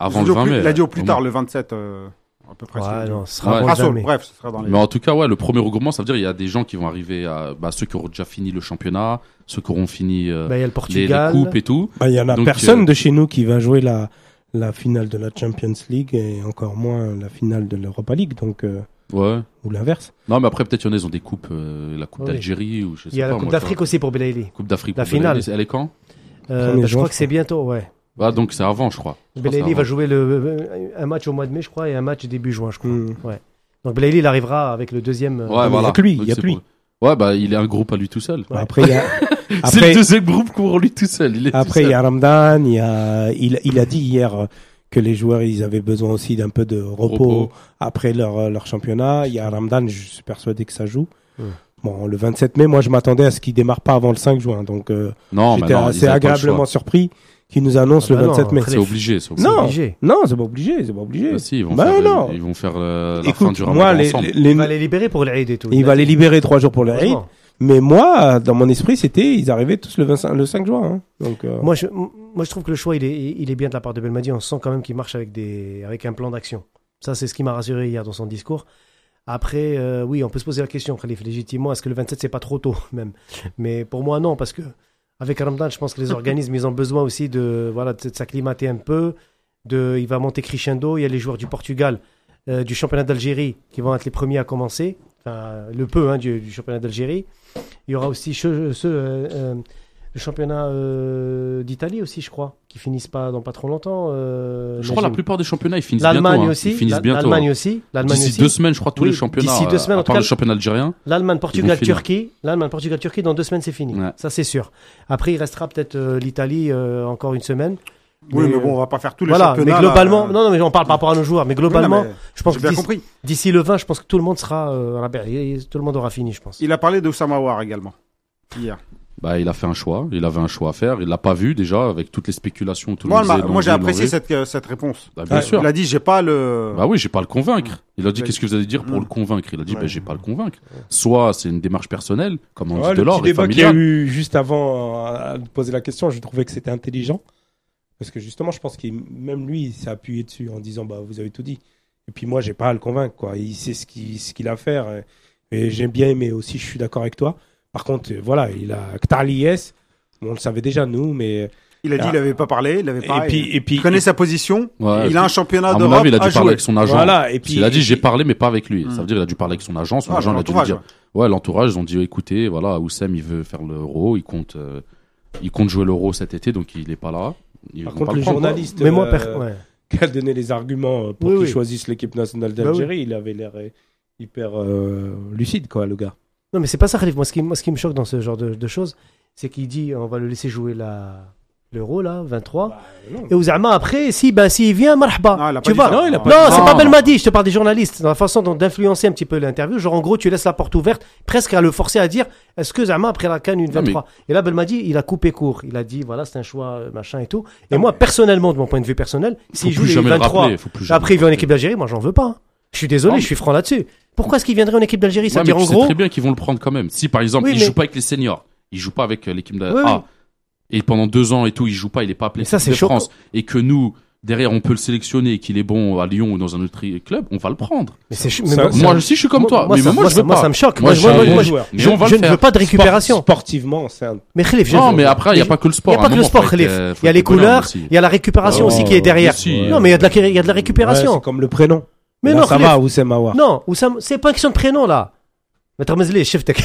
avant Il le a dit au vingt plus- mai. Il a dit au plus au tard, moins. le vingt-sept, euh, à peu près. ce qu'il a Ouais, dit. non, ce sera Ouais. avant Ah, le sauf- vingt mai. bref, ce sera dans les. Mais en tout cas, ouais, le premier regroupement, ça veut dire il y a des gens qui vont arriver à bah, ceux qui auront déjà fini le championnat, ceux qui auront fini euh, Bah, il y a le les, les Portugal. coupes et tout. Bah, il y en a Donc, personne euh, de chez nous qui va jouer la, la finale de la Champions League et encore moins la finale de l'Europa League, donc, euh, Ouais. ou l'inverse. Non, mais après, peut-être il y en a, ils ont des coupes, euh, la Coupe Oui. d'Algérie ou je sais Il y a pas. la Coupe moi, d'Afrique tu aussi pour Belaïli. vois. Coupe d'Afrique. La pour Belaïli, finale. Elle est quand Euh, Premier bah, je juin, crois je que c'est bientôt, ouais. Ah, donc c'est avant, je crois. Je crois que c'est Belaïli va avant. jouer le, un match au mois de mai, je crois, et un match début juin, je crois. Hmm. Ouais. Donc Belaïli, il arrivera avec le deuxième. euh, Ouais, mais voilà. y a que lui, Donc, y a c'est que lui. pour- Ouais, bah, il est un groupe à lui tout seul. Ouais. Après, il y a, C'est après, le deuxième groupe pour lui tout seul. Il est après, tout il y seul. a Ramdan, il y a, il, il a dit hier euh, que les joueurs, ils avaient besoin aussi d'un peu de repos, Repos. après leur, euh, leur championnat. Il y a Ramdan, je suis persuadé que ça joue. Hmm. Bon, le vingt-sept mai, moi, je m'attendais à ce qu'il démarre pas avant le cinq juin, donc, euh, Non, mais j'étais non, ils assez avaient pas le agréablement choix. surpris qu'il nous annonce Ah bah le non, vingt-sept mai. après, C'est obligé, c'est obligé. Non, obligé. non, c'est pas obligé, c'est pas obligé. Bah, si, ils vont Bah, faire, non. ils vont faire euh, la Écoute, fin du ramadan moi, les, ensemble. les- Il va les libérer pour l'Aïd et tout. il va les libérer trois jours pour le Eid. Heureusement. Mais moi, dans mon esprit, c'était, ils arrivaient tous le vingt-cinq, le cinq juin, hein. Donc, euh, Moi je, moi, je trouve que le choix, il est, il est bien de la part de Belmadi. On sent quand même qu'il marche avec, des, avec un plan d'action. Ça, c'est ce qui m'a rassuré hier dans son discours. Après, euh, oui, on peut se poser la question, Khalif, légitimement, est-ce que le vingt-sept, c'est pas trop tôt, même? Mais pour moi, non, parce que avec Ramadan, je pense que les organismes, ils ont besoin aussi de, voilà, de, de s'acclimater un peu. De, il va monter crescendo. Il y a les joueurs du Portugal, euh, du championnat d'Algérie, qui vont être les premiers à commencer. Enfin, le peu hein, du, du championnat d'Algérie. Il y aura aussi ceux, ceux, euh, euh, le championnat euh, d'Italie aussi, je crois, qui finissent pas dans pas trop longtemps. Euh, Je crois la Najim. plupart des championnats, ils finissent bientôt. L'Allemagne hein. aussi. Ils finissent la- bientôt. L'Allemagne hein. aussi. L'Allemagne D'ici aussi. deux semaines, je crois, tous Oui, les championnats. d'ici deux euh, semaines, en à tout part cas. le championnat algérien. L'Allemagne, Portugal, finir. Turquie. L'Allemagne, Portugal, Turquie, dans deux semaines, c'est fini. Ouais. Ça, c'est sûr. Après, il restera peut-être euh, l'Italie euh, encore une semaine. Oui, mais euh, bon, on va pas faire tous les voilà, championnats. mais globalement, là, euh. non, non, mais on parle par rapport à nos joueurs, mais globalement, Oui, non, mais je pense j'ai que bien d'ici, compris. d'ici le vingt, je pense que tout le monde sera, euh, Rabia, et tout le monde aura fini, je pense. Il a parlé de Oussama Aouar également, hier. Bah, il a fait un choix. Il avait un choix à faire. Il l'a pas vu déjà avec toutes les spéculations. Tout le Moi, monde ma- disait, moi, j'ai non, apprécié non, cette, euh, cette réponse. Bah, bien Ouais, sûr. Il a dit, j'ai pas le. Bah oui, j'ai pas à le convaincre. Il a dit, Ouais. qu'est-ce que vous allez dire pour Mm. le convaincre? Il a dit, Ouais. bah, j'ai pas à le convaincre. Soit c'est une démarche personnelle, comme on ouais, dit le de l'or, petit et débat qu'il y a familiale. eu juste avant euh, de poser la question, je trouvais que c'était intelligent. Parce que justement, je pense qu'il, même lui, il s'est appuyé dessus en disant, bah, vous avez tout dit. Et puis moi, j'ai pas à le convaincre, quoi. Il sait ce qu'il, ce qu'il a à faire. Et, et j'ai bien aimé aussi, je suis d'accord avec toi. Par contre, euh, voilà, il a Ktar Lies. On le savait déjà, nous, mais. Il a dit, Ah. il avait pas parlé, il avait pas. et puis, et puis. il connaît sa position. Ouais, il a un championnat à mon d'Europe avis, il a à dû parler jouer. avec son agent. Voilà, et Parce puis. qu'il a dit, et j'ai puis- parlé, mais pas avec lui. Mm. Ça veut dire, il a dû parler avec son agent. Son Ah, agent, il a dû lui l'entourage, dire, ouais, l'entourage, ils ont dit, écoutez, voilà, Oussem, il veut faire l'euro, il compte, euh, il compte jouer l'euro cet été, donc il est pas là. Ils Par vont contre, pas le le prendre. journaliste Mais moi, euh, per- ouais. qui a donné les arguments euh, pour Oui, qu'il oui. choisisse l'équipe nationale Bah d'Algérie, il avait l'air euh, hyper euh, lucide, quoi, le gars. Non, mais c'est pas ça, Khalif. Moi, ce qui, moi, ce qui me choque dans ce genre de, de choses, c'est qu'il dit, on va le laisser jouer la, l'euro, là, vingt-trois. Bah, non. Et Ouzama, après, si, ben, s'il vient, marhaba. Non, il a pas tu dit vois? ça. Non, il a pas Non, dit c'est ça. pas Non. Belmadi, je te parle des journalistes. Dans la façon dont d'influencer un petit peu l'interview. Genre, en gros, tu laisses la porte ouverte, presque à le forcer à dire, est-ce que Zama, après la canne, une Non, mais- vingt-trois? Et là, Belmadi, il a coupé court. Il a dit, voilà, c'est un choix, euh, machin et tout. Et moi, personnellement, de mon point de vue personnel, Faut s'il joue plus les jamais le vingt-trois, rappeler. Faut plus jamais après il le vient en rappeler. équipe d'Algérie, moi, j'en veux pas. hein. Je suis désolé, Non, je suis franc là-dessus. Pourquoi est-ce qu'il viendrait en équipe d'Algérie? Ça Ouais, veut dire, mais en tu sais gros, très bien qu'ils vont le prendre quand même. Si par exemple, Oui, il mais- joue pas avec les seniors, il joue pas avec euh, l'équipe de Oui, oui. A, et pendant deux ans et tout, il joue pas, il est pas appelé Mais ça, équipe c'est de choquant. France, et que nous, derrière, on peut le sélectionner, et qu'il est bon à Lyon ou dans un autre club, on va le prendre. mais c'est, Ça- mais ça- moi, Moi aussi, je suis comme moi- toi, moi, mais ça- moi, moi, je ça- veux moi, pas. ça me choque. Moi, Moi, je moi, suis un moi, bon je- joueur. Mais je, on va je le ne faire. veux pas de récupération. Sport- sportivement, c'est un. Mais Khalif, je- Non, mais après, il y a mais- pas que le sport. Il n'y a pas À un que le moment, sport, faut être, Khalif. euh, faut Il y a être les bonhomme couleurs, aussi. il y a la récupération Oh, aussi qui est derrière. mais si. Non, mais il y a de la, il y a de la Ouais, récupération. c'est comme le prénom. Mais Là, non, ça Khalif. va, Oussem Aouar. Non, Oussam, c'est pas une question de prénom, là. Mais Ramazli, cheftek.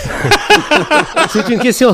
C'est une question.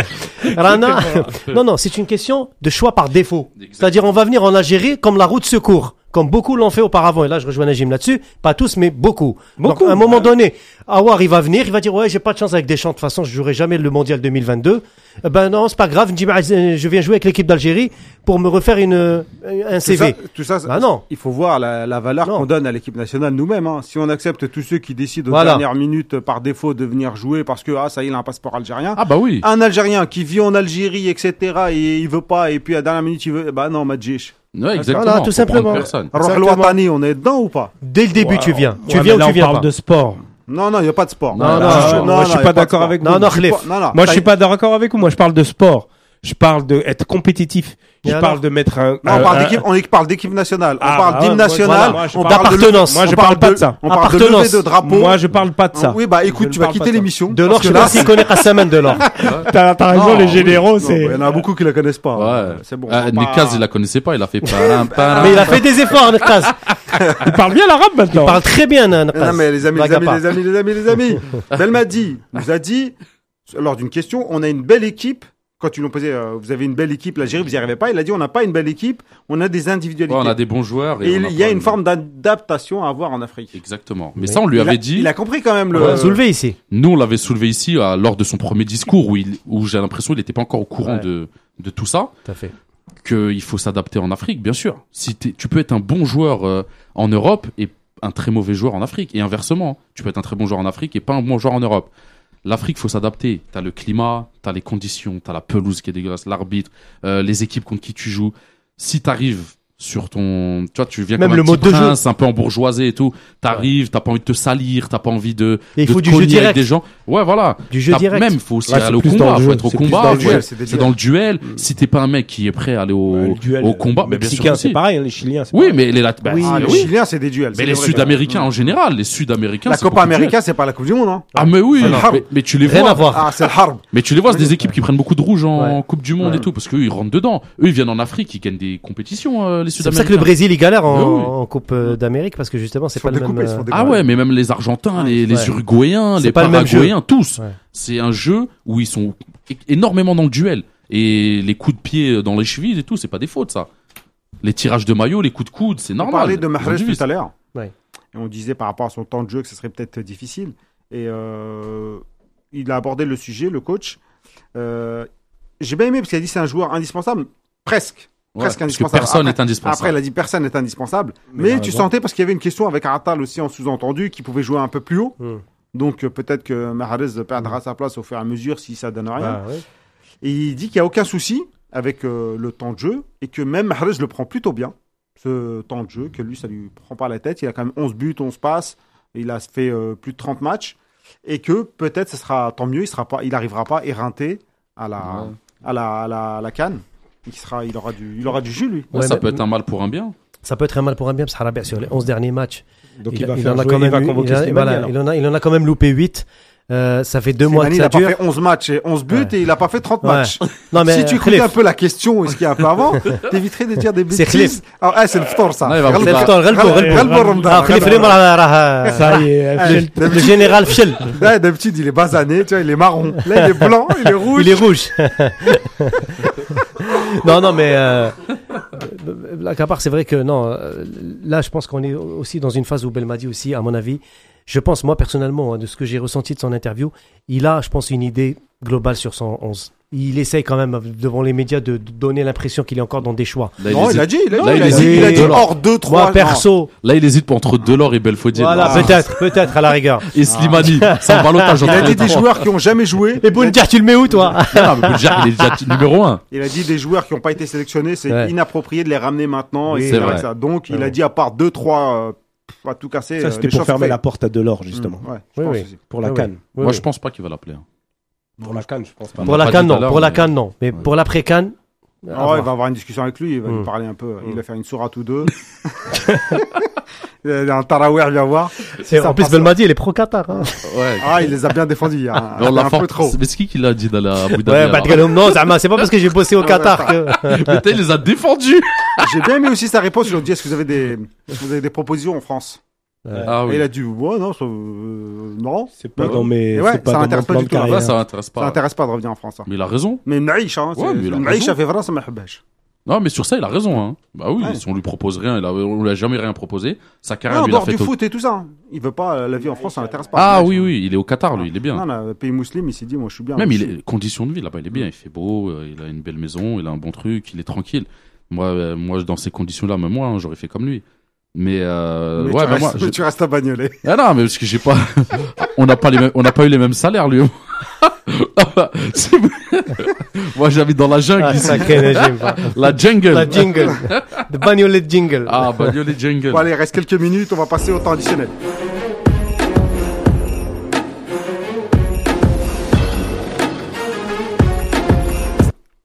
Rana. Non, non, c'est une question de choix par défaut. C'est-à-dire, on va venir en Algérie comme la roue de secours. Comme beaucoup l'ont fait auparavant. Et là, je rejoins Najim là-dessus. Pas tous, mais beaucoup. Beaucoup. Donc, à un moment donné, Aouar, il va venir, il va dire, ouais, j'ai pas de chance avec Deschamps. De toute façon, je jouerai jamais le mondial deux mille vingt-deux. Eh ben, non, c'est pas grave. Je viens jouer avec l'équipe d'Algérie pour me refaire une, un Tout C ça, V. tout ça, Bah non. il faut voir la, la valeur Non. qu'on donne à l'équipe nationale nous-mêmes. Hein. Si on accepte tous ceux qui décident aux Voilà. dernières minutes par défaut de venir jouer parce que ah ça y est, il a un passeport algérien. Ah bah oui. Un Algérien qui vit en Algérie, et cetera, et il veut pas, et puis à la dernière minute, il veut, bah non, Madjish. Ouais, exactement. Voilà, tout Faut simplement. prendre personne. Alors, Exactement. Rouhani, on est dedans ou pas? Dès le début, Ouais, tu viens. Tu ouais, viens mais ou là, tu on viens parle pas. de sport. Non, non, il n'y a pas de sport. Non, non, Là, non, je- non, moi, non, je suis y a pas pas de d'accord sport. avec Non, vous. non, Je suis Khalif. pas- non, non. Moi, je Ça suis y- pas d'accord avec vous. Moi, je parle de sport. Je parle de être compétitif. Et Je alors parle de mettre un. Non, on un- parle un- d'équipe, on parle d'équipe nationale. Ah, on parle bah, d'hymne ouais, national. voilà, moi, je on parle parle de d'appartenance. Moi, je on parle pas de ça. On parle de Appartenance. levée de drapeau. Moi, je parle pas de ça. Ah, oui, bah écoute, Je tu ne vas parle pas quitter de ça. l'émission. Delors, parce je que sais là, pas s'il connaît Hassaman Delors. T'as t'as raison, Non, les oui. généraux, Non, c'est. Il y en a beaucoup qui la connaissent pas. Ouais. C'est bon. Ah, on va Nekaz, pas- il la connaissait pas, il a fait param, param. Mais il a fait des efforts, Nekaz. Il parle bien l'arabe maintenant. Il parle très bien, Nekaz. Non, mais les amis, les Blague à amis, part. les amis, les amis, les amis. Belmadi nous a dit, lors d'une question, on a une belle équipe. Quand ils l'ont posé, euh, vous avez une belle équipe, l'Algérie, vous n'y arrivez pas. Il a dit, on n'a pas une belle équipe, on a des individualités. Ouais, on a des bons joueurs. Et on il a il y a pas une forme d'adaptation à avoir en Afrique. Exactement. Mais Mais ça, on lui Il avait a- dit. Il a compris quand même le. On l'a soulevé ici. Nous, on l'avait soulevé ici à- lors de son premier discours où, il, où j'ai l'impression qu'il n'était pas encore au courant Ouais. de, de tout ça. Tout à fait. Qu'il faut s'adapter en Afrique, bien sûr. Si t'es- tu peux être un bon joueur euh, en Europe et un très mauvais joueur en Afrique. Et inversement, tu peux être un très bon joueur en Afrique et pas un bon joueur en Europe. L'Afrique, faut s'adapter. T'as le climat, t'as les conditions, t'as la pelouse qui est dégueulasse, l'arbitre, euh, les équipes contre qui tu joues. Si t'arrives sur ton, tu vois, tu viens Même comme un le petit mode de jeu. prince, un peu embourgeoisé et tout. T'arrives, t'as pas envie de te salir, t'as pas envie de, Et il de faut te du jeu cogner avec direct. des gens. Ouais, voilà. Du jeu T'as- direct. Même, faut aussi Ouais, c'est aller au plus dans combat, le faut jeu. être au C'est plus combat, dans le faut jeu, être- c'est des c'est dans le duel. Si t'es pas un mec qui est prêt à aller au, Ouais, le duel, au combat, mais bien sûr Mexicain, que si. c'est pareil, hein, les Chiliens. c'est Oui, pareil. mais les lat- bah, Oui, Ah, oui. les Chiliens, c'est des duels. Mais c'est les vrai. Sud-Américains en général, les Sud-Américains, La c'est Copa beaucoup de América, duels. c'est pas la Coupe du Monde, hein. Ah mais oui, C'est le harb. mais, mais tu les Rien à vois. voir. Ah, c'est le harb. Mais tu les vois, c'est des équipes qui prennent beaucoup de rouge en Ouais. Coupe du Monde Ouais. et tout, parce qu'eux ils rentrent dedans. Eux ils viennent en Afrique, ils gagnent des compétitions, euh, les C'est pour Sud-Américains. ça que le Brésil, il galère en, Mais oui. en Coupe euh, d'Amérique parce que justement, c'est Ils sont pas le même. découpés, ils sont euh, découpés. Ah ouais, mais même les Argentins, les, les Ouais. Uruguayens, C'est les pas le même jeu. Paraguayens, tous. Ouais. C'est un jeu où ils sont é- énormément dans le duel. Et les coups de pied dans les chevilles et tout, c'est pas des fautes, ça. Les tirages de maillot, les coups de coude, c'est On normal. parlait de Ils ont Mahrez dû- tout à l'heure. Ouais. Et on disait par rapport à son temps de jeu que ce serait peut-être difficile. Et euh, il a abordé le sujet, le coach. Euh, J'ai bien aimé parce qu'il a dit c'est un joueur indispensable. Presque. Ouais, Presque parce que indispensable. personne Après- n'est indispensable. Après, il a dit personne n'est indispensable. Mais Mais, il a tu raison. sentais, parce qu'il y avait une question avec Atal aussi en sous-entendu, qui pouvait jouer un peu plus haut. Hmm. Donc euh, peut-être que Mahrez perdra sa place au fur et à mesure si ça donne rien. Ah, ouais. Et il dit qu'il n'y a aucun souci avec euh, le temps de jeu et que même Mahrez le prend plutôt bien, ce temps de jeu, que lui, ça lui prend pas la tête. Il a quand même onze buts, onze passes, il a fait euh, plus de trente matchs et que peut-être ce sera tant mieux, il sera pas, il arrivera pas éreinté à la, Ouais. à la, à la, à la canne. Il, sera, il, aura du, il aura du jus, lui. Ouais, Ouais, ça mais- peut être un mal pour un bien. Ça peut être un mal pour un bien parce qu'Arabia, sur les onze derniers matchs, Donc il, il va il faire en a jouer, quand il même va eu- convoquer il, a- Slimani, voilà, alors. il en a, il en a quand même loupé huit. Euh, ça fait deux mois que Slimani, il ça a pas dure. fait onze matchs et onze buts Ouais. et il a pas fait trente Ouais. matchs. Non, mais si tu euh, écoutais Khalif, un peu la question et ce qu'il y a un peu avant, t'éviterais de dire des C'est bêtises. Ah, ah, c'est le ftor, ça. Non, il va غلبة. C'est le ftor, غلبة، غلبة. غلبة رمضان. Ah, Khalif Rim, راه- راه- Ça y est, Allez, Fchel. le général Fchel, Là, d'habitude, il est basané, tu vois, il est marron. Là, il est blanc, il est rouge. il est rouge. non, non, mais euh, là, qu'à part, c'est vrai que non. euh, Là, je pense qu'on est aussi dans une phase où Belmadi aussi, à mon avis, je pense moi personnellement, hein, de ce que j'ai ressenti de son interview, il a, je pense, une idée globale sur son onze. Il essaye quand même devant les médias de, de donner l'impression qu'il est encore dans des choix. Là, il Non, il hésite, a dit, il a, Là, dit, il il a dit, hésite. il a dit Delors. hors deux, trois. Moi, perso, là, il hésite entre Delors et Belfodil. voilà, Ah. peut-être, peut-être à la rigueur. Et Slimani, c'est un balotage Il entre a les dit des trois. joueurs qui ont jamais joué. Et Bounedjah, tu le mets où, toi? Non, mais Boudjak, il est déjà numéro un. Il a dit des joueurs qui n'ont pas été sélectionnés, c'est Ouais. inapproprié de les ramener maintenant. Oui, et c'est cetera, vrai. et cetera. Donc, il Ouais. a dit à part deux, trois, euh, pff, à tout casser. Ça, euh, c'était les pour choses fermer faites. la porte à Delors, justement. Mmh, ouais, je Oui, pense oui. aussi. Pour la Oui, canne. oui. Moi, Oui, je pense pas qu'il va l'appeler. hein. Pour la canne, je pense pas. On Pour l'a la pas canne, dit tout à non. l'heure, Pour la mais- canne, non. Mais Ouais. pour l'après-canne, à Ah ouais, voir. il va avoir une discussion avec lui, il va Mm. lui parler un peu. Il Mm. va faire une sourate ou deux. Il y a un tarawih, viens voir. Et ça en plus, passe- Belmadi, il est pro-Qatar. Hein. Ouais. Ah, il les a bien défendus. Il y a un, Mais on l'a un for- peu trop. Mais c'est qui qui l'a dit dans la Abu Dhabi Ouais, alors bah, Tgalom, non, Zama, c'est pas parce que j'ai bossé au Qatar que. Mais putain, il les a défendus. J'ai bien aimé aussi sa réponse. Ils ont dit, est-ce que vous avez des, est-ce que vous avez des propositions en France? Ah Et oui. il a dit, ouais, non, ça, euh, non. C'est pas Ouais. dans mes, Et ouais, c'est pas ça dans mon m'intéresse pas plan du de tout, là. Là, carrière. ça m'intéresse Ça pas. m'intéresse pas de revenir en France. hein. Mais il a raison. Mais Naïch, hein. Ouais, mais il a Naïch raison. a fait vraiment, ça m'a حباش. Non, mais sur ça, il a raison. Hein. Bah oui, Ouais. si on lui propose rien, il a, on lui a jamais rien proposé. Sa carrière, Non, en lui, il a dehors fait du au- foot et tout ça. hein. Il veut pas, euh, la vie en France, ça l'intéresse pas. Ah Naïch, oui, hein. oui, il est au Qatar, lui, il est bien. Non, non, pays musulman, il s'est dit, moi, je suis bien. Même, je il suis- est, conditions de vie là-bas, il est bien, il fait beau, euh, il a une belle maison, il a un bon truc, il est tranquille. Moi, euh, moi, dans ces conditions-là, même moi, hein, j'aurais fait comme lui. Mais, euh, Mais ouais, tu, mais restes, moi, mais j'ai- tu restes à bagnoler. ah non, mais parce que j'ai pas, on n'a pas les mêmes, on n'a pas eu les mêmes salaires, lui. C'est- moi, j'habite dans la jungle Ah, ici. sacré régime. va. La jungle. La jingle. De bagnolet jingle. Ah, Bagnolet jungle. Bon, allez, il reste quelques minutes, on va passer au temps additionnel.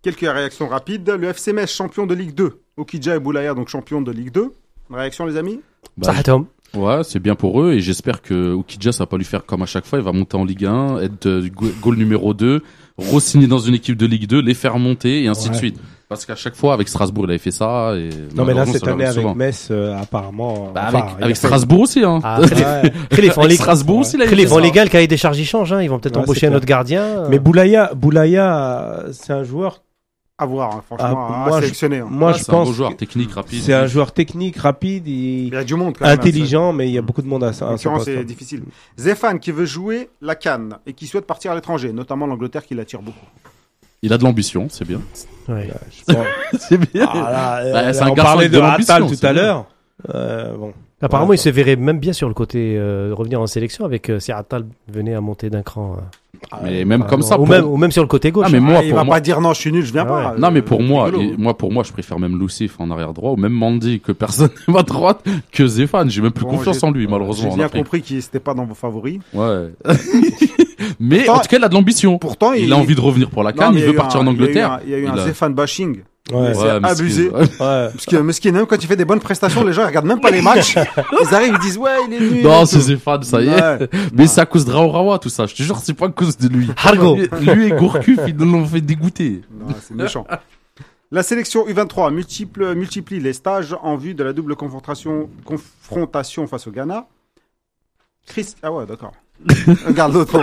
quelques réactions rapides. Le F C Metz, champion de Ligue deux. Okidja et Boulaya, donc champion de Ligue deux. Réaction, les amis? Bah, Sahatom. ouais, c'est bien pour eux et j'espère que Okidja ça va pas lui faire comme à chaque fois, il va monter en Ligue un, être euh, go- goal numéro deux, re-signer dans une équipe de Ligue deux, les faire monter et ainsi Ouais. de suite. Parce qu'à chaque fois avec Strasbourg, il avait fait ça et Non, mais là, malheureusement, cette ça année, l'arrive avec souvent. Metz, euh, apparemment. Bah, enfin, avec, il a avec fait- Strasbourg aussi hein. Ah, Khalif, Ouais. Khalif, en Avec Ligue, Strasbourg aussi, il avait Khalif, fait en ça. légal, cahier des charges, ils changent, hein. Ils vont peut-être Ouais, embaucher c'est un clair. autre gardien. Mais Boulaya, Boulaya, c'est un joueur. À voir, hein, franchement, Ah, à moi, je- sélectionner. hein. Moi, Ouais, je c'est un pense. beau joueur que technique, rapide. C'est un joueur technique, rapide, Il et y a du monde quand même. intelligent, mais il y a beaucoup de monde à ça. En l'occurrence, c'est difficile. Zéphane qui veut jouer la CAN et qui souhaite partir à l'étranger, notamment l'Angleterre qui l'attire beaucoup. Il a de l'ambition, c'est bien. Ouais. C'est bien. Ah, là, euh, Bah, c'est là, un on garçon parlait avec de de l'ambition, Attal tout c'est à bien. l'heure. Euh, bon. Apparemment, Ouais, il se verrait même bien sur le côté euh, revenir en sélection avec euh, si Attal venait à monter d'un cran. euh. Mais même comme ça ou, pour- même, ou même sur le côté gauche. Ah, mais moi, Ah, il pour va moi- pas dire non, je suis nul, je viens Ah pas. ouais. Non mais Euh, pour c'est moi, rigolo. et- moi pour moi, je préfère même Lucif en arrière droit ou même Mandy que personne à droite que Zéphane. J'ai même plus Bon, confiance j'ai- en lui malheureusement. J'ai en bien Afrique. compris qu'il n'était pas dans vos favoris. Ouais. Mais Pourtant- en tout cas, il a de l'ambition. Pourtant, Il a envie de revenir pour la Non, CAN, mais il y a veut eu partir un- en Angleterre. Il y a eu un, il y a eu Il un a- Zéphane bashing. Ouais, c'est Ouais, abusé. mesquine. ouais. Parce que Mesquine, même quand il fait des bonnes prestations, les gens ils regardent même pas les matchs. Ils arrivent, ils disent ouais, il est nul. Non, et c'est tout. Zéphane, ça y est. Ouais. Mais c'est à cause de Raourawa, tout ça. Je te jure, c'est pas à cause de lui. Hargo. Lui et Gourcuff, ils nous l'ont fait dégoûter. Non, c'est méchant. La sélection U vingt-trois multiple, multiplie les stages en vue de la double confrontation, confrontation face au Ghana. Chris... Ah ouais, d'accord. Regarde l'autre.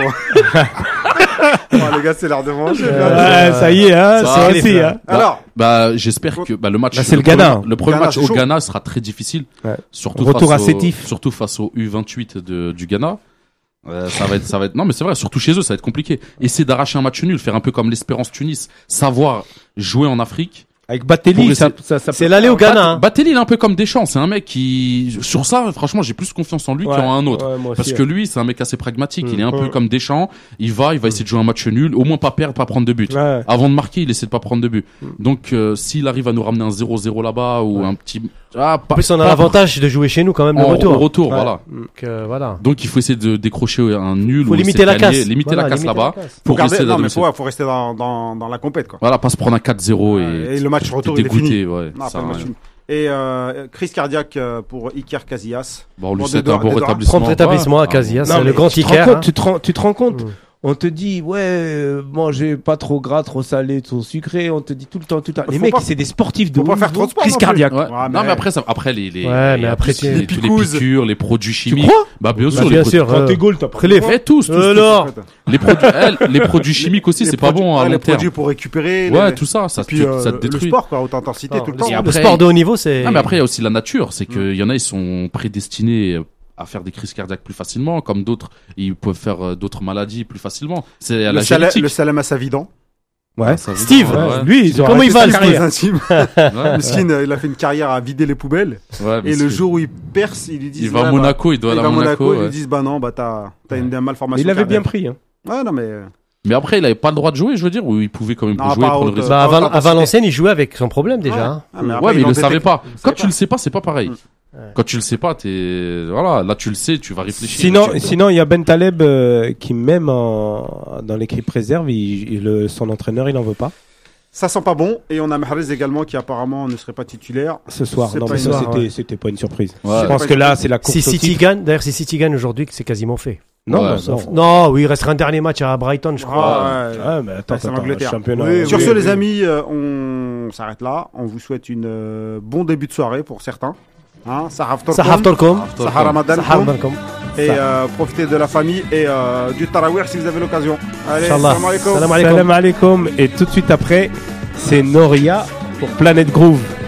Oh, les gars, c'est l'heure de manger. Ouais, ça y est, hein, Ça c'est arrive, ainsi, là. hein. Alors, Bah, j'espère que bah, le match. Bah, c'est le premier- Ghana. Le premier Ghana, match c'est au chaud. Ghana sera très difficile. Ouais. Surtout Retour face à au- Sétif. Surtout face au U vingt-huit de, du Ghana. Euh, ça va être, ça va être. Non, mais c'est vrai. Surtout chez eux, ça va être compliqué. Essayer d'arracher un match nul, faire un peu comme l'Espérance Tunis, savoir jouer en Afrique. Avec Pour Batelli, essayer- ça, ça, ça C'est l'aller au Ghana. Bat- hein. Batelli, il est un peu comme Deschamps. C'est un mec qui, sur ça, franchement, j'ai plus confiance en lui Ouais, qu'en un autre. ouais, moi aussi, Parce ouais. que lui, c'est un mec assez pragmatique. Il est un Mm. peu comme Deschamps. Il va, il va essayer de jouer un match nul, au moins pas perdre, pas prendre de but. Ouais. Avant de marquer, il essaie de pas prendre de but. Donc, euh, s'il arrive à nous ramener un zéro zéro là-bas ou un petit, ah, pas, En plus, on a pas- l'avantage de jouer chez nous quand même le en- retour. au retour, Ouais. voilà. Donc, euh, voilà. Donc, il faut essayer de décrocher un nul Faut ou limiter essayer de la gagner, casse. limiter Voilà, la casse limiter là-bas la casse. pour regardez, rester non, mais dans faut, faut rester dans, dans, dans la compète, quoi. Voilà, pas se prendre un quatre zéro et, Et le match t'es retour, il est dégoûté, fini. ouais. Non, ça après, le match rien. fini. Et euh, crise cardiaque euh, pour Iker Casillas. Bon, lui, Bon, c'est des un doigts- bon des doigts. rétablissement. Prompt rétablissement à Ouais. Casillas, Non, c'est le mais grand tu te rends Iker. compte, hein. tu te rends, tu te rends compte. Mm. On te dit, ouais, euh, mangez pas trop gras, trop salé, trop sucré. On te dit tout le temps, tout le temps. Les Faut mecs, pas- c'est des sportifs de faut pas haut faire niveau. trop de sport Crise non plus. cardiaque. Ouais. Ouais, Non, mais- mais après, ça, après les, les, Ouais, il y mais a après, tous tu- les, les tous les picouzes. piqûres, les produits chimiques. crois Bah, bien Bah, sûr, bien les, sûr. Quand euh, t'es goal, t'as pas Relève. Eh, tous, tous, Euh, tous. alors. Les produits, eh, les produits chimiques aussi, Les c'est pas produits- bon à ouais, long les terme. produits pour récupérer. Ouais, les- tout ça, ça, Et puis te, euh, ça te le détruit. sport, quoi, haute intensité Non, tout le le, temps. Et le après- sport de haut niveau, c'est. Ah, mais après, il y a aussi la nature. C'est qu'il y en a, ils sont prédestinés à faire des crises cardiaques plus facilement, comme d'autres, ils peuvent faire euh, d'autres maladies plus facilement. C'est à Le la salem, génétique. le salem à Savidan. Ouais. Ça veut Steve, dire, Ouais, ouais. Lui, ils ont Comment il va, arrêté sa le carrière. intimes. Ouais. Miskin, euh, il a fait une carrière à vider les poubelles. Ouais, mais Et le c'est- jour où il perce, ils lui disent. il va ouais, à bah, Monaco, il doit il aller va à à Monaco, Monaco. ils lui ouais. disent bah non, bah t'as t'as une malformation. Il avait bien cardiaque. pris. Hein. Ouais, non, mais. Mais après, il avait pas le droit de jouer, je veux dire, ou il pouvait quand même Non, jouer, pas à prendre le haute- risque. Bah, à, haute Val- à intensité. Valenciennes, il jouait avec son problème déjà. Ouais. hein. Ah, mais après, Ouais, mais il en le détecte- savait pas. il Quand savait tu pas. le sais pas, c'est pas pareil. Mm. Quand tu le sais pas, t'es, voilà, là tu le sais, tu vas réfléchir. Sinon, Tu- sinon, il y a Ben Taleb euh, qui même en, dans l'équipe réserve, il, il- le, son entraîneur, il en veut pas Ça sent pas bon. Et on a Mahrez également qui apparemment ne serait pas titulaire. ce soir. C'est Non, pas mais une ça, soir, c'était, ouais. c'était pas une surprise. Ouais. Je pense que là, c'est la course Si au City titre. gagne, d'ailleurs, si City gagne aujourd'hui, c'est quasiment fait. Non, Ouais, non, sauf- non. Non, oui, il restera un dernier match à Brighton, je crois. Ah, ouais. Ouais, mais attends, Ouais, c'est attends, l'Angleterre. championnat. Oui, Sur oui, ce, oui. les amis, euh, on s'arrête là. On vous souhaite une euh, bon début de soirée pour certains. Hein, Sahaf Torkom, Sahaf Torkom. Sahar Ramadan, Sahar Torkom. et euh, profitez de la famille et euh, du Tarawih si vous avez l'occasion. Allez, Inch'Allah. salam alaikum. Salam alaikum. Salam alaikum. Et tout de suite après, c'est Noria pour Planète Groove.